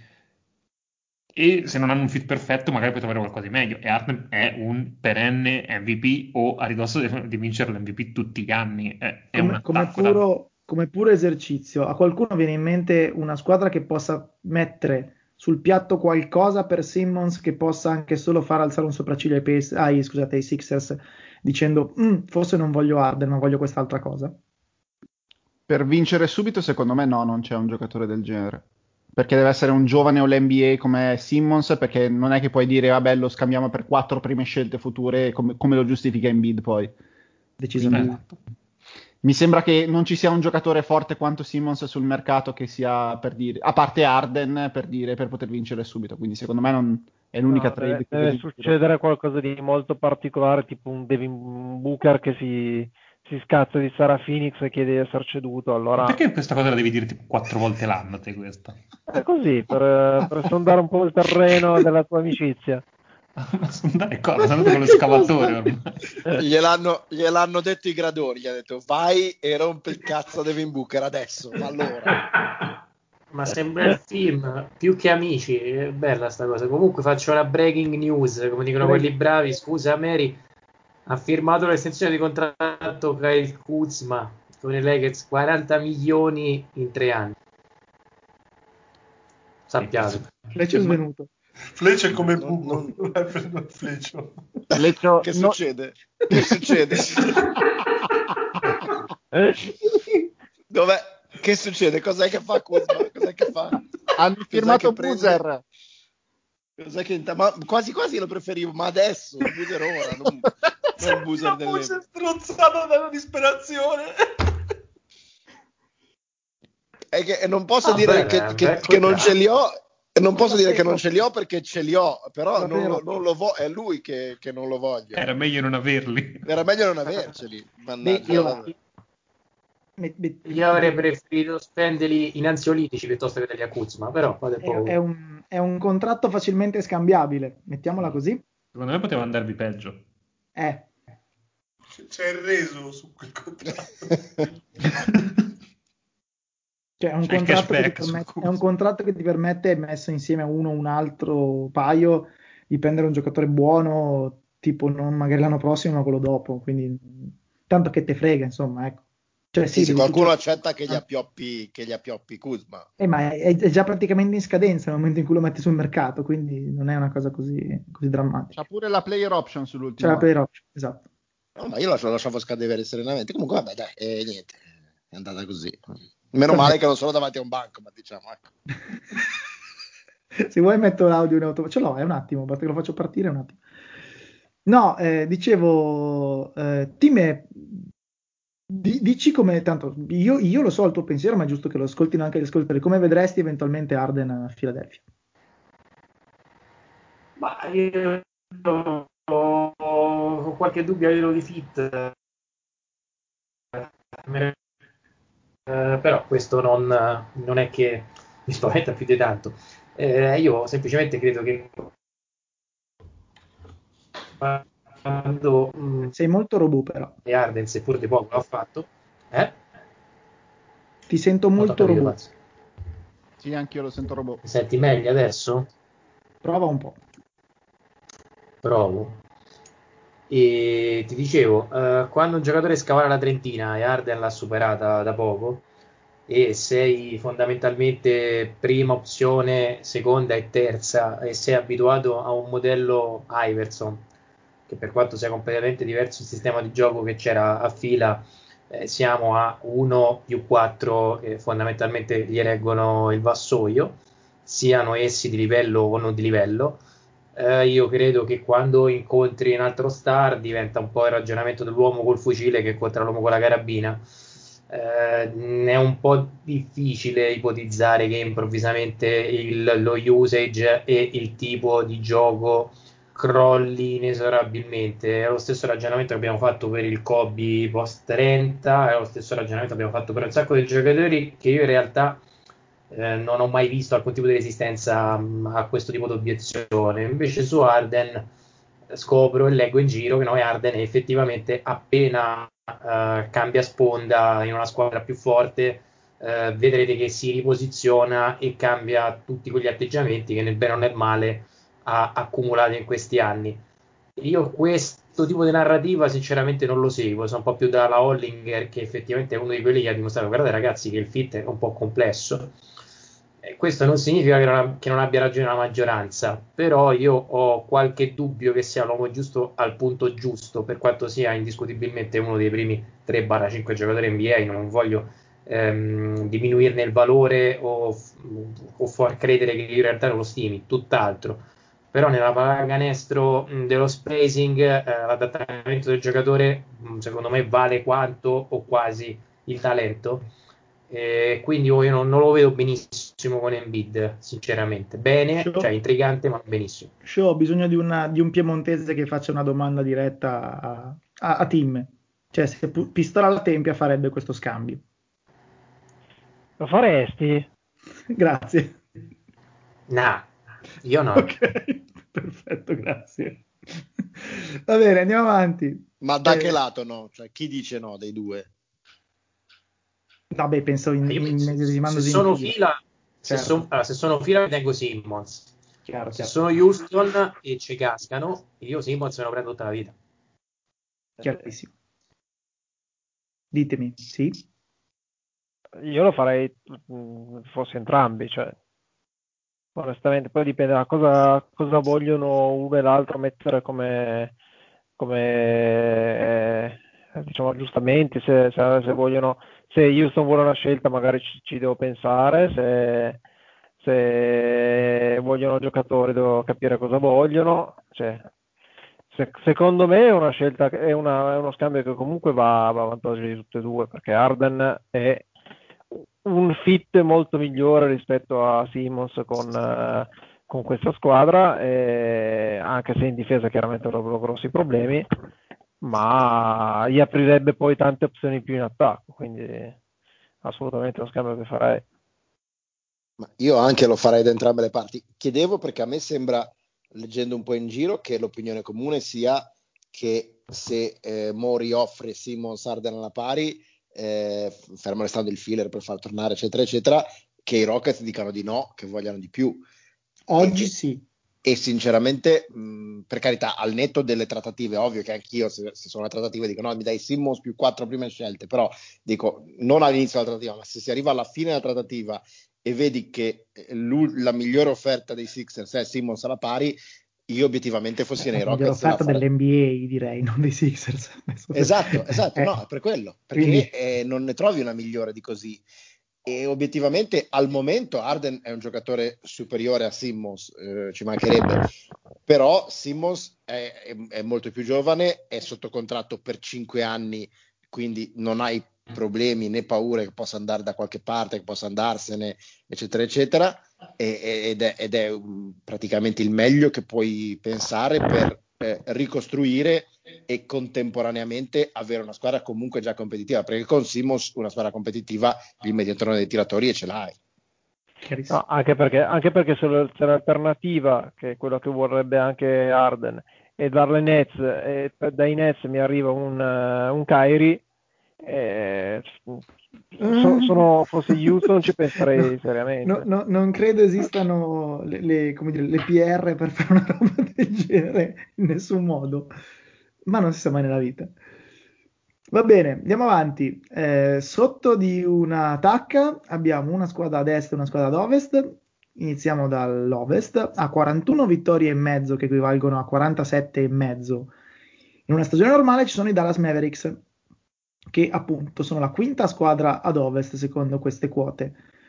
E se non hanno un fit perfetto, magari puoi trovare qualcosa di meglio. E Harden è un perenne M V P o a ridosso di, di vincere l'M V P tutti gli anni. È, è un Come, come attacco da... puro, come puro esercizio, a qualcuno viene in mente una squadra che possa mettere sul piatto qualcosa per Simmons che possa anche solo far alzare un sopracciglio ai, Pace- ai, scusate, ai Sixers dicendo "Mm, forse non voglio Harden, ma voglio quest'altra cosa"? Per vincere subito, secondo me no, non c'è un giocatore del genere. Perché deve essere un giovane all N B A come Simmons, perché non è che puoi dire, vabbè, lo scambiamo per quattro prime scelte future, come, come lo giustifica Embiid poi. Quindi Decisamente. Esatto. mi sembra che non ci sia un giocatore forte quanto Simmons sul mercato che sia per dire, a parte Harden, per dire, per poter vincere subito. Quindi secondo me non, è l'unica No, trade deve, che deve vedo in giro. succedere qualcosa di molto particolare, tipo un Devin Booker che si, si scazza di Sara Phoenix e chiede di essere ceduto. Ma Allora perché questa cosa la devi dire tipo quattro volte l'anno, te questa? è così, per, per sondare un po' il terreno della tua amicizia. Ma sono dai cosa, sono andato con lo scavatore ormai. Gliel'hanno, gliel'hanno detto i gradori, gli ha detto vai e rompe il cazzo a Devin Booker adesso, ma allora. Ma sembra il film, più che amici, è bella sta cosa. Comunque faccio una breaking news, come dicono Prego. quelli bravi. Scusa Mary, ha firmato l'estensione di contratto Kyle Kuzma con i Lakers, quaranta milioni in tre anni. Sappiate. Fleccio svenuto. Fleccio è come Non- Buco, non- non è per il Fleccio. Leccio, Che no- succede? Che succede? Eh? Dov'è? Che succede? Cos'è che fa Kuzma? Cos'è che fa? hanno Cos'è firmato che prende? Boozer. Cos'è che inta- ma quasi quasi lo preferivo, ma adesso, il Boozer ora, non, non il Boozer La delle... voce strozzata dalla disperazione. È che e non posso Va dire bene, che, un che- bel che non ce li ho, e non posso dire che non Davvero? ce li ho perché ce li ho, però non Davvero? lo, non lo vo- è lui che, che non lo voglia. Era meglio non averli. Era meglio non averceli, Beh, mannaggia. Io, la- me- me- io avrei preferito spenderli in ansiolitici piuttosto che degli a Kuzma, però fate è, è poco. un, è un contratto facilmente scambiabile, mettiamola così. Secondo me poteva andarvi peggio. Eh, C'è il reso su quel contratto. cioè è un, C'è il contratto che ti cashback sul permette, è Kuzma. un contratto che ti permette, messo insieme a uno o un altro paio, di prendere un giocatore buono, tipo non magari l'anno prossimo, ma quello dopo. Quindi, tanto che te frega, insomma, ecco. Cioè, Sì, sì, se devi qualcuno tutto- accetta che gli Ah. appioppi, che gli appioppi Kuzma. Eh, ma è, è già praticamente in scadenza nel momento in cui lo metti sul mercato, quindi non è una cosa così, così drammatica. C'ha pure la player option C'è sull'ultimo la anno. player option, esatto. No, ma io lo lasciavo scadere serenamente. Comunque, vabbè, dai, e niente, è andata così. Meno male che non sono davanti a un banco, ma diciamo, ecco. Se vuoi metto l'audio in auto, ce l'ho, è un attimo, basta che lo faccio partire un attimo. No, eh, dicevo, eh, Tim, di- dici come, tanto io, io lo so il tuo pensiero, ma è giusto che lo ascoltino anche gli ascoltatori, come vedresti eventualmente Harden a Philadelphia? Ma io ho, ho qualche dubbio a livello di fit, eh, però questo non, non è che mi spaventa più di tanto. Eh, io semplicemente credo che quando mh, Sei molto robot però, Harden, seppur di poco, l'ha fatto, eh? ti sento Non t'ho molto capito, robot, Pazzo. Sì, anch'io lo sento robot. Mi senti meglio adesso? prova un po'. Provo. E ti dicevo, eh, quando un giocatore scavalla la trentina e Harden l'ha superata da poco, e sei fondamentalmente prima opzione, seconda e terza, e sei abituato a un modello Iverson, che per quanto sia completamente diverso il sistema di gioco che c'era a fila, eh, siamo a uno più quattro che fondamentalmente gli reggono il vassoio, siano essi di livello o non di livello. Eh, io credo che quando incontri un altro star diventa un po' il ragionamento dell'uomo col fucile che incontra l'uomo con la carabina. Eh, è un po' difficile ipotizzare che improvvisamente il, lo usage e il tipo di gioco crolli inesorabilmente. È lo stesso ragionamento che abbiamo fatto per il Kobe post trenta, è lo stesso ragionamento che abbiamo fatto per un sacco di giocatori che io in realtà eh, non ho mai visto alcun tipo di resistenza mh, a questo tipo di obiezione. Invece su Harden eh, scopro e leggo in giro che noi Harden è effettivamente appena eh, cambia sponda in una squadra più forte, eh, vedrete che si riposiziona e cambia tutti quegli atteggiamenti che nel bene o nel male ha accumulato in questi anni. Io questo tipo di narrativa sinceramente non lo seguo, sono un po' più dalla Hollinger, che effettivamente è uno di quelli che ha dimostrato, guardate ragazzi, che il fit è un po' complesso. E questo non significa che non, ha- che non abbia ragione la maggioranza, però io ho qualche dubbio che sia l'uomo giusto al punto giusto, per quanto sia indiscutibilmente uno dei primi tre cinque giocatori N B A. Non voglio ehm, diminuirne il valore o, o far credere che in realtà non lo stimi, tutt'altro. Però nella pallacanestro mh, dello spacing, eh, l'adattamento del giocatore mh, secondo me vale quanto o quasi il talento. E quindi io non, non lo vedo benissimo con Embiid, sinceramente. Bene, cioè Show, intrigante, ma benissimo. Show, ho bisogno di, una- di un piemontese che faccia una domanda diretta a, a, a Tim. Cioè, se pu- Pistola alla tempia farebbe questo scambio. Lo faresti? Grazie. Nah, io no. Ok, perfetto, grazie. Va bene, andiamo avanti. Ma da che Eh, lato no? Cioè, chi dice no dei due? vabbè, penso in, Io, in se, se medesimandosi in sono fila. fila, se, Certo, son- allora, se sono fila mi tengo Simmons. chiaro, Se chiaro, sono Houston e ci cascano, io Simmons me lo prendo tutta la vita. chiarissimo. Ditemi, sì? Io lo farei mh, fossi entrambi, cioè onestamente, poi dipende da cosa, cosa vogliono uno e l'altro mettere come, come eh, diciamo, aggiustamenti, se, se, se vogliono, se Houston vuole una scelta magari ci, ci devo pensare, se, se vogliono giocatori devo capire cosa vogliono, cioè, se- secondo me è una scelta, che- è, una- è uno scambio che comunque va, va a vantaggio di tutte e due, perché Harden è un fit molto migliore rispetto a Simmons con, eh, con questa squadra, eh, anche se in difesa chiaramente avrebbero grossi problemi, ma gli aprirebbe poi tante opzioni più in attacco, quindi assolutamente lo scambio che farei. Ma io anche lo farei da entrambe le parti. Chiedevo perché a me sembra, leggendo un po' in giro, che l'opinione comune sia che se eh, Mori offre Simmons Harden alla pari, eh, fermo restando il filler per far tornare, eccetera, eccetera, che i Rockets dicano di no, che vogliano di più. Oggi E- sì. e sinceramente, mh, per carità, al netto delle trattative, ovvio che anch'io se, se sono le trattative dico no, mi dai Simmons più quattro prime scelte, però dico non all'inizio della trattativa, ma se si arriva alla fine della trattativa e vedi che la migliore offerta dei Sixers è Simmons alla pari, io obiettivamente fossi nei Rockets l'offerta fare... dell'N B A, direi, non dei Sixers. Esatto, esatto, eh, no, è per quello, perché quindi... eh, non ne trovi una migliore di così. E obiettivamente al momento Harden è un giocatore superiore a Simmons, eh, ci mancherebbe, però Simmons è, è, è molto più giovane, è sotto contratto per cinque anni, quindi non hai problemi né paure che possa andare da qualche parte, che possa andarsene, eccetera, eccetera, e, ed, è, ed è um, praticamente il meglio che puoi pensare per eh, ricostruire e contemporaneamente avere una squadra comunque già competitiva, perché con Simmons una squadra competitiva gli metti intorno dei tiratori e ce l'hai. No, anche perché, anche perché se, se l'alternativa, che è quello che vorrebbe anche Harden, è darle Nets, e dai Nets mi arriva un, uh, un Kyrie, eh, so, sono, fossi Houston ci penserei no, seriamente. no, no, non credo esistano le, le, come dire, le P R per fare una roba del genere in nessun modo, ma non si sa mai nella vita. Va bene, andiamo avanti. Eh, sotto di una tacca abbiamo una squadra ad est e una squadra ad ovest. Iniziamo dall'ovest, a quarantuno vittorie e mezzo, che equivalgono a quarantasette e mezzo. In una stagione normale ci sono i Dallas Mavericks, che appunto sono la quinta squadra ad ovest secondo queste quote.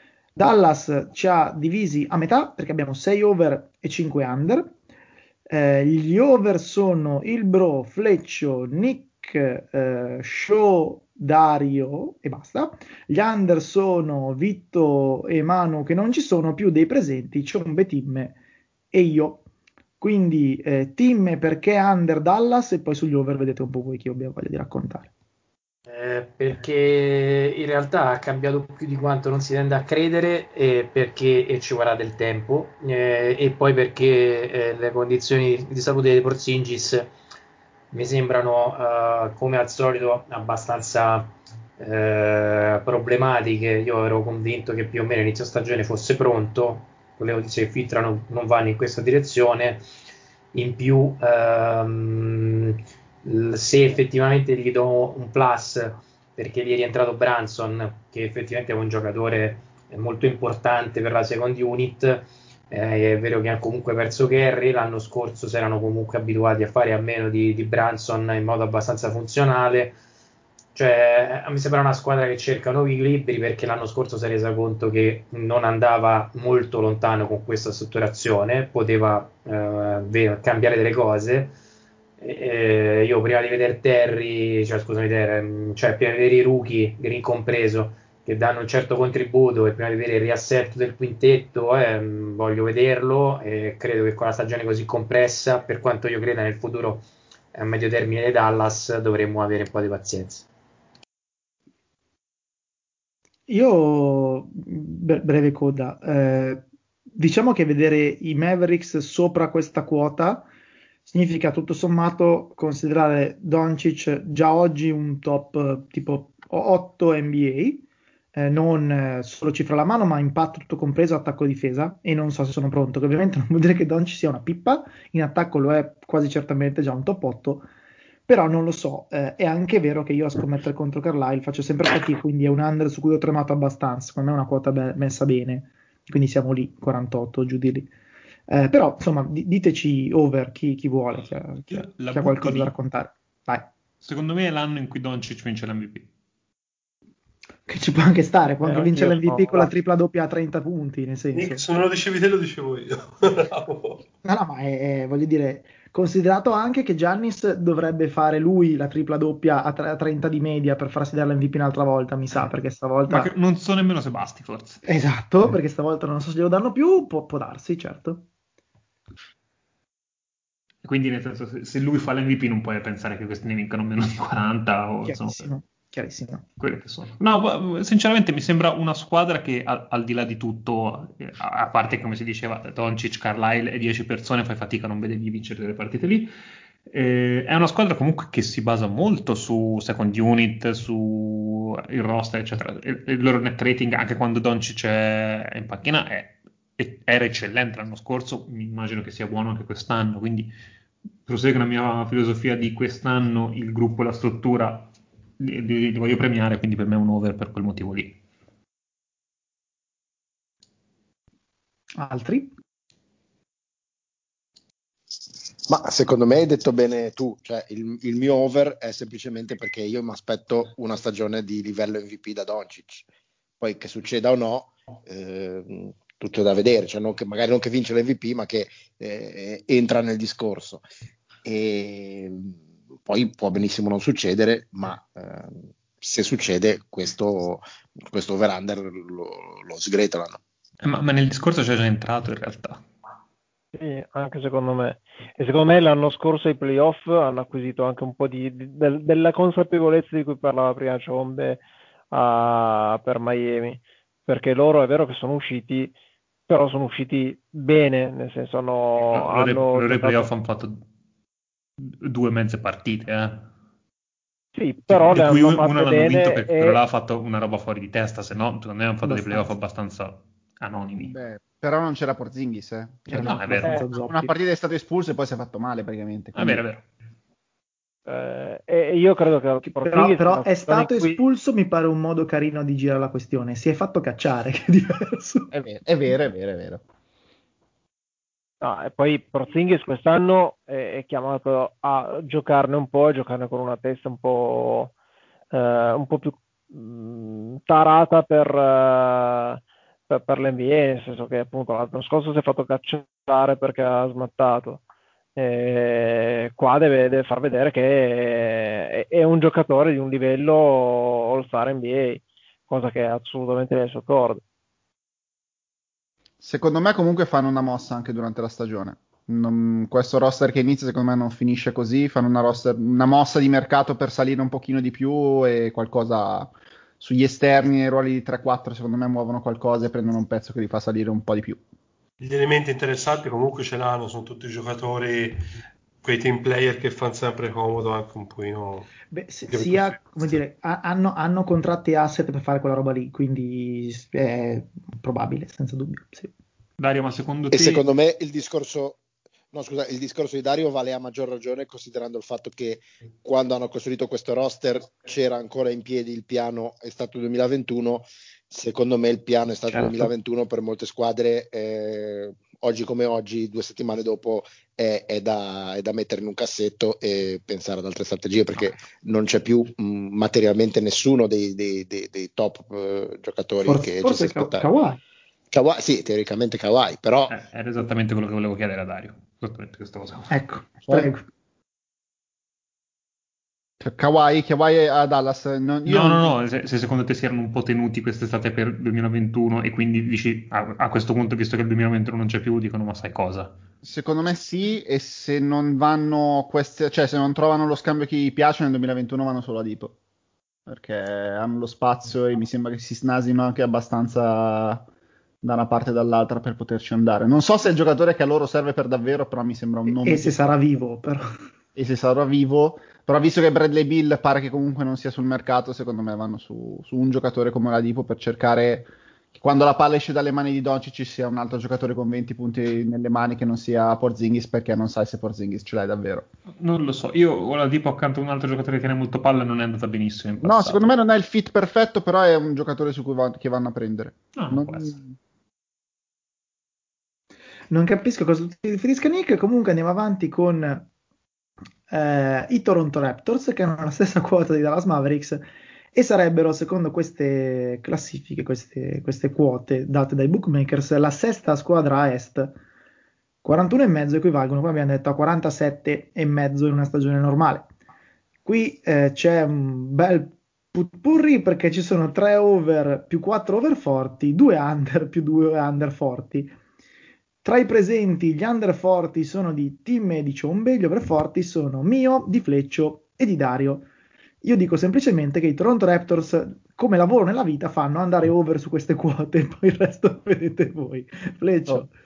Dallas ci ha divisi a metà perché abbiamo sei over e cinque under. Eh, gli over sono il Bro, Fleccio, Nick, eh, Show, Dario e basta. Gli under sono Vitto e Manu che non ci sono, più dei presenti Ciombe, Timme e io. Quindi eh, Timme perché under Dallas, e poi sugli over vedete un po' voi che io abbia voglia di raccontare. Eh, perché in realtà ha cambiato più di quanto non si tende a credere, e perché e ci vorrà del tempo, eh, e poi perché eh, le condizioni di salute dei Porzingis mi sembrano eh, come al solito abbastanza eh, problematiche. Io ero convinto che più o meno inizio stagione fosse pronto, con le notizie che filtrano non vanno in questa direzione. In più ehm, se effettivamente gli do un plus perché gli è rientrato Branson, che effettivamente è un giocatore molto importante per la second unit, eh, è vero che ha comunque perso Kerry, l'anno scorso si erano comunque abituati a fare a meno di, di Branson in modo abbastanza funzionale. Cioè, mi sembra una squadra che cerca nuovi equilibri, perché l'anno scorso si è resa conto che non andava molto lontano con questa strutturazione, poteva eh, cambiare delle cose. E io prima di vedere Terry, cioè scusami, Terry, cioè prima di vedere i rookie, Green compreso, che danno un certo contributo, e prima di vedere il riassetto del quintetto, eh, voglio vederlo, e credo che con la stagione così compressa, per quanto io creda nel futuro a medio termine di Dallas, dovremmo avere un po' di pazienza. Io, breve coda, eh, diciamo che vedere i Mavericks sopra questa quota significa tutto sommato considerare Doncic già oggi un top tipo otto N B A, eh, non eh, solo cifra alla mano, ma impatto tutto compreso, attacco-difesa, e non so se sono pronto, che ovviamente non vuol dire che Doncic sia una pippa, in attacco lo è quasi certamente già un top otto, però non lo so. Eh, è anche vero che io a scommettere contro Carlisle faccio sempre fatica, quindi è un under su cui ho tremato abbastanza, secondo me è una quota be- messa bene, quindi siamo lì, quarantotto, giù di lì. Eh, però insomma d- diteci over chi, chi vuole, chi ha, chi ha- La chi ha butto qualcosa lì. da raccontare. Vai. Secondo me è l'anno in cui Doncic vince l'M V P. Che ci può anche stare, può Eh, anche vincere anch'io l'M V P sono con la là. tripla doppia a trenta punti, nel senso. Nick, se non lo dicevi te lo dicevo io. Bravo. No, no, ma è, è- voglio dire, considerato anche che Giannis dovrebbe fare lui la tripla doppia a, tre- a trenta di media per farsi dare l'M V P un'altra volta, mi sa, perché Ma stavolta... che non so nemmeno se basti, forse. Esatto, perché stavolta non so se glielo danno più, può, può darsi, certo. Quindi, nel senso, se, se lui fa l'M V P non puoi pensare che questi ne vincano meno di quaranta o insomma, Chiarissimo, chiarissimo. quelle che sono. No, ma, sinceramente mi sembra una squadra che al, al di là di tutto, eh, a, a parte come si diceva, Doncic, Carlisle e dieci persone, fai fatica a non vedergli vincere delle partite lì. Eh, è una squadra comunque che si basa molto su second unit, su il roster, eccetera. Il, il loro net rating, anche quando Doncic è in panchina, è era eccellente l'anno scorso, mi immagino che sia buono anche quest'anno, quindi prosegue la mia filosofia di quest'anno, il gruppo e la struttura li, li, li voglio premiare, quindi per me è un over per quel motivo lì. Altri? Ma secondo me hai detto bene tu, cioè il, il mio over è semplicemente perché io mi aspetto una stagione di livello M V P da Doncic, poi che succeda o no, eh, tutto da vedere, cioè non che, magari non che vince l'M V P ma che eh, entra nel discorso, e poi può benissimo non succedere, ma eh, se succede questo, questo over-under lo, lo sgretolano. Eh, ma, ma nel discorso c'è già entrato in realtà. Sì, anche secondo me. E secondo me l'anno scorso ai playoff hanno acquisito anche un po' di, di- del- della consapevolezza di cui parlava prima Ciombe a- per Miami, perché loro è vero che sono usciti, però sono usciti bene, nel senso hanno, Loro, hanno loro i playoff giocato. hanno fatto due mezze partite, eh. Sì, Di, però di le cui hanno un- una fatte l'hanno vinto bene perché quello là ha e fatto una roba fuori di testa, se no secondo me hanno fatto dei playoff Abbastanza. abbastanza anonimi. Beh, però non c'era Porzingis, eh. Cioè, Erano No, è vero, eh, abbastanza una zoppi. partita è stato espulso e poi si è fatto male praticamente. è Quindi vero, è vero. eh, e io credo che Però, Porzingis però la è stagione in stato cui espulso, mi pare un modo carino di girare la questione. Si è fatto cacciare, che è diverso. è vero, è vero, è vero, è vero. no, e poi Porzingis quest'anno è, è chiamato a giocarne un po', a giocarne con una testa un po', eh, un po' più mh, tarata per, eh, per, per l'N B A, nel senso che appunto l'anno scorso si è fatto cacciare perché ha smattato. E qua deve, deve far vedere che è, è un giocatore di un livello All-Star N B A, cosa che è assolutamente nel suo corde. Secondo me comunque fanno una mossa anche durante la stagione. Non- questo roster che inizia secondo me non finisce così, fanno una, roster- una mossa di mercato per salire un pochino di più e qualcosa sugli esterni, nei ruoli di tre quattro secondo me muovono qualcosa e prendono un pezzo che li fa salire un po' di più. Gli elementi interessanti comunque ce l'hanno, sono tutti giocatori, quei team player che fanno sempre comodo anche un pochino. Beh, se- Anche per questo. sia, come dire, ha- hanno, hanno contratti e asset per fare quella roba lì, quindi è probabile, senza dubbio. Sì. Dario, ma secondo E te secondo me il discorso, no, scusa, il discorso di Dario vale a maggior ragione considerando il fatto che quando hanno costruito questo roster c'era ancora in piedi il piano, è stato il duemilaventuno. Secondo me il piano è stato il certo, duemilaventuno per molte squadre. Eh, oggi come oggi, due settimane dopo, è, è da, è da mettere in un cassetto e pensare ad altre strategie perché non c'è più mh, materialmente nessuno dei, dei, dei, dei top eh, giocatori Forse, che ci si forse Ka- aspettava. Kawhi. Kawhi, sì, teoricamente Kawhi, però eh, era esattamente quello che volevo chiedere a Dario, esattamente questa cosa qua. Ecco, Cioè, prego. cioè, Kawhi, Kawhi a Dallas, non- io No, no, non- no, se, se secondo te si erano un po' tenuti quest'estate per duemilaventuno e quindi dici a, a questo punto, visto che il duemilaventuno non c'è più, dicono ma sai cosa? secondo me sì, e se non vanno queste, cioè se non trovano lo scambio che gli piace nel duemilaventuno vanno solo a Dipo, perché hanno lo spazio e mi sembra che si snasino anche abbastanza da una parte e dall'altra per poterci andare. Non so se è il giocatore che a loro serve per davvero, però mi sembra un E, e nome se che sarà vivo, però. e se sarà vivo, però visto che Bradley Bill pare che comunque non sia sul mercato, secondo me vanno su, su un giocatore come Oladipo per cercare che quando la palla esce dalle mani di Doncic ci sia un altro giocatore con venti punti nelle mani che non sia Porzingis, perché non sai se Porzingis ce l'hai davvero. Non lo so, io ora tipo accanto a un altro giocatore che tiene molto palla non è andata benissimo in No, secondo passato. me non è il fit perfetto, però è un giocatore su cui va- che vanno a prendere. Ah, può essere. Non- Non capisco cosa ti riferisca Nick. Comunque andiamo avanti con eh, i Toronto Raptors, che hanno la stessa quota di Dallas Mavericks e sarebbero, secondo queste classifiche, queste, queste quote date dai bookmakers, la sesta squadra a est. quarantuno e mezzo equivalgono, come abbiamo detto, a quarantasette e mezzo in una stagione normale. Qui eh, c'è un bel putpurri perché ci sono tre over più quattro over forti, due under più due under forti. Tra i presenti gli under forti sono di Tim e di Ciombe, gli over forti sono mio, di Fleccio e di Dario. Io dico semplicemente che i Toronto Raptors, come lavoro nella vita, fanno andare over su queste quote, poi il resto lo vedete voi. Fleccio. Oh.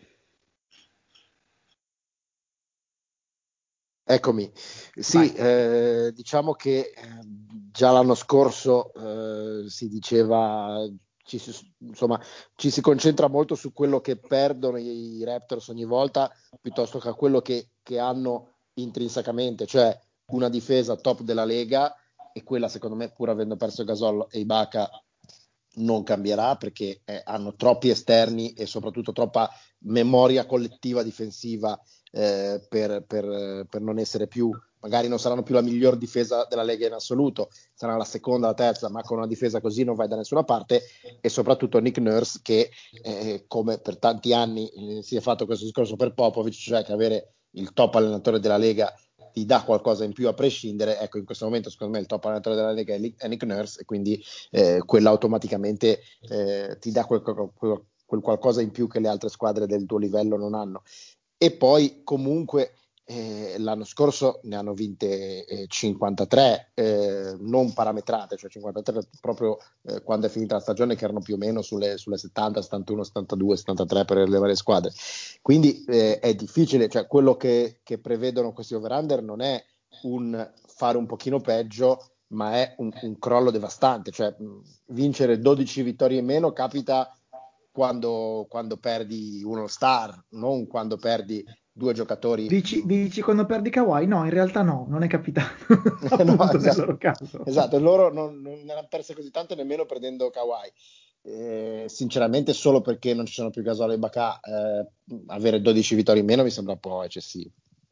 eccomi. Sì, eh, diciamo che eh, già l'anno scorso eh, si diceva ci si, insomma, ci si concentra molto su quello che perdono i Raptors ogni volta piuttosto che a quello che, che hanno intrinsecamente, cioè una difesa top della Lega, e quella secondo me, pur avendo perso Gasol e Ibaka, non cambierà perché eh, hanno troppi esterni e soprattutto troppa memoria collettiva difensiva eh, per, per, per non essere più, magari non saranno più la miglior difesa della Lega in assoluto, sarà la seconda, la terza, ma con una difesa così non vai da nessuna parte. E soprattutto Nick Nurse che eh, come per tanti anni eh, si è fatto questo discorso per Popovic, cioè che avere il top allenatore della Lega ti dà qualcosa in più a prescindere. Ecco, in questo momento secondo me il top allenatore della Lega è Nick Nurse, e quindi eh, quello automaticamente eh, ti dà quel, quel, quel qualcosa in più che le altre squadre del tuo livello non hanno. E poi comunque eh, l'anno scorso ne hanno vinte eh, cinquantatré eh, non parametrate, cioè cinquantatré proprio eh, quando è finita la stagione, che erano più o meno sulle, sulle settanta, settantuno, settantadue, settantatré per le varie squadre. Quindi eh, è difficile, cioè quello che, che prevedono questi over-under non è un fare un pochino peggio, ma è un, un crollo devastante, cioè mh, vincere dodici vittorie in meno capita quando, quando perdi uno star, non quando perdi due giocatori. Dici, dici quando perdi Kawhi? No, in realtà no, non è capitato. No, Appunto, nel esatto, loro caso. esatto, loro non, non ne hanno perse così tante nemmeno perdendo Kawhi. Eh, sinceramente solo perché non ci sono più Gasol e Ibaka, eh, avere dodici vittorie in meno mi sembra un po' eccessivo.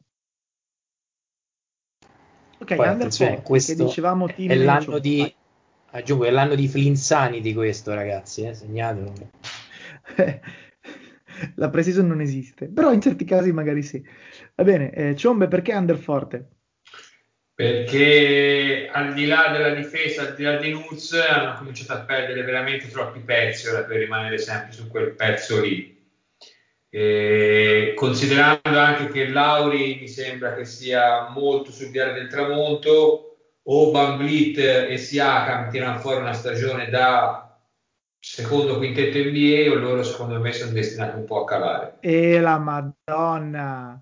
Ok, Poi Under attenzione, forty, questo che dicevamo team è l'anno matchup. di Vai. aggiungo, è l'anno di Flinzani di questo, ragazzi, eh, segnatelo. La precision non esiste, però in certi casi magari sì. Va bene, eh, Ciombe, perché Under forte? Perché al di là della difesa, al di là dei Nurz, hanno cominciato a perdere veramente troppi pezzi ora per rimanere sempre su quel pezzo lì. E considerando anche che Lauri mi sembra che sia molto sul viale del tramonto, o Van Vliet e Siakam tirano fuori una stagione da secondo quintetto N B A, o loro secondo me sono destinati un po' a calare. E la Madonna!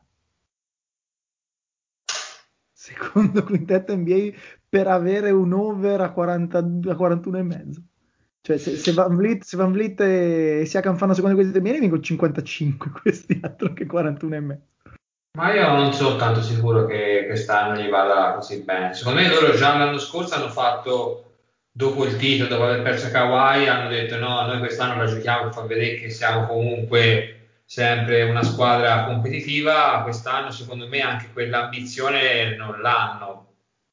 Secondo quintetto N B A per avere un over a, quaranta, a quarantuno e mezzo. Cioè se, se Van Vliet, se Van Vliet e Siakam fanno secondo quintetto N B A vengono cinquantacinque questi, altro che quarantuno e mezzo. Ma io non sono tanto sicuro che quest'anno gli vada così bene. Secondo me loro già l'anno scorso hanno fatto, dopo il titolo, dopo aver perso Kawhi, hanno detto no, noi quest'anno la giochiamo per far vedere che siamo comunque sempre una squadra competitiva. Quest'anno secondo me anche quell'ambizione non l'hanno.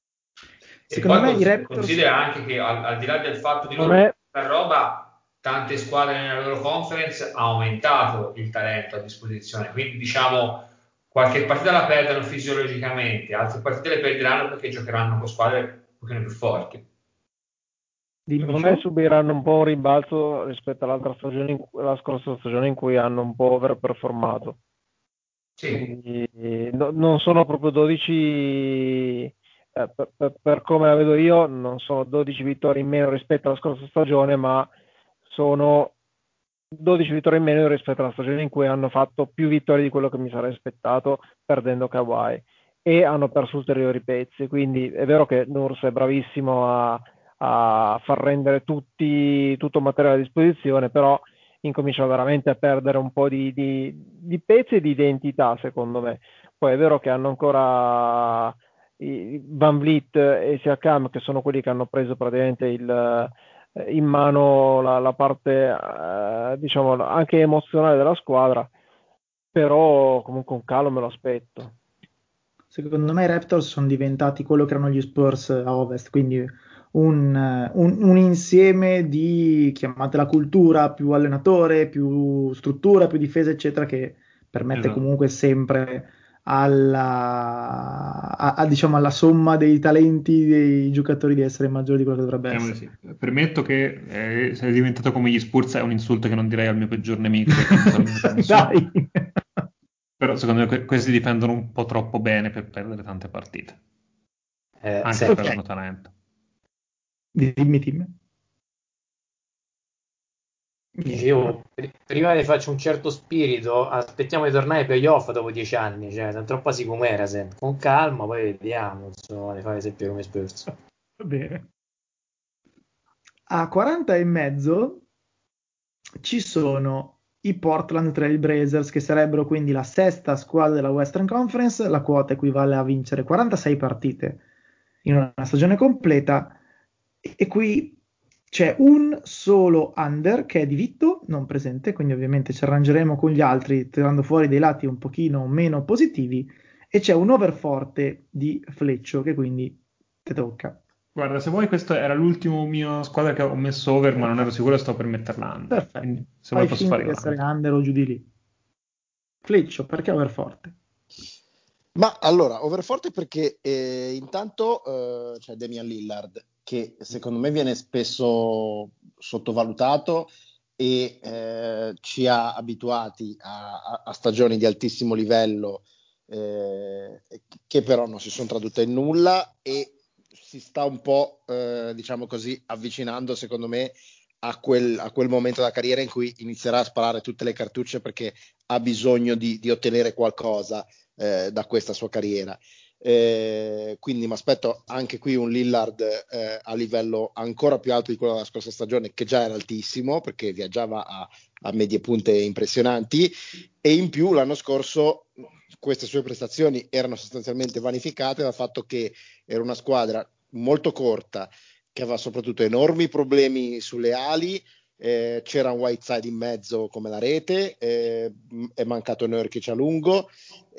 E Secondo poi me i cons- Raptors... considera anche che al, al di là del fatto di loro me, questa roba, tante squadre nella loro conference hanno aumentato il talento a disposizione, quindi diciamo qualche partita la perdono fisiologicamente, altre partite le perderanno perché giocheranno con squadre un pochino più forti. Dimmi, secondo me Sciò? subiranno un po' un rimbalzo rispetto all'altra stagione, in- alla scorsa stagione in cui hanno un po' overperformato. Sì, Quindi no- non sono proprio dodici, eh, per, per- per come la vedo io, non sono dodici vittorie in meno rispetto alla scorsa stagione, ma sono dodici vittorie in meno rispetto alla stagione in cui hanno fatto più vittorie di quello che mi sarei aspettato perdendo Kawhi, e hanno perso ulteriori pezzi. Quindi è vero che Nurse è bravissimo a, a far rendere tutti, tutto il materiale a disposizione, però incominciano veramente a perdere un po' di, di, di pezzi e di identità, secondo me. Poi è vero che hanno ancora i Van Vliet e Siakam, che sono quelli che hanno preso praticamente il, in mano la, la parte, eh, diciamo, anche emozionale della squadra, però comunque un calo me lo aspetto. Secondo me i Raptors sono diventati quello che erano gli Spurs a Ovest, quindi un, un- un insieme di, chiamatela cultura, più allenatore, più struttura, più difesa, eccetera, che permette Esatto. comunque sempre alla, a- a, diciamo, alla somma dei talenti dei giocatori di essere maggiore di quello che dovrebbe Diciamo di essere. sì. Permetto che eh, sei diventato come gli Spurs è un insulto che non direi al mio peggior nemico, perché non saluto per nessuno. Dai, Però secondo me que- questi difendono un po' troppo bene per perdere tante partite, Eh, anche se senti, ok, perdono talento. dimmi, dimmi. Niente. dicevo, pr- prima che faccia un certo spirito, aspettiamo di tornare ai playoff dopo dieci anni, cioè, sono troppo quasi com'era, senti. Con calma, poi vediamo, insomma, di fare sempre come Spurs. Va bene. A quaranta e mezzo ci sono i Portland Trail Blazers, che sarebbero quindi la sesta squadra della Western Conference. La quota equivale a vincere quarantasei partite in una stagione completa, e, e qui c'è un solo under che è di Vitto, non presente, quindi ovviamente ci arrangeremo con gli altri tirando fuori dei lati un pochino meno positivi, e c'è un over forte di Fleccio che quindi te tocca. Guarda, se vuoi, questo era l'ultimo mio squadra che ho messo over, ma non ero sicuro, sto per metterla under. Perfetto, Quindi, se fai vuoi posso finta fare di io essere under. under o giù di lì. Fleccio, perché over forte? Ma allora, overforte perché eh, intanto eh, c'è Damian Lillard, che secondo me viene spesso sottovalutato e eh, ci ha abituati a, a- a stagioni di altissimo livello, eh, che però non si sono tradotte in nulla, e si sta un po', eh, diciamo così, avvicinando secondo me a quel, a quel momento della carriera in cui inizierà a sparare tutte le cartucce perché ha bisogno di, di ottenere qualcosa eh, da questa sua carriera. Eh, quindi mi aspetto anche qui un Lillard eh, a livello ancora più alto di quello della scorsa stagione, che già era altissimo perché viaggiava a, a medie punte impressionanti, e in più l'anno scorso queste sue prestazioni erano sostanzialmente vanificate dal fatto che era una squadra molto corta, che aveva soprattutto enormi problemi sulle ali. Eh, c'era un Whiteside in mezzo come la rete, eh, è mancato Nurkic a lungo.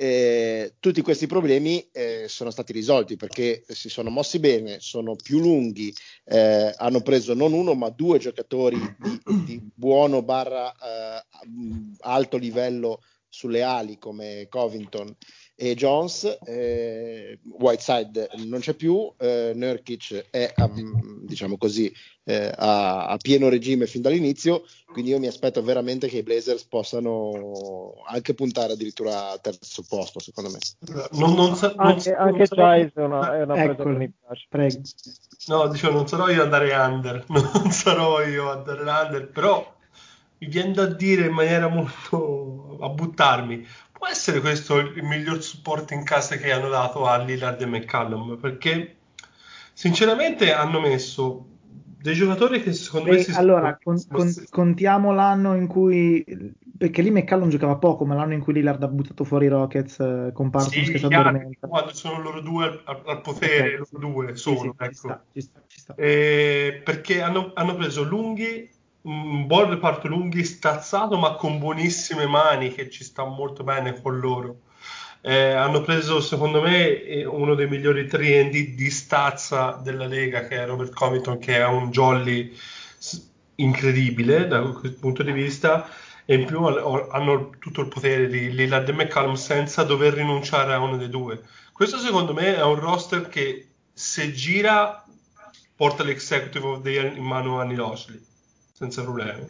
Eh, tutti questi problemi eh, sono stati risolti perché si sono mossi bene, sono più lunghi, eh, hanno preso non uno ma due giocatori di, di buono barra eh, alto livello sulle ali come Covington e Jones. eh, Whiteside non c'è più, eh, Nurkic è um, diciamo così eh, a, a pieno regime fin dall'inizio, quindi io mi aspetto veramente che i Blazers possano anche puntare addirittura al terzo posto, secondo me. Non, non sa- non Anche, sa- anche non sarò- Giles è una, è una presa che Eccolo, mi piace. prego. No, dicevo, non sarò io ad andare under, non sarò io ad andare under, però mi viene da dire in maniera molto a buttarmi, può essere questo il miglior supporto in casa che hanno dato a Lillard e McCallum, perché sinceramente hanno messo dei giocatori che secondo me Beh, si allora, sono... con- con- contiamo l'anno in cui, perché lì McCallum giocava poco, ma l'anno in cui Lillard ha buttato fuori i Rockets, eh, con Parsons che Sì, si gli altri, addormenta. quando sono loro due al, al- al potere, Ok, loro sì, due sì, sono, sì, ci ecco. sta, ci sta, ci sta. Eh, perché hanno, hanno preso lunghi, un buon reparto lunghi, stazzato ma con buonissime mani, che ci sta molto bene con loro. Eh, hanno preso secondo me eh, uno dei migliori tre and D di stazza della Lega, che è Robert Covington, che è un jolly s- incredibile da questo punto di vista, e in più hanno hanno tutto il potere di Lillard e McCallum senza dover rinunciare a uno dei due. Questo secondo me è un roster che, se gira, porta l'executive of the year in mano a Neil Osley senza problemi.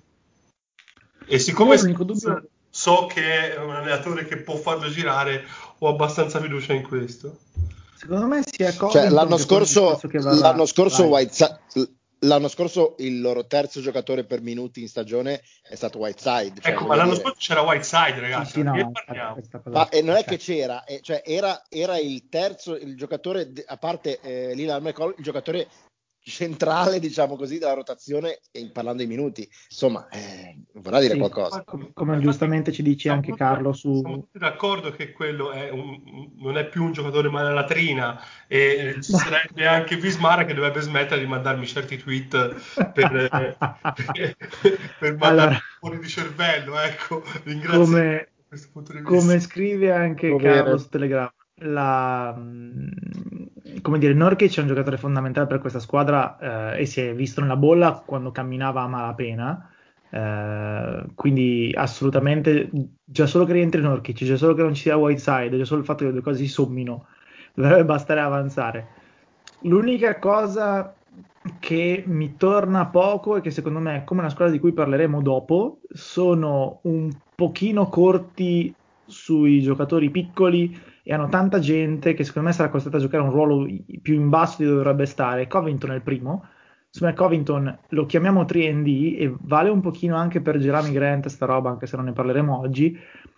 E siccome Io l'unico dubbio, so che è un allenatore che può farlo girare, ho abbastanza fiducia in questo. secondo me, sia Cioè, Covington l'anno che poi il scorso, discorso che varrà. l'anno scorso Vai. Whiteside, l'anno scorso il loro terzo giocatore per minuti in stagione è stato Whiteside, cioè Ecco, ma voglio l'anno dire, scorso c'era Whiteside, Sì, ragazzi, sì, ma di che no, infatti, parliamo? questa cosa ma la eh, non è c'è. che c'era, eh, cioè era, era il terzo, il giocatore, de- a parte eh, Lillard McCollum, il giocatore centrale, diciamo così, della rotazione, e parlando di minuti, insomma, eh, vorrà dire Sì, qualcosa. com- Ma come infatti giustamente ci dice siamo anche tutti, Carlo siamo su... tutti d'accordo che quello è un- non è più un giocatore ma una latrina, e ci sarebbe anche Vismara che dovrebbe smettere di mandarmi certi tweet per, per, per mandarmi Allora, fuori di cervello, ecco, ringrazio da come, questo punto di vista. come scrive anche Carlo Dovere. su Telegram, la, mh, come dire, Nurkic è un giocatore fondamentale per questa squadra, eh, e si è visto nella bolla quando camminava a malapena, eh, quindi assolutamente, già solo che rientri Nurkic, già solo che non ci sia Whiteside, già solo il fatto che le due cose si sommino, dovrebbe bastare avanzare. L'unica cosa che mi torna poco e che secondo me è come una squadra di cui parleremo dopo, sono un pochino corti sui giocatori piccoli e hanno tanta gente che secondo me sarà costretta a giocare un ruolo più in basso di dove dovrebbe stare. Covington è il primo. Secondo me Covington lo chiamiamo tre and D e vale un pochino anche per Jeremy Grant, sta roba, anche se non ne parleremo oggi,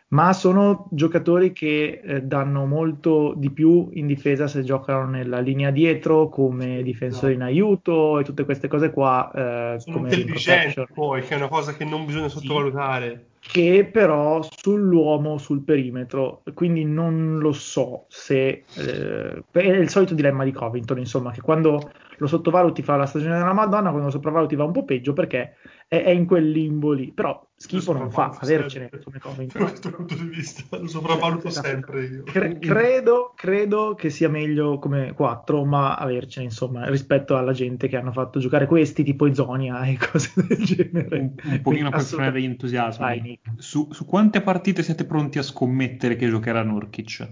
ma sono giocatori che eh, danno molto di più in difesa se giocano nella linea dietro come difensori in aiuto e tutte queste cose qua, eh, sono come rim intelligenti protection. poi, che è una cosa che non bisogna sottovalutare. Che però sull'uomo sul perimetro, quindi non lo so se eh, è il solito dilemma di Covington, insomma, che quando lo sottovaluti fa la stagione della Madonna, quando lo sopravvaluti va un po' peggio perché è, è in quel limbo lì, però schifo non fa avercene come Covington. Da questo punto di vista lo sopravvaluto sempre io. Cre- credo, credo che sia meglio come quattro, ma avercene insomma rispetto alla gente che hanno fatto giocare questi tipo Izonia e cose del genere. Un, un pochino per frenare gli entusiasmi. Vai, su, su quante partite siete pronti a scommettere che giocherà Nurkic?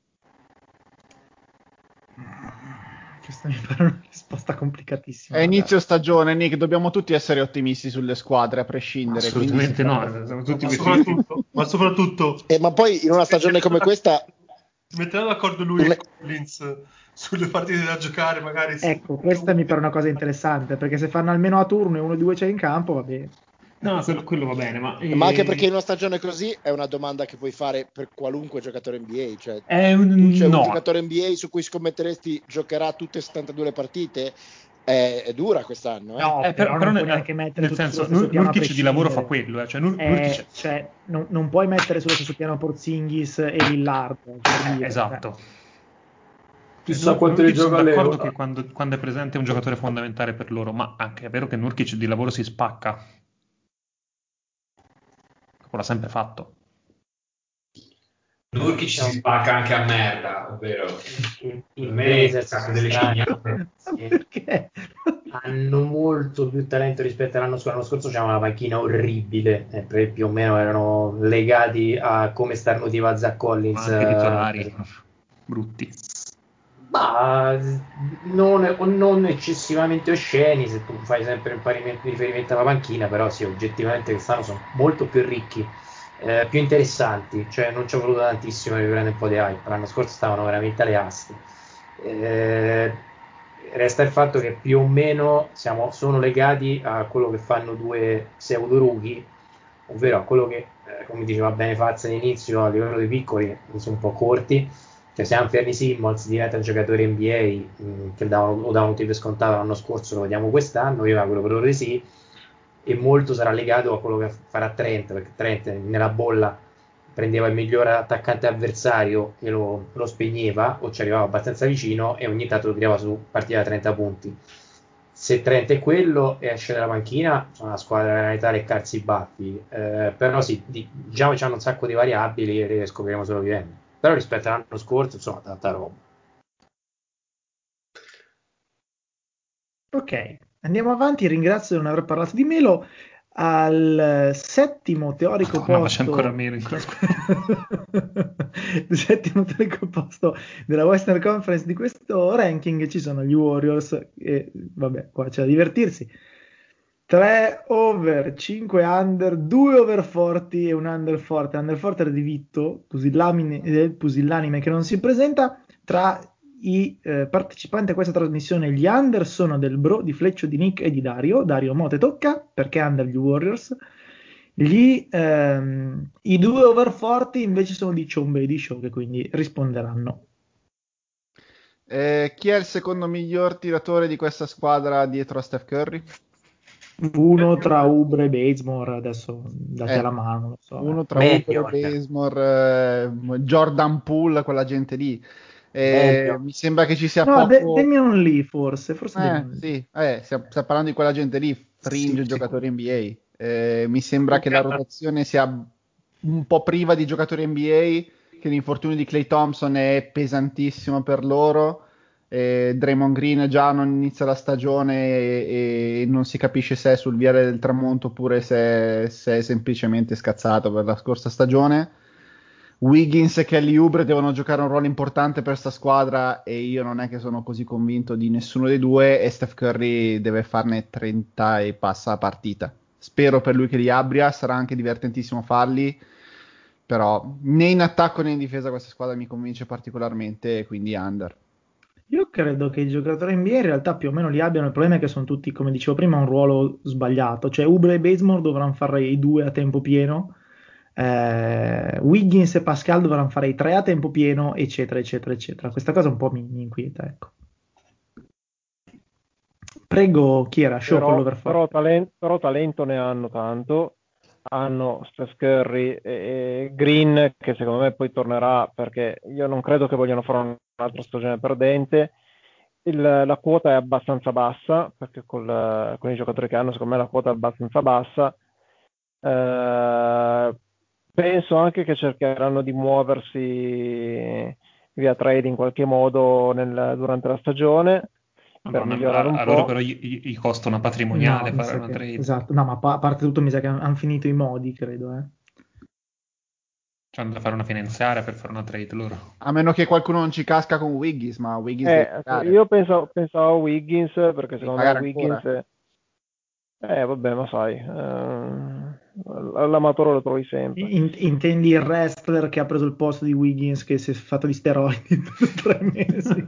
Questa mi pare una risposta complicatissima. È inizio stagione, Nick, dobbiamo tutti essere ottimisti sulle squadre a prescindere. Assolutamente quindi no, siamo tutti ma soprattutto, ma soprattutto Eh, ma poi in una stagione come questa si metteranno d'accordo lui e Collins sulle partite da giocare, magari. Ecco, questa mi pare una cosa interessante, perché se fanno almeno a turno e uno o due c'è in campo, va bene. No, quello, quello va bene, ma... Ma anche perché in una stagione così è una domanda che puoi fare per qualunque giocatore N B A. Cioè, è un... tu c'è no. un giocatore N B A su cui scommetteresti giocherà tutte e settantadue le partite? È, è dura quest'anno. Eh? No, Eh, però, però non nel, puoi neanche mettere nel tutti senso, sullo stesso piano a Nurkic di lavoro fa prescindere. quello, eh. Cioè, Nur- Eh, Nurkic... cioè, non, non puoi mettere sullo stesso piano Porzingis e Lillard, per eh, dire. esatto. Chissà Nur- quante Nurkic ne sono gioca d'accordo Leo. che quando, quando è presente è un giocatore fondamentale per loro, ma anche è vero che Nurkic di lavoro si spacca. L'ha sempre fatto. Nurkic si spacca anche a merda, ovvero I, i per me Blazers sacca sono delle strani scimmie. Perché? Hanno molto più talento rispetto all'anno scorso. L'anno scorso c'era una panchina orribile, eh, perché più o meno erano legati a come starnutiva Zach Collins. Ma anche titolari eh, brutti. Ma non, non eccessivamente osceni se tu fai sempre un parimento- riferimento alla panchina, però sì, oggettivamente quest'anno sono molto più ricchi, eh, più interessanti, cioè non ci è voluto tantissimo per riprendere un po' di hype, l'anno scorso stavano veramente alle aste. Eh, resta il fatto che più o meno siamo, sono legati a quello che fanno due pseudo rookie, ovvero a quello che, eh, come diceva bene Fazza all'inizio, a livello dei piccoli sono un po' corti. Cioè, se Anthony Simmons diventa un giocatore N B A, mh, che davano, lo davano tutti per scontato l'anno scorso, lo vediamo quest'anno, io auguro per ora di sì, e molto sarà legato a quello che farà Trent, perché Trent nella bolla prendeva il miglior attaccante avversario e lo, lo spegneva, o ci arrivava abbastanza vicino, e ogni tanto lo tirava su partita da trenta punti. Se Trent è quello e esce dalla panchina, sono una squadra veramente da leccarsi i baffi, eh, però sì, di, diciamo che hanno un sacco di variabili e le scopriremo solo vivendo. Però rispetto all'anno scorso, insomma, tanta roba. Ok, andiamo avanti. Ringrazio di non aver parlato di Melo. Al settimo teorico Madonna, ma posto, c'è ancora meno in quella squadra. il settimo teorico posto della Western Conference di questo ranking ci sono gli Warriors. E vabbè, qua c'è da divertirsi. tre over, cinque under, due over forti e un under forte. Under forte di Vitto, pusillanime, eh, pusillanime che non si presenta. Tra i eh, partecipanti a questa trasmissione, gli under sono del bro, di Fleccio, di Nick e di Dario. Dario Mote tocca, perché under gli Warriors. Gli, ehm, I due over forti invece sono di Ciombe e di Show, che quindi risponderanno. Eh, chi è il secondo miglior tiratore di questa squadra dietro a Steph Curry? Uno tra Ubre e Bazemore, adesso date Eh, la mano, non lo so. Uno eh. tra Mediocre. Uber e Bazemore, eh, Jordan Poole, quella gente lì. Eh, Meglio. mi sembra che ci sia No, De- poco... Damian Lee forse, forse Eh, Damian Lee. sì, eh, stiamo, stiamo parlando di quella gente lì, fringe Sì, giocatori sì. N B A. Eh, mi sembra che la rotazione sia un po' priva di giocatori N B A, che l'infortunio di Klay Thompson è pesantissimo per loro. Eh, Draymond Green già non inizia la stagione e, e non si capisce se è sul viale del tramonto oppure se, se è semplicemente scazzato per la scorsa stagione. Wiggins e Kelly Oubre devono giocare un ruolo importante per sta squadra e io non è che sono così convinto di nessuno dei due, e Steph Curry deve farne trenta e passa a partita. Spero per lui che li abbia, sarà anche divertentissimo farli, però né in attacco né in difesa questa squadra mi convince particolarmente, quindi under. Io credo che i giocatori N B A in realtà più o meno li abbiano, il problema è che sono tutti, come dicevo prima, un ruolo sbagliato, cioè Oubre e Bazemore dovranno fare i due a tempo pieno, eh, Wiggins e Pascal dovranno fare i tre a tempo pieno, eccetera, eccetera, eccetera. Questa cosa un po' mi, mi inquieta, ecco. Prego, Chiara, show con Però, l'overforce. però, talen- però talento ne hanno tanto. Hanno Steph Curry e e Green, che secondo me poi tornerà, perché io non credo che vogliano fare un'altra stagione perdente. Il- la quota è abbastanza bassa, perché col- con i giocatori che hanno, secondo me la quota è abbastanza bassa. Eh, penso anche che cercheranno di muoversi via trade in qualche modo nel- durante la stagione per Madonna, migliorare a, un a loro po'. però gli, gli- gli costa una No, patrimoniale mi fare sa una che, trade. esatto, no, ma pa- a parte tutto mi sa che hanno finito i modi, credo, eh. Cioè, hanno da fare una finanziaria per fare una trade loro. A meno che qualcuno non ci casca con Wiggins, ma Wiggins deve Eh, pagare. io penso, pensavo a Wiggins, perché Devi secondo me pagare Wiggins ancora. è... Eh, vabbè, ma sai, eh, l'amatore lo trovi sempre. In- intendi il wrestler che ha preso il posto di Wiggins che si è fatto di steroidi per tre mesi?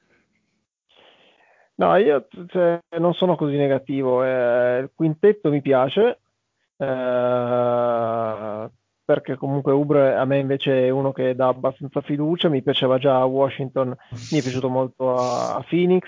No, io cioè, non sono così negativo. eh, il quintetto mi piace, eh, perché comunque Oubre a me invece è uno che dà abbastanza fiducia. Mi piaceva già a Washington, mi è piaciuto molto a, a Phoenix,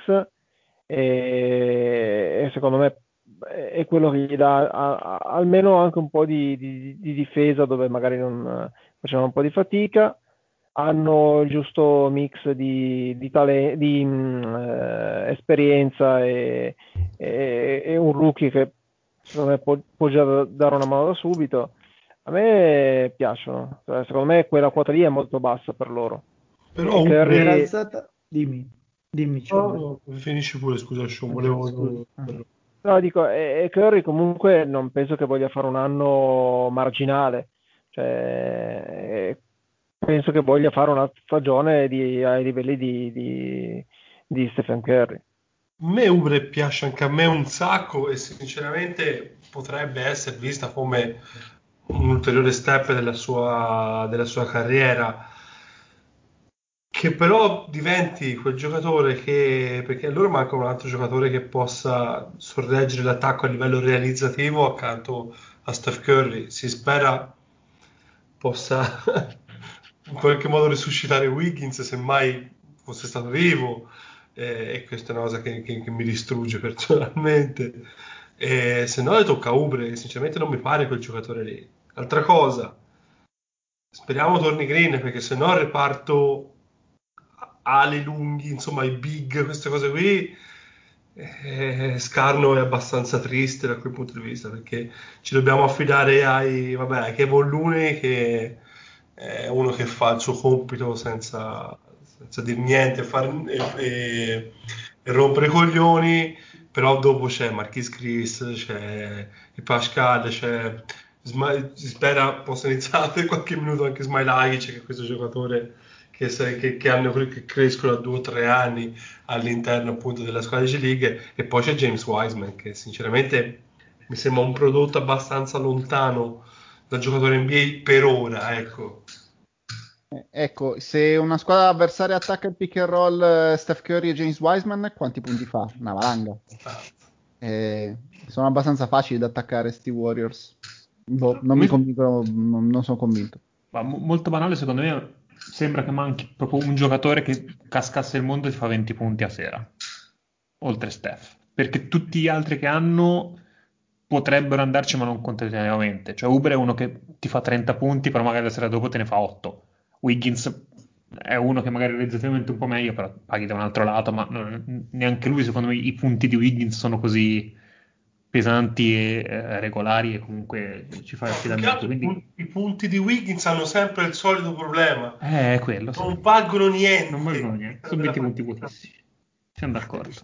e, e secondo me è quello che gli dà a- a- almeno anche un po' di, di- di difesa, dove magari non eh, facevano un po' di fatica. Hanno il giusto mix di, di, tale- di, mh, eh, esperienza e, e- e un rookie che secondo me può, può già dare una mano da subito. A me piacciono. Cioè, secondo me quella quota lì è molto bassa per loro. Però E un- Per Curry, alzata, dimmi, dimmi, no, Cione. no, finisci pure, scusa, Sean, Ok, volevo... scusa. Ah. no, dico, e, e Curry comunque non penso che voglia fare un anno marginale. Cioè, eh, penso che voglia fare una stagione di- ai livelli di, di, di Stephen Curry. A me Ubre piace anche a me un sacco e sinceramente potrebbe essere vista come un ulteriore step della sua, della sua carriera, che però diventi quel giocatore che, perché a loro manca un altro giocatore che possa sorreggere l'attacco a livello realizzativo accanto a Steph Curry. Si spera possa in qualche modo resuscitare Wiggins se mai fosse stato vivo, eh, e questa è una cosa che, che- che mi distrugge personalmente. E se no le tocca a Ubre, che sinceramente non mi pare quel giocatore lì. Altra cosa, speriamo torni Green, perché se no il reparto ali lunghi, insomma i big, queste cose qui, eh, Scarno è abbastanza triste da quel punto di vista, perché ci dobbiamo affidare ai, vabbè, ai Kevon Looney, che è uno che fa il suo compito senza, senza dire niente far, e, e- e rompere i coglioni, però dopo c'è Marquis Chris, c'è il Pascal, c'è Sma- si spera possa iniziare per qualche minuto anche Smailagic, che è questo giocatore che, se- che- che hanno, che crescono a due o tre anni all'interno appunto della squadra di G-League, e poi c'è James Wiseman, che sinceramente mi sembra un prodotto abbastanza lontano dal giocatore N B A per ora, ecco. Eh, Ecco, se una squadra avversaria attacca il pick and roll, eh, Steph Curry e James Wiseman, quanti punti fa? Una valanga. Eh, sono abbastanza facili da attaccare sti Warriors. Boh, non mi Mi- convincono, non, non sono convinto. Ma mo- molto banale, secondo me, sembra che manchi proprio un giocatore che cascasse il mondo e ti fa venti punti a sera, oltre Steph, perché tutti gli altri che hanno potrebbero andarci, ma non continuamente. Cioè, Uber è uno che ti fa trenta punti, però magari la sera dopo te ne fa otto. Wiggins è uno che magari realizzativamente un po' meglio, però paghi da un altro lato, ma non- neanche lui, secondo me, i punti di Wiggins sono così pesanti e eh, regolari, e comunque ci fai No, più che affidamento. altro i, Quindi, pun- i punti di Wiggins hanno sempre il solito problema, eh, è quello, sì. non valgono Non valgono niente. niente, sono venti punti vuotissimi. Siamo d'accordo.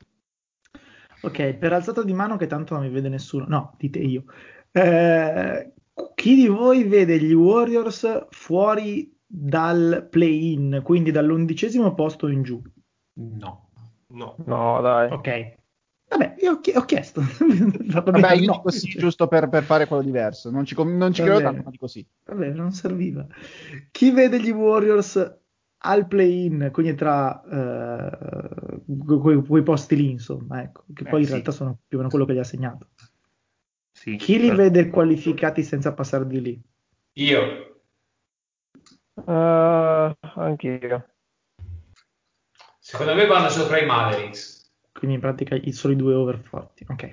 Ok, per alzata di mano che tanto non mi vede nessuno. No, dite io. Eh, chi di voi vede gli Warriors fuori dal play-in, quindi dall'undicesimo posto in giù? No. No. No, dai. Ok. Vabbè, io ho, chi- ho chiesto. Va Vabbè, bene, io no. dico sì, giusto per, per fare quello diverso. Non ci, com- non ci Va credo bene. tanto, ma dico sì. Vabbè, non serviva. Chi vede gli Warriors al play-in, quindi tra eh, quei, quei posti lì, insomma, ecco, che Eh, poi in sì. realtà sono più o meno quello che gli ha segnato. Sì, Chi li però- vede qualificati senza passare di lì? Io. Uh, anch'io. Secondo me vanno sopra i Mavericks. Quindi in pratica i soli due over forti. Ok.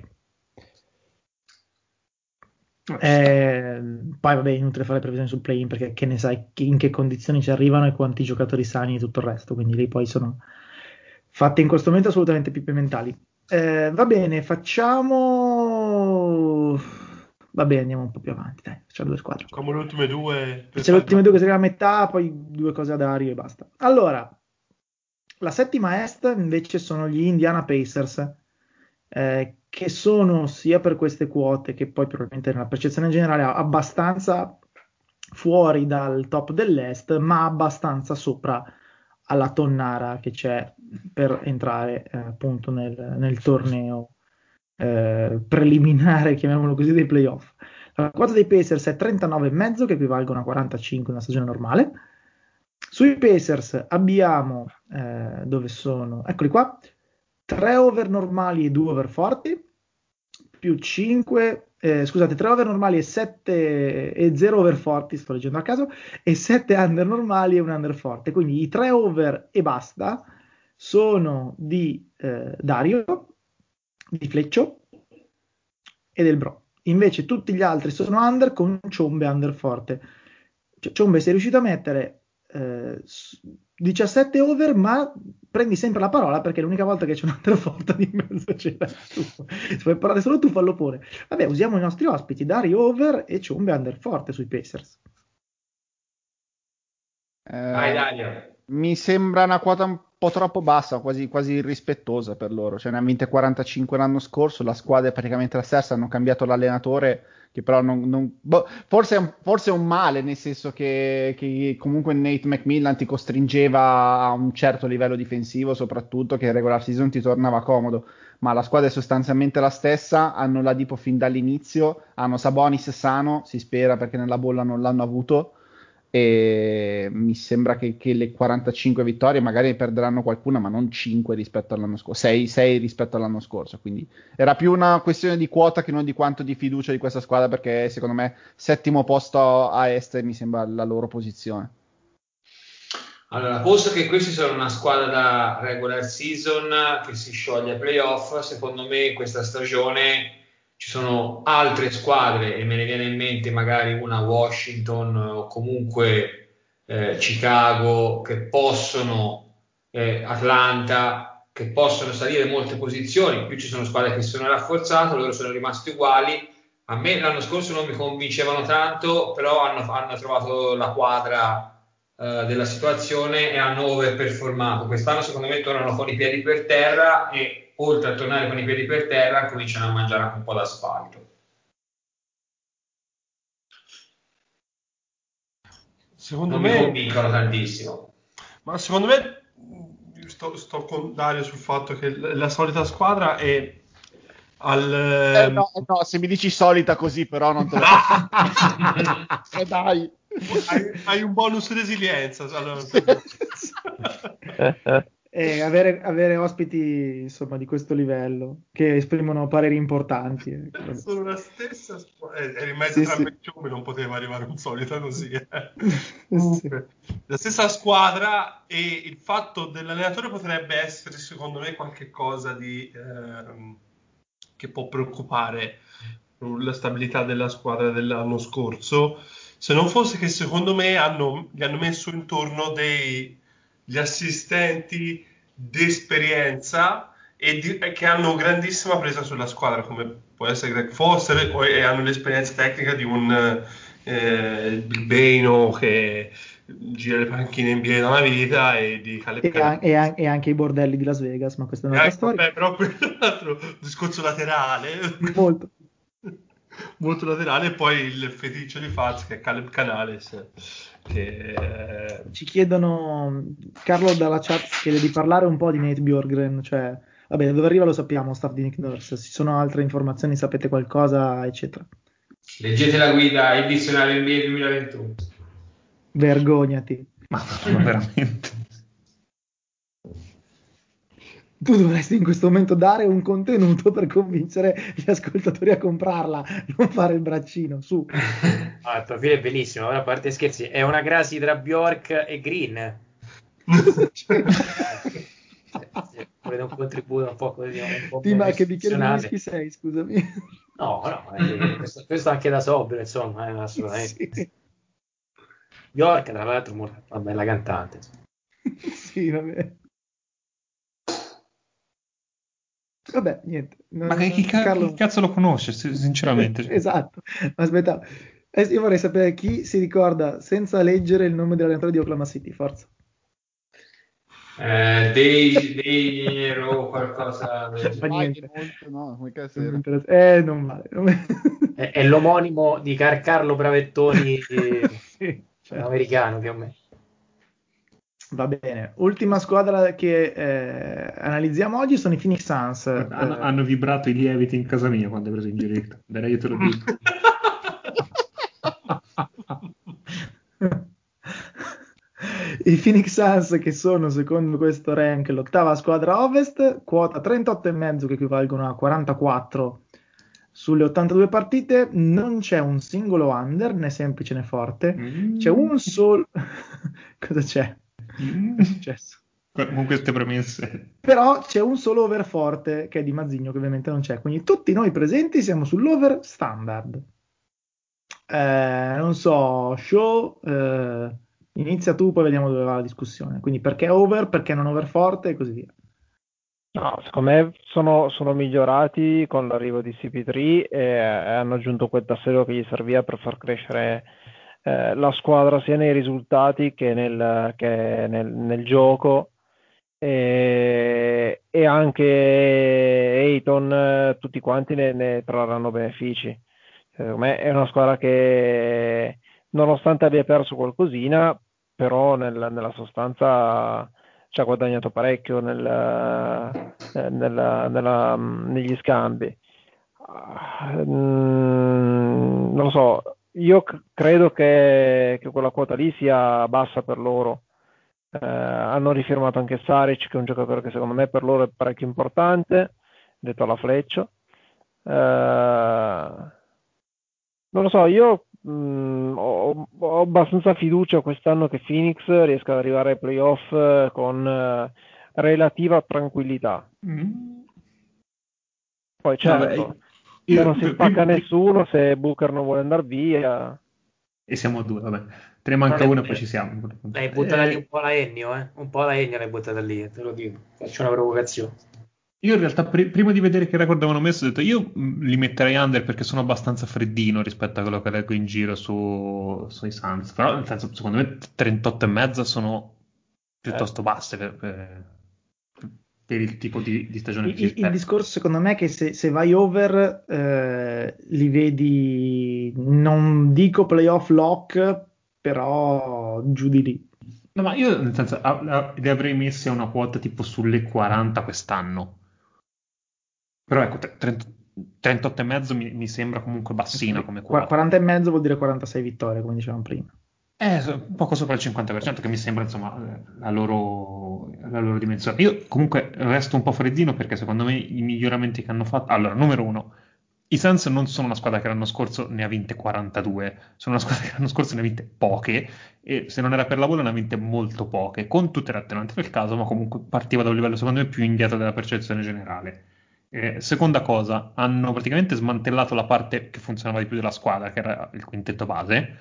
Eh, poi vabbè, inutile fare previsioni sul play-in perché che ne sai che- in che condizioni ci arrivano e quanti giocatori sani e tutto il resto, quindi lì poi sono fatte in questo momento assolutamente pippe mentali. Eh, va bene, facciamo vabbè, andiamo un po' più avanti, dai, facciamo due squadre. Facciamo le ultime due. per Facciamo le ultime due che fare- saranno a metà, poi due cose a Dario e basta. Allora, la settima est invece sono gli Indiana Pacers, eh, che sono sia per queste quote che poi probabilmente nella percezione generale abbastanza fuori dal top dell'est, ma abbastanza sopra alla tonnara che c'è per entrare eh, appunto nel, nel torneo eh, preliminare, chiamiamolo così, dei playoff. La quota dei Pacers è trentanove virgola cinque, che equivalgono a quarantacinque in una stagione normale. Sui Pacers abbiamo, eh, dove sono? Eccoli qua, tre over normali e due over forti, più cinque, eh, scusate, tre over normali e sette e zero over forti, sto leggendo a caso, e sette under normali e un under forte. Quindi i tre over e basta sono di eh, Dario, di Fleccio e del Bro. Invece tutti gli altri sono under con Ciombe under forte. Cioè, Ciombe sei riuscito a mettere eh, diciassette over, ma prendi sempre la parola perché l'unica volta che c'è un under forte di mezzo c'era tu. Se vuoi parlare solo tu, fallo pure. Vabbè, usiamo i nostri ospiti, Dario over e Ciombe under forte sui Pacers. Eh, Vai Dario. mi sembra una quota un po' troppo bassa, quasi, quasi irrispettosa per loro. Cioè, ne hanno vinte quarantacinque l'anno scorso, la squadra è praticamente la stessa, hanno cambiato l'allenatore, che però non... non- boh, forse, è un, forse è un male, nel senso che, che comunque Nate McMillan ti costringeva a un certo livello difensivo, soprattutto che in regular season ti tornava comodo. Ma la squadra è sostanzialmente la stessa, hanno la Dipo fin dall'inizio, hanno Sabonis sano, si spera perché nella bolla non l'hanno avuto, e mi sembra che, che le quarantacinque vittorie magari ne perderanno qualcuna, ma non cinque rispetto all'anno scorso, sei, sei rispetto all'anno scorso, quindi era più una questione di quota che non di quanto di fiducia di questa squadra, perché secondo me settimo posto a est mi sembra la loro posizione. Allora, posto che questi sono una squadra da regular season che si scioglie a playoff, secondo me questa stagione ci sono altre squadre e me ne viene in mente magari una Washington o comunque eh, Chicago che possono, eh, Atlanta, che possono salire molte posizioni. In più ci sono squadre che si sono rafforzate, loro sono rimasti uguali. A me l'anno scorso non mi convincevano tanto, però hanno, hanno trovato la quadra Uh, della situazione e hanno overperformato. Quest'anno secondo me tornano con i piedi per terra e oltre a tornare con i piedi per terra cominciano a mangiare anche un po' d'asfalto. Secondo non me... mi convincono tantissimo. Ma secondo me sto, sto con Dario sul fatto che la, la solita squadra è al... Eh, no, no, se mi dici solita così però non te lo posso. Eh, dai. Hai, hai un bonus resilienza. Allora. E avere, avere ospiti insomma di questo livello che esprimono pareri importanti. eh. Sono la stessa squadra. Eri in mezzo Sì, tra sì. me e Ciombe, non poteva arrivare un solito così. eh. Sì. Comunque, la stessa squadra e il fatto dell'allenatore potrebbe essere secondo me qualche cosa di ehm, che può preoccupare la stabilità della squadra dell'anno scorso, se non fosse che secondo me hanno, gli hanno messo intorno dei gli assistenti d'esperienza e, di, e che hanno grandissima presa sulla squadra, come può essere Greg Foster, o, e hanno l'esperienza tecnica di un eh, Bilbao che gira le panchine N B A da una vita, e di Caleb E, Canale. an- e an- e anche i bordelli di Las Vegas, ma questa è un'altra Eh, storia. vabbè, però quell'altro discorso laterale Molto. molto laterale, e poi il feticcio di Faz che è Caleb Canales, che eh, Ci chiedono, Carlo dalla chat chiede di parlare un po' di Nate Bjorkgren, cioè, vabbè, da dove arriva lo sappiamo, staff di Nick Nurse, se ci sono altre informazioni, sapete qualcosa, eccetera. Leggete la guida, il dizionario N B A duemilaventuno. Vergognati. Ma, ma veramente. tu dovresti in questo momento dare un contenuto per convincere gli ascoltatori a comprarla, non fare il braccino, su. Ah, il profilo è bellissimo, a parte scherzi, è una crasi tra Bjork e Green. Cioè, Se volete un contributo un po' così, un po' Sì, ma che bicchiere di istituzionale. whisky sei, scusami? No, no, eh, questo, questo anche da sobrio, insomma, eh, assolutamente. Sì. Bjork, tra l'altro, molto, una bella cantante. Sì, vabbè. Vabbè, niente. Ma Non- che, chi, non- ca- Carlo... chi cazzo lo conosce, si- sinceramente? Cioè. Esatto, ma aspetta. Eh, io vorrei sapere chi si ricorda senza leggere il nome dell'allenatore di Oklahoma City, forza. Eh, dei, dei o qualcosa del Fa genere. Paghi niente. molto, no? Come cazzo Non mi era? interessa. Eh, non vale. Non mi- È, è l'omonimo di Car- Carlo Bravettoni, eh, Sì, certo. americano più o meno. Va bene. Ultima squadra che eh, analizziamo oggi sono i Phoenix Suns. Hanno, Eh, hanno vibrato i lieviti in casa mia quando hai preso in giro. Dai, io te lo dico. I Phoenix Suns che sono secondo questo rank l'ottava squadra ovest, quota trentotto e mezzo che equivalgono a quarantaquattro sulle ottantadue partite, non c'è un singolo under né semplice né forte, Mm. c'è un solo... Cosa c'è? Mm. Che è successo? Con queste premesse. Però c'è un solo over forte che è di Mazzigno che ovviamente non c'è, quindi tutti noi presenti siamo sull'over standard. Eh, non so, show, eh, inizia tu, poi vediamo dove va la discussione. Quindi perché over, perché non over forte e così via. No, secondo me sono, sono migliorati con l'arrivo di C P tre e hanno aggiunto quel tassello che gli serviva per far crescere eh, la squadra sia nei risultati che nel, che nel, nel gioco e, e anche Ayton, eh, tutti quanti ne, ne trarranno benefici. Secondo me è una squadra che nonostante abbia perso qualcosina, però nel- nella sostanza ci ha guadagnato parecchio nel, eh, nella- nella- negli scambi. Ah, mm, non lo so, io c- credo che, che quella quota lì sia bassa per loro. Eh, hanno rifirmato anche Saric, che è un giocatore che secondo me per loro è parecchio importante, detto alla Fleccio. Eh, non lo so, io mh, ho, ho abbastanza fiducia quest'anno che Phoenix riesca ad arrivare ai playoff eh, con eh, relativa tranquillità. Mm. Poi Vabbè, certo, io- se non si io- spacca prim- prim- nessuno, se Booker non vuole andare via, E siamo a due, vabbè. Te ne manca L'hai, uno e poi ci siamo. l'hai buttata lì un Eh, po' la Ennio, eh? Un po' la Ennio l'hai buttata lì, eh, te lo dico. Faccio una provocazione. io in realtà pri- prima di vedere che record avevano messo ho detto io mh, li metterei under perché sono abbastanza freddino rispetto a quello che leggo in giro su, sui Suns. Però nel senso, secondo me trentotto e mezza sono piuttosto basse per, per- per il tipo di, di stagione che I- si i- Il, spera. discorso secondo me è che se, se vai over eh, li vedi, non dico playoff lock, però giù di lì. No, ma io nel senso a- a- li avrei messi a una quota tipo sulle quaranta quest'anno. Però ecco, tre- trenta trentotto e mezzo mi, mi sembra comunque bassina come Qu- quota. quaranta e mezzo vuol dire quarantasei vittorie, come dicevamo prima. Eh, so- poco sopra il cinquanta per cento che mi sembra insomma eh, la loro, la loro dimensione. Io comunque resto un po' freddino perché secondo me i miglioramenti che hanno fatto... Allora, numero uno, i Suns non sono una squadra che l'anno scorso ne ha vinte quarantadue, sono una squadra che l'anno scorso ne ha vinte poche e se non era per lavoro ne ha vinte molto poche, con tutte le attenuanti del caso, ma comunque partiva da un livello secondo me più indietro della percezione generale. Eh, seconda cosa, hanno praticamente smantellato la parte che funzionava di più della squadra, che era il quintetto base,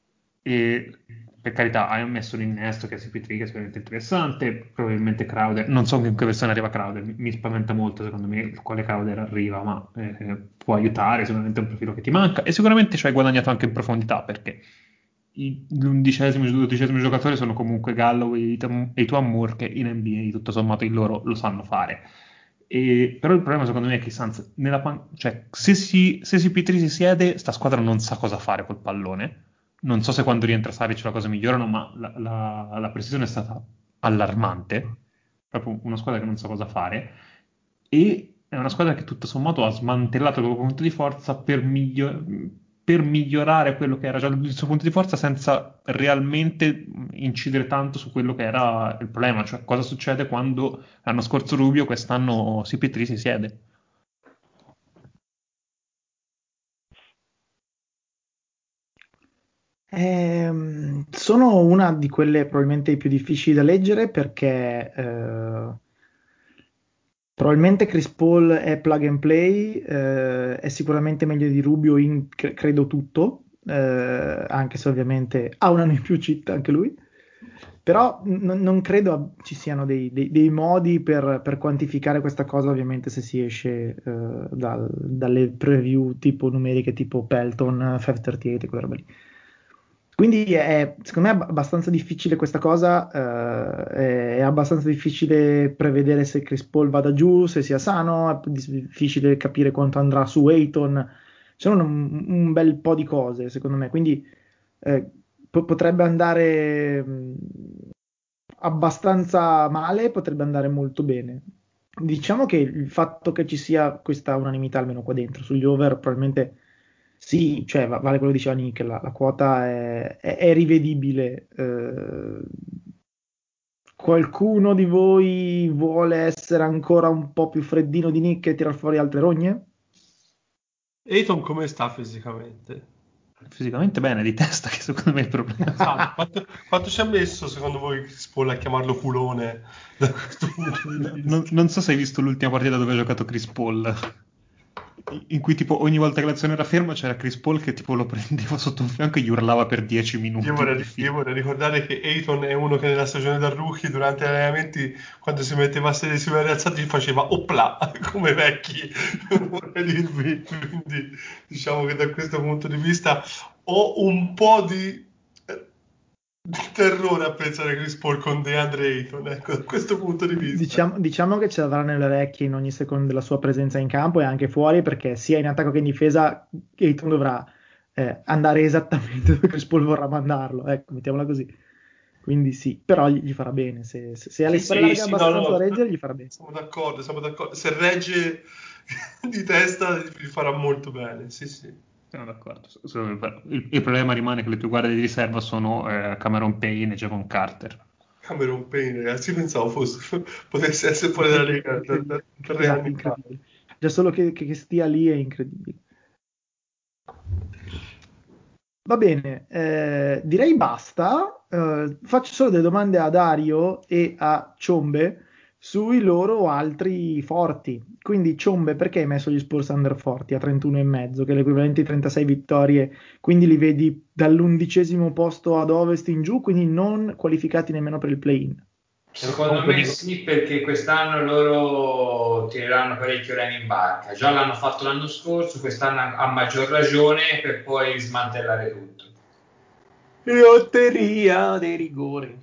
e per carità hai messo l'innesto che è C P tre, che è sicuramente interessante, probabilmente Crowder, non so in che versione arriva Crowder, mi, mi spaventa molto secondo me il quale Crowder arriva, ma eh, può aiutare, sicuramente è un profilo che ti manca, e sicuramente ci hai guadagnato anche in profondità, perché i- l'undicesimo e il dodicesimo giocatore sono comunque Galloway e Tuan Moore che in N B A tutto sommato il loro lo sanno fare. E, però il problema secondo me è che i Suns, nella pan- cioè, se, si, se C P tre si siede, sta squadra non sa cosa fare col pallone. Non so se quando rientra Saric la cosa migliorano, ma la, la, la precisione è stata allarmante. Proprio una squadra che non sa cosa fare. E è una squadra che tutto sommato ha smantellato il proprio punto di forza per, miglior- per migliorare quello che era già il suo punto di forza senza realmente incidere tanto su quello che era il problema, cioè cosa succede quando l'anno scorso Rubio, quest'anno C P tre si siede. Eh, sono una di quelle probabilmente più difficili da leggere perché eh, probabilmente Chris Paul è plug and play, eh, è sicuramente meglio di Rubio in cre- credo tutto, eh, anche se ovviamente ha un anno in più cheat anche lui, però n- non credo ci siano dei, dei- dei modi per, per quantificare questa cosa, ovviamente se si esce eh, dal- dalle preview tipo numeriche tipo Pelton, cinquecentotrentotto e quelle robe lì. Quindi è, secondo me è abbastanza difficile questa cosa, eh, è abbastanza difficile prevedere se Chris Paul vada giù, se sia sano, è difficile capire quanto andrà su Ayton, c'è un, un bel po' di cose secondo me, quindi eh, po- potrebbe andare mh, abbastanza male, potrebbe andare molto bene. Diciamo che il fatto che ci sia questa unanimità almeno qua dentro sugli over probabilmente sì, cioè va- vale quello che diceva Nick, la, la quota è, è- è rivedibile. Eh, qualcuno di voi vuole essere ancora un po' più freddino di Nick e tirar fuori altre rogne? Ayton come sta fisicamente? Fisicamente bene, di testa che secondo me è il problema. Esatto. Quanto, quanto ci ha messo secondo voi Chris Paul a chiamarlo culone da questo punto di No- vista? non, non so se hai visto l'ultima partita dove ha giocato Chris Paul, in cui tipo ogni volta che l'azione era ferma c'era Chris Paul che tipo lo prendeva sotto un fianco e gli urlava per dieci minuti Io vorrei, di io fila. vorrei ricordare che Ayton è uno che nella stagione da rookie durante gli allenamenti quando si metteva a sedere si rialzati faceva opla come vecchi, vorrei dirvi. Quindi diciamo che da questo punto di vista ho un po' di, eh, di terrore a pensare a Chris Paul con DeAndre Ayton, ecco, da questo punto di vista. Diciamo, diciamo che ce l'avrà nelle orecchie in ogni secondo della sua presenza in campo e anche fuori, perché sia in attacco che in difesa Ayton dovrà eh, andare esattamente dove Chris Paul vorrà mandarlo, ecco, mettiamola così. Quindi sì, però gli, gli farà bene, se, se, se ha le Sì, spalle sì, larghe sì, no, abbastanza da no, reggere gli farà bene. siamo d'accordo, siamo d'accordo. Se regge di testa gli farà molto bene, sì, sì. Sono d'accordo. Secondo me, Il, il problema rimane che le tue guardie di riserva sono eh, Cameron Payne e Javon Carter. Cameron Payne, ragazzi, io pensavo fosse, potesse essere fuori dalla Lega da, da, da tre Esatto, anni fa. incredibile. Già solo che, che- che stia lì è incredibile. Va bene, eh, direi basta. Eh, faccio solo delle domande a Dario e a Ciombe sui loro altri forti. Quindi, Ciombe, perché hai messo gli Spurs under forti a trentuno e mezzo, che è l'equivalente di trentasei vittorie, quindi li vedi dall'undicesimo posto ad ovest in giù, quindi non qualificati nemmeno per il play-in? Secondo me sì, perché quest'anno loro tireranno parecchio remi in barca. Già l'hanno fatto l'anno scorso, quest'anno a maggior ragione per poi smantellare tutto. Lotteria dei rigori.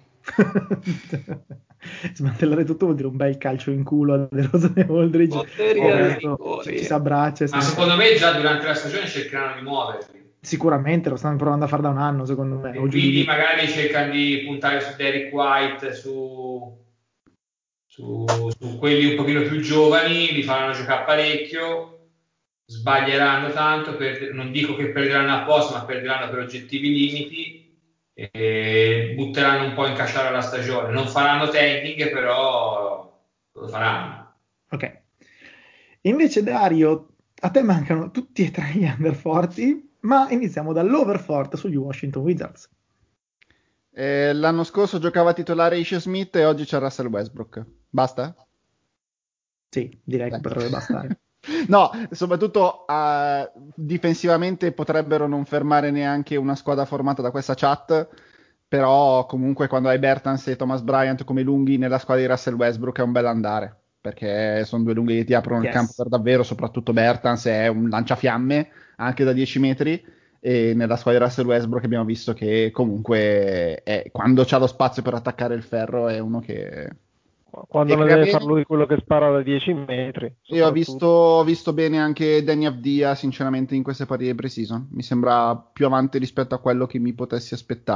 Smantellare tutto vuol dire un bel calcio in culo a De Rosa e Aldridge. Lotteria dei Adesso rigori. ci si abbraccia. Ma si- secondo me già durante la stagione cercheranno di muoverli. Sicuramente lo stanno provando a fare da un anno, secondo me. E O giù di quindi lì. magari cercano di puntare su Derek White, su, su, su quelli un pochino più giovani, li faranno giocare parecchio, sbaglieranno tanto, per, non dico che perderanno apposta, ma perderanno per oggettivi limiti e butteranno un po' in casciara la stagione. Non faranno tanking, però lo faranno. Ok. Invece, Dario, a te mancano tutti e tre gli underforti, ma iniziamo dall'overfort sugli Washington Wizards. Eh, l'anno scorso giocava titolare Ish Smith e oggi c'è Russell Westbrook. Basta? Sì, direi che Beh. potrebbe bastare. No, soprattutto eh, difensivamente potrebbero non fermare neanche una squadra formata da questa chat, però comunque quando hai Bertans e Thomas Bryant come lunghi nella squadra di Russell Westbrook è un bel andare, perché sono due lunghi che ti aprono il Yes. campo per davvero, soprattutto Bertans è un lanciafiamme anche da dieci metri, e nella squadra di Russell Westbrook abbiamo visto che comunque è, quando c'ha lo spazio per attaccare il ferro è uno che... Quando E non crea deve bene. fare lui quello che spara da dieci metri. Io ho soprattutto. visto, ho visto bene anche Danny Avdia, sinceramente, in queste partite pre-season. Mi sembra più avanti rispetto a quello che mi potessi aspettare.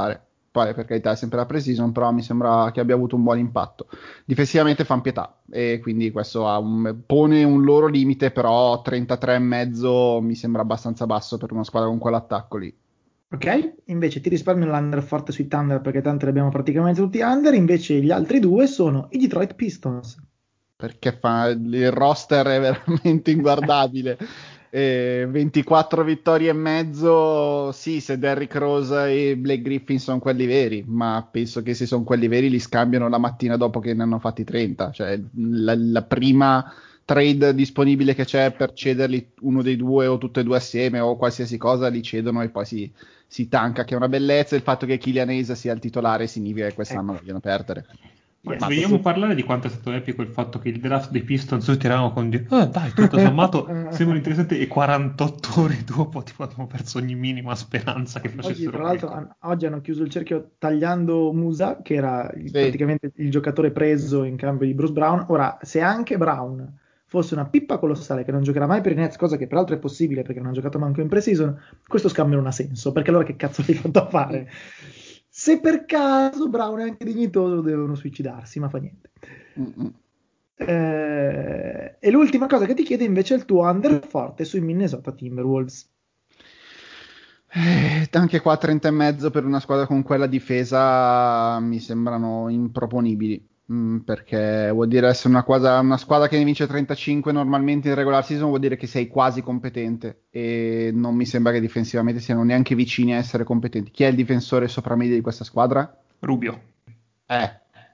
poi per carità è sempre la pre-season, però mi sembra che abbia avuto un buon impatto. Difensivamente fan pietà e quindi questo ha un, pone un loro limite, però trentatré e mezzo mi sembra abbastanza basso per una squadra con quell'attacco lì. Ok, invece ti risparmio l'under forte sui Thunder perché tanto li abbiamo praticamente tutti under, invece gli altri due sono i Detroit Pistons. Perché fa, il roster è veramente inguardabile. Eh, ventiquattro vittorie e mezzo, sì, se Derrick Rose e Blake Griffin sono quelli veri, ma penso che se sono quelli veri li scambiano la mattina dopo che ne hanno fatti trenta, cioè la, la prima trade disponibile che c'è per cederli uno dei due o tutte e due assieme o qualsiasi cosa li cedono e poi si, si tanca, che è una bellezza. Il fatto che Killian Hayes sia il titolare significa che quest'anno Ecco. vogliono perdere. Ma Yes. vogliamo Sì. parlare di quanto è stato epico il fatto che il draft dei Pistons tutti eravamo con di ah, dai, tutto sommato sembra interessante, e quarantotto ore dopo tipo abbiamo perso ogni minima speranza che Oggi, facessero tra l'altro, qualcosa. han- oggi hanno chiuso il cerchio tagliando Musa, che era il- Sì. praticamente il giocatore preso in cambio di Bruce Brown. Ora, se anche Brown fosse una pippa colossale che non giocherà mai per i Nets, cosa che peraltro è possibile perché non ha giocato manco in pre-season, questo scambio non ha senso, perché allora che cazzo l'hai fatto a fare? Se per caso Brown è anche dignitoso, devono suicidarsi, ma fa niente. Mm-mm. Eh, e l'ultima cosa che ti chiede invece è il tuo under forte sui Minnesota Timberwolves. Eh, anche qua trenta e mezzo per una squadra con quella difesa mi sembrano improponibili. Mm, perché vuol dire essere una squadra, una squadra che ne vince trentacinque normalmente in regular season, vuol dire che sei quasi competente e non mi sembra che difensivamente siano neanche vicini a essere competenti. Chi è il difensore sopra-media di questa squadra? Rubio. Eh,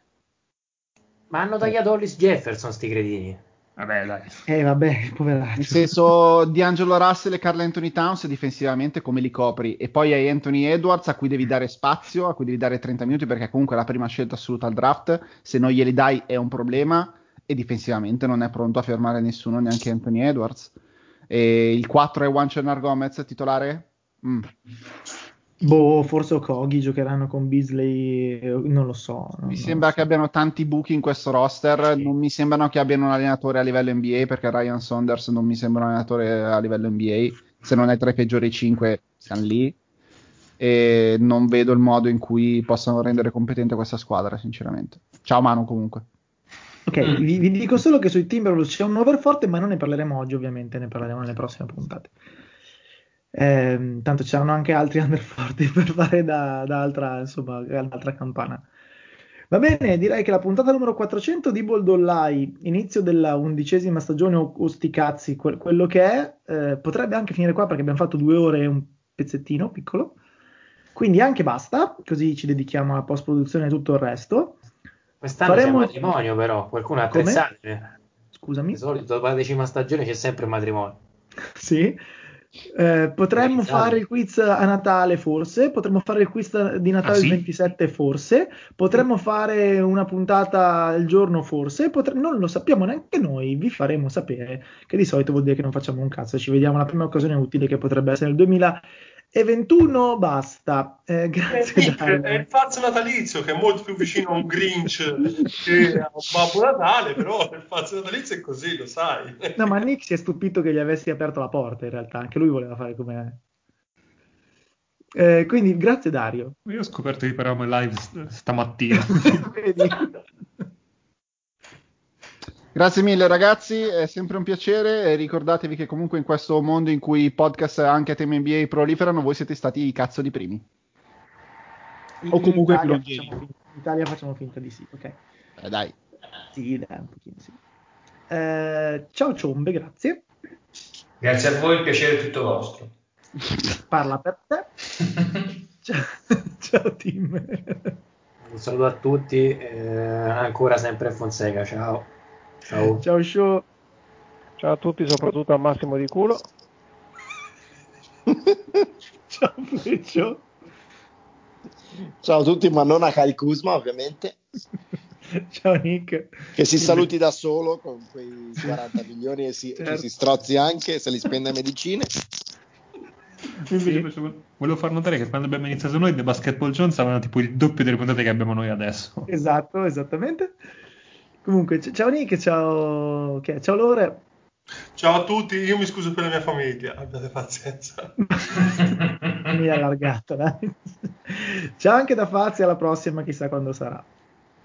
Ma hanno tagliato Hollis Jefferson, sti cretini. Vabbè, dai. Eh vabbè, nel poveraccio. senso, D'Angelo Russell e Karl Anthony Towns difensivamente come li copri? E poi hai Anthony Edwards a cui devi dare spazio, a cui devi dare trenta minuti perché comunque è la prima scelta assoluta al draft, se non glieli dai è un problema e difensivamente non è pronto a fermare nessuno, neanche Anthony Edwards. E il quattro è Juancho Gomez titolare? Mm. Boh, forse Okogi giocheranno con Beasley, eh, non lo so. Non, Mi non sembra lo so. che abbiano tanti buchi in questo roster, non mi sembrano che abbiano un allenatore a livello N B A perché Ryan Saunders non mi sembra un allenatore a livello N B A, se non è tra i peggiori cinque siamo lì e non vedo il modo in cui possano rendere competente questa squadra sinceramente. Ciao Manu comunque. Ok, vi, vi dico solo che sui Timberwolves c'è un over forte, ma non ne parleremo oggi, ovviamente, ne parleremo nelle prossime puntate. Ehm, tanto c'erano anche altri under forti per fare da, da altra, insomma, da altra campana. Va bene, direi che la puntata numero quattrocento di Boldolai, inizio della undicesima stagione o, o sti cazzi, que- quello che è, eh, potrebbe anche finire qua perché abbiamo fatto due ore e un pezzettino piccolo. Quindi anche basta, così ci dedichiamo alla post-produzione e tutto il resto. Quest'anno Faremo... c'è il matrimonio, però qualcuno è Come? attrezzato. Scusami. Di solito dopo la decima stagione c'è sempre un matrimonio. Sì. Eh, potremmo fare il quiz a Natale forse, potremmo fare il quiz di Natale Ah, sì? il ventisette forse, potremmo fare una puntata il giorno forse, potre... non lo sappiamo neanche noi, vi faremo sapere, che di solito vuol dire che non facciamo un cazzo, ci vediamo alla prima occasione utile che potrebbe essere nel duemilaventuno, basta. Eh, grazie Nick, Dario. è il pazzo natalizio che è molto più vicino a un Grinch che a un Babbo Natale, però il pazzo natalizio è così, lo sai. No, ma Nick si è stupito che gli avessi aperto la porta in realtà, anche lui voleva fare come... Eh, quindi grazie Dario. Io ho scoperto che eravamo in live st- stamattina. Vedi? Grazie mille ragazzi, è sempre un piacere e ricordatevi che comunque in questo mondo in cui i podcast anche a tema N B A proliferano, voi siete stati i cazzo di primi. O In comunque Italia più facciamo, longgevi. finta, in Italia facciamo finta di sì, ok? Eh, dai. Sì, dai, un pochino sì. Eh, ciao Ciombe, grazie. Grazie a voi, il piacere è tutto vostro. Parla per te. Ciao, ciao Tim. Un saluto a tutti, eh, ancora sempre Fonseca, ciao. Ciao. Ciao Show. Ciao a tutti, soprattutto a Massimo di culo. Ciao Fleccio. Ciao a tutti, ma non a Kyle Kuzma, ovviamente. Ciao Nick. Che si saluti da solo con quei quaranta milioni e si, Certo. che si strozzi anche se li spende a medicine. Io invece Sì. penso- volevo far notare che quando abbiamo iniziato noi, The Basketball Jones avevano tipo il doppio delle puntate che abbiamo noi adesso. Esatto, esattamente. Comunque, c- ciao Nick, ciao, che- ciao Lore. Ciao a tutti, io mi scuso per la mia famiglia, abbiate pazienza. Mi è allargata, dai. C'è anche da farsi, alla prossima, chissà quando sarà.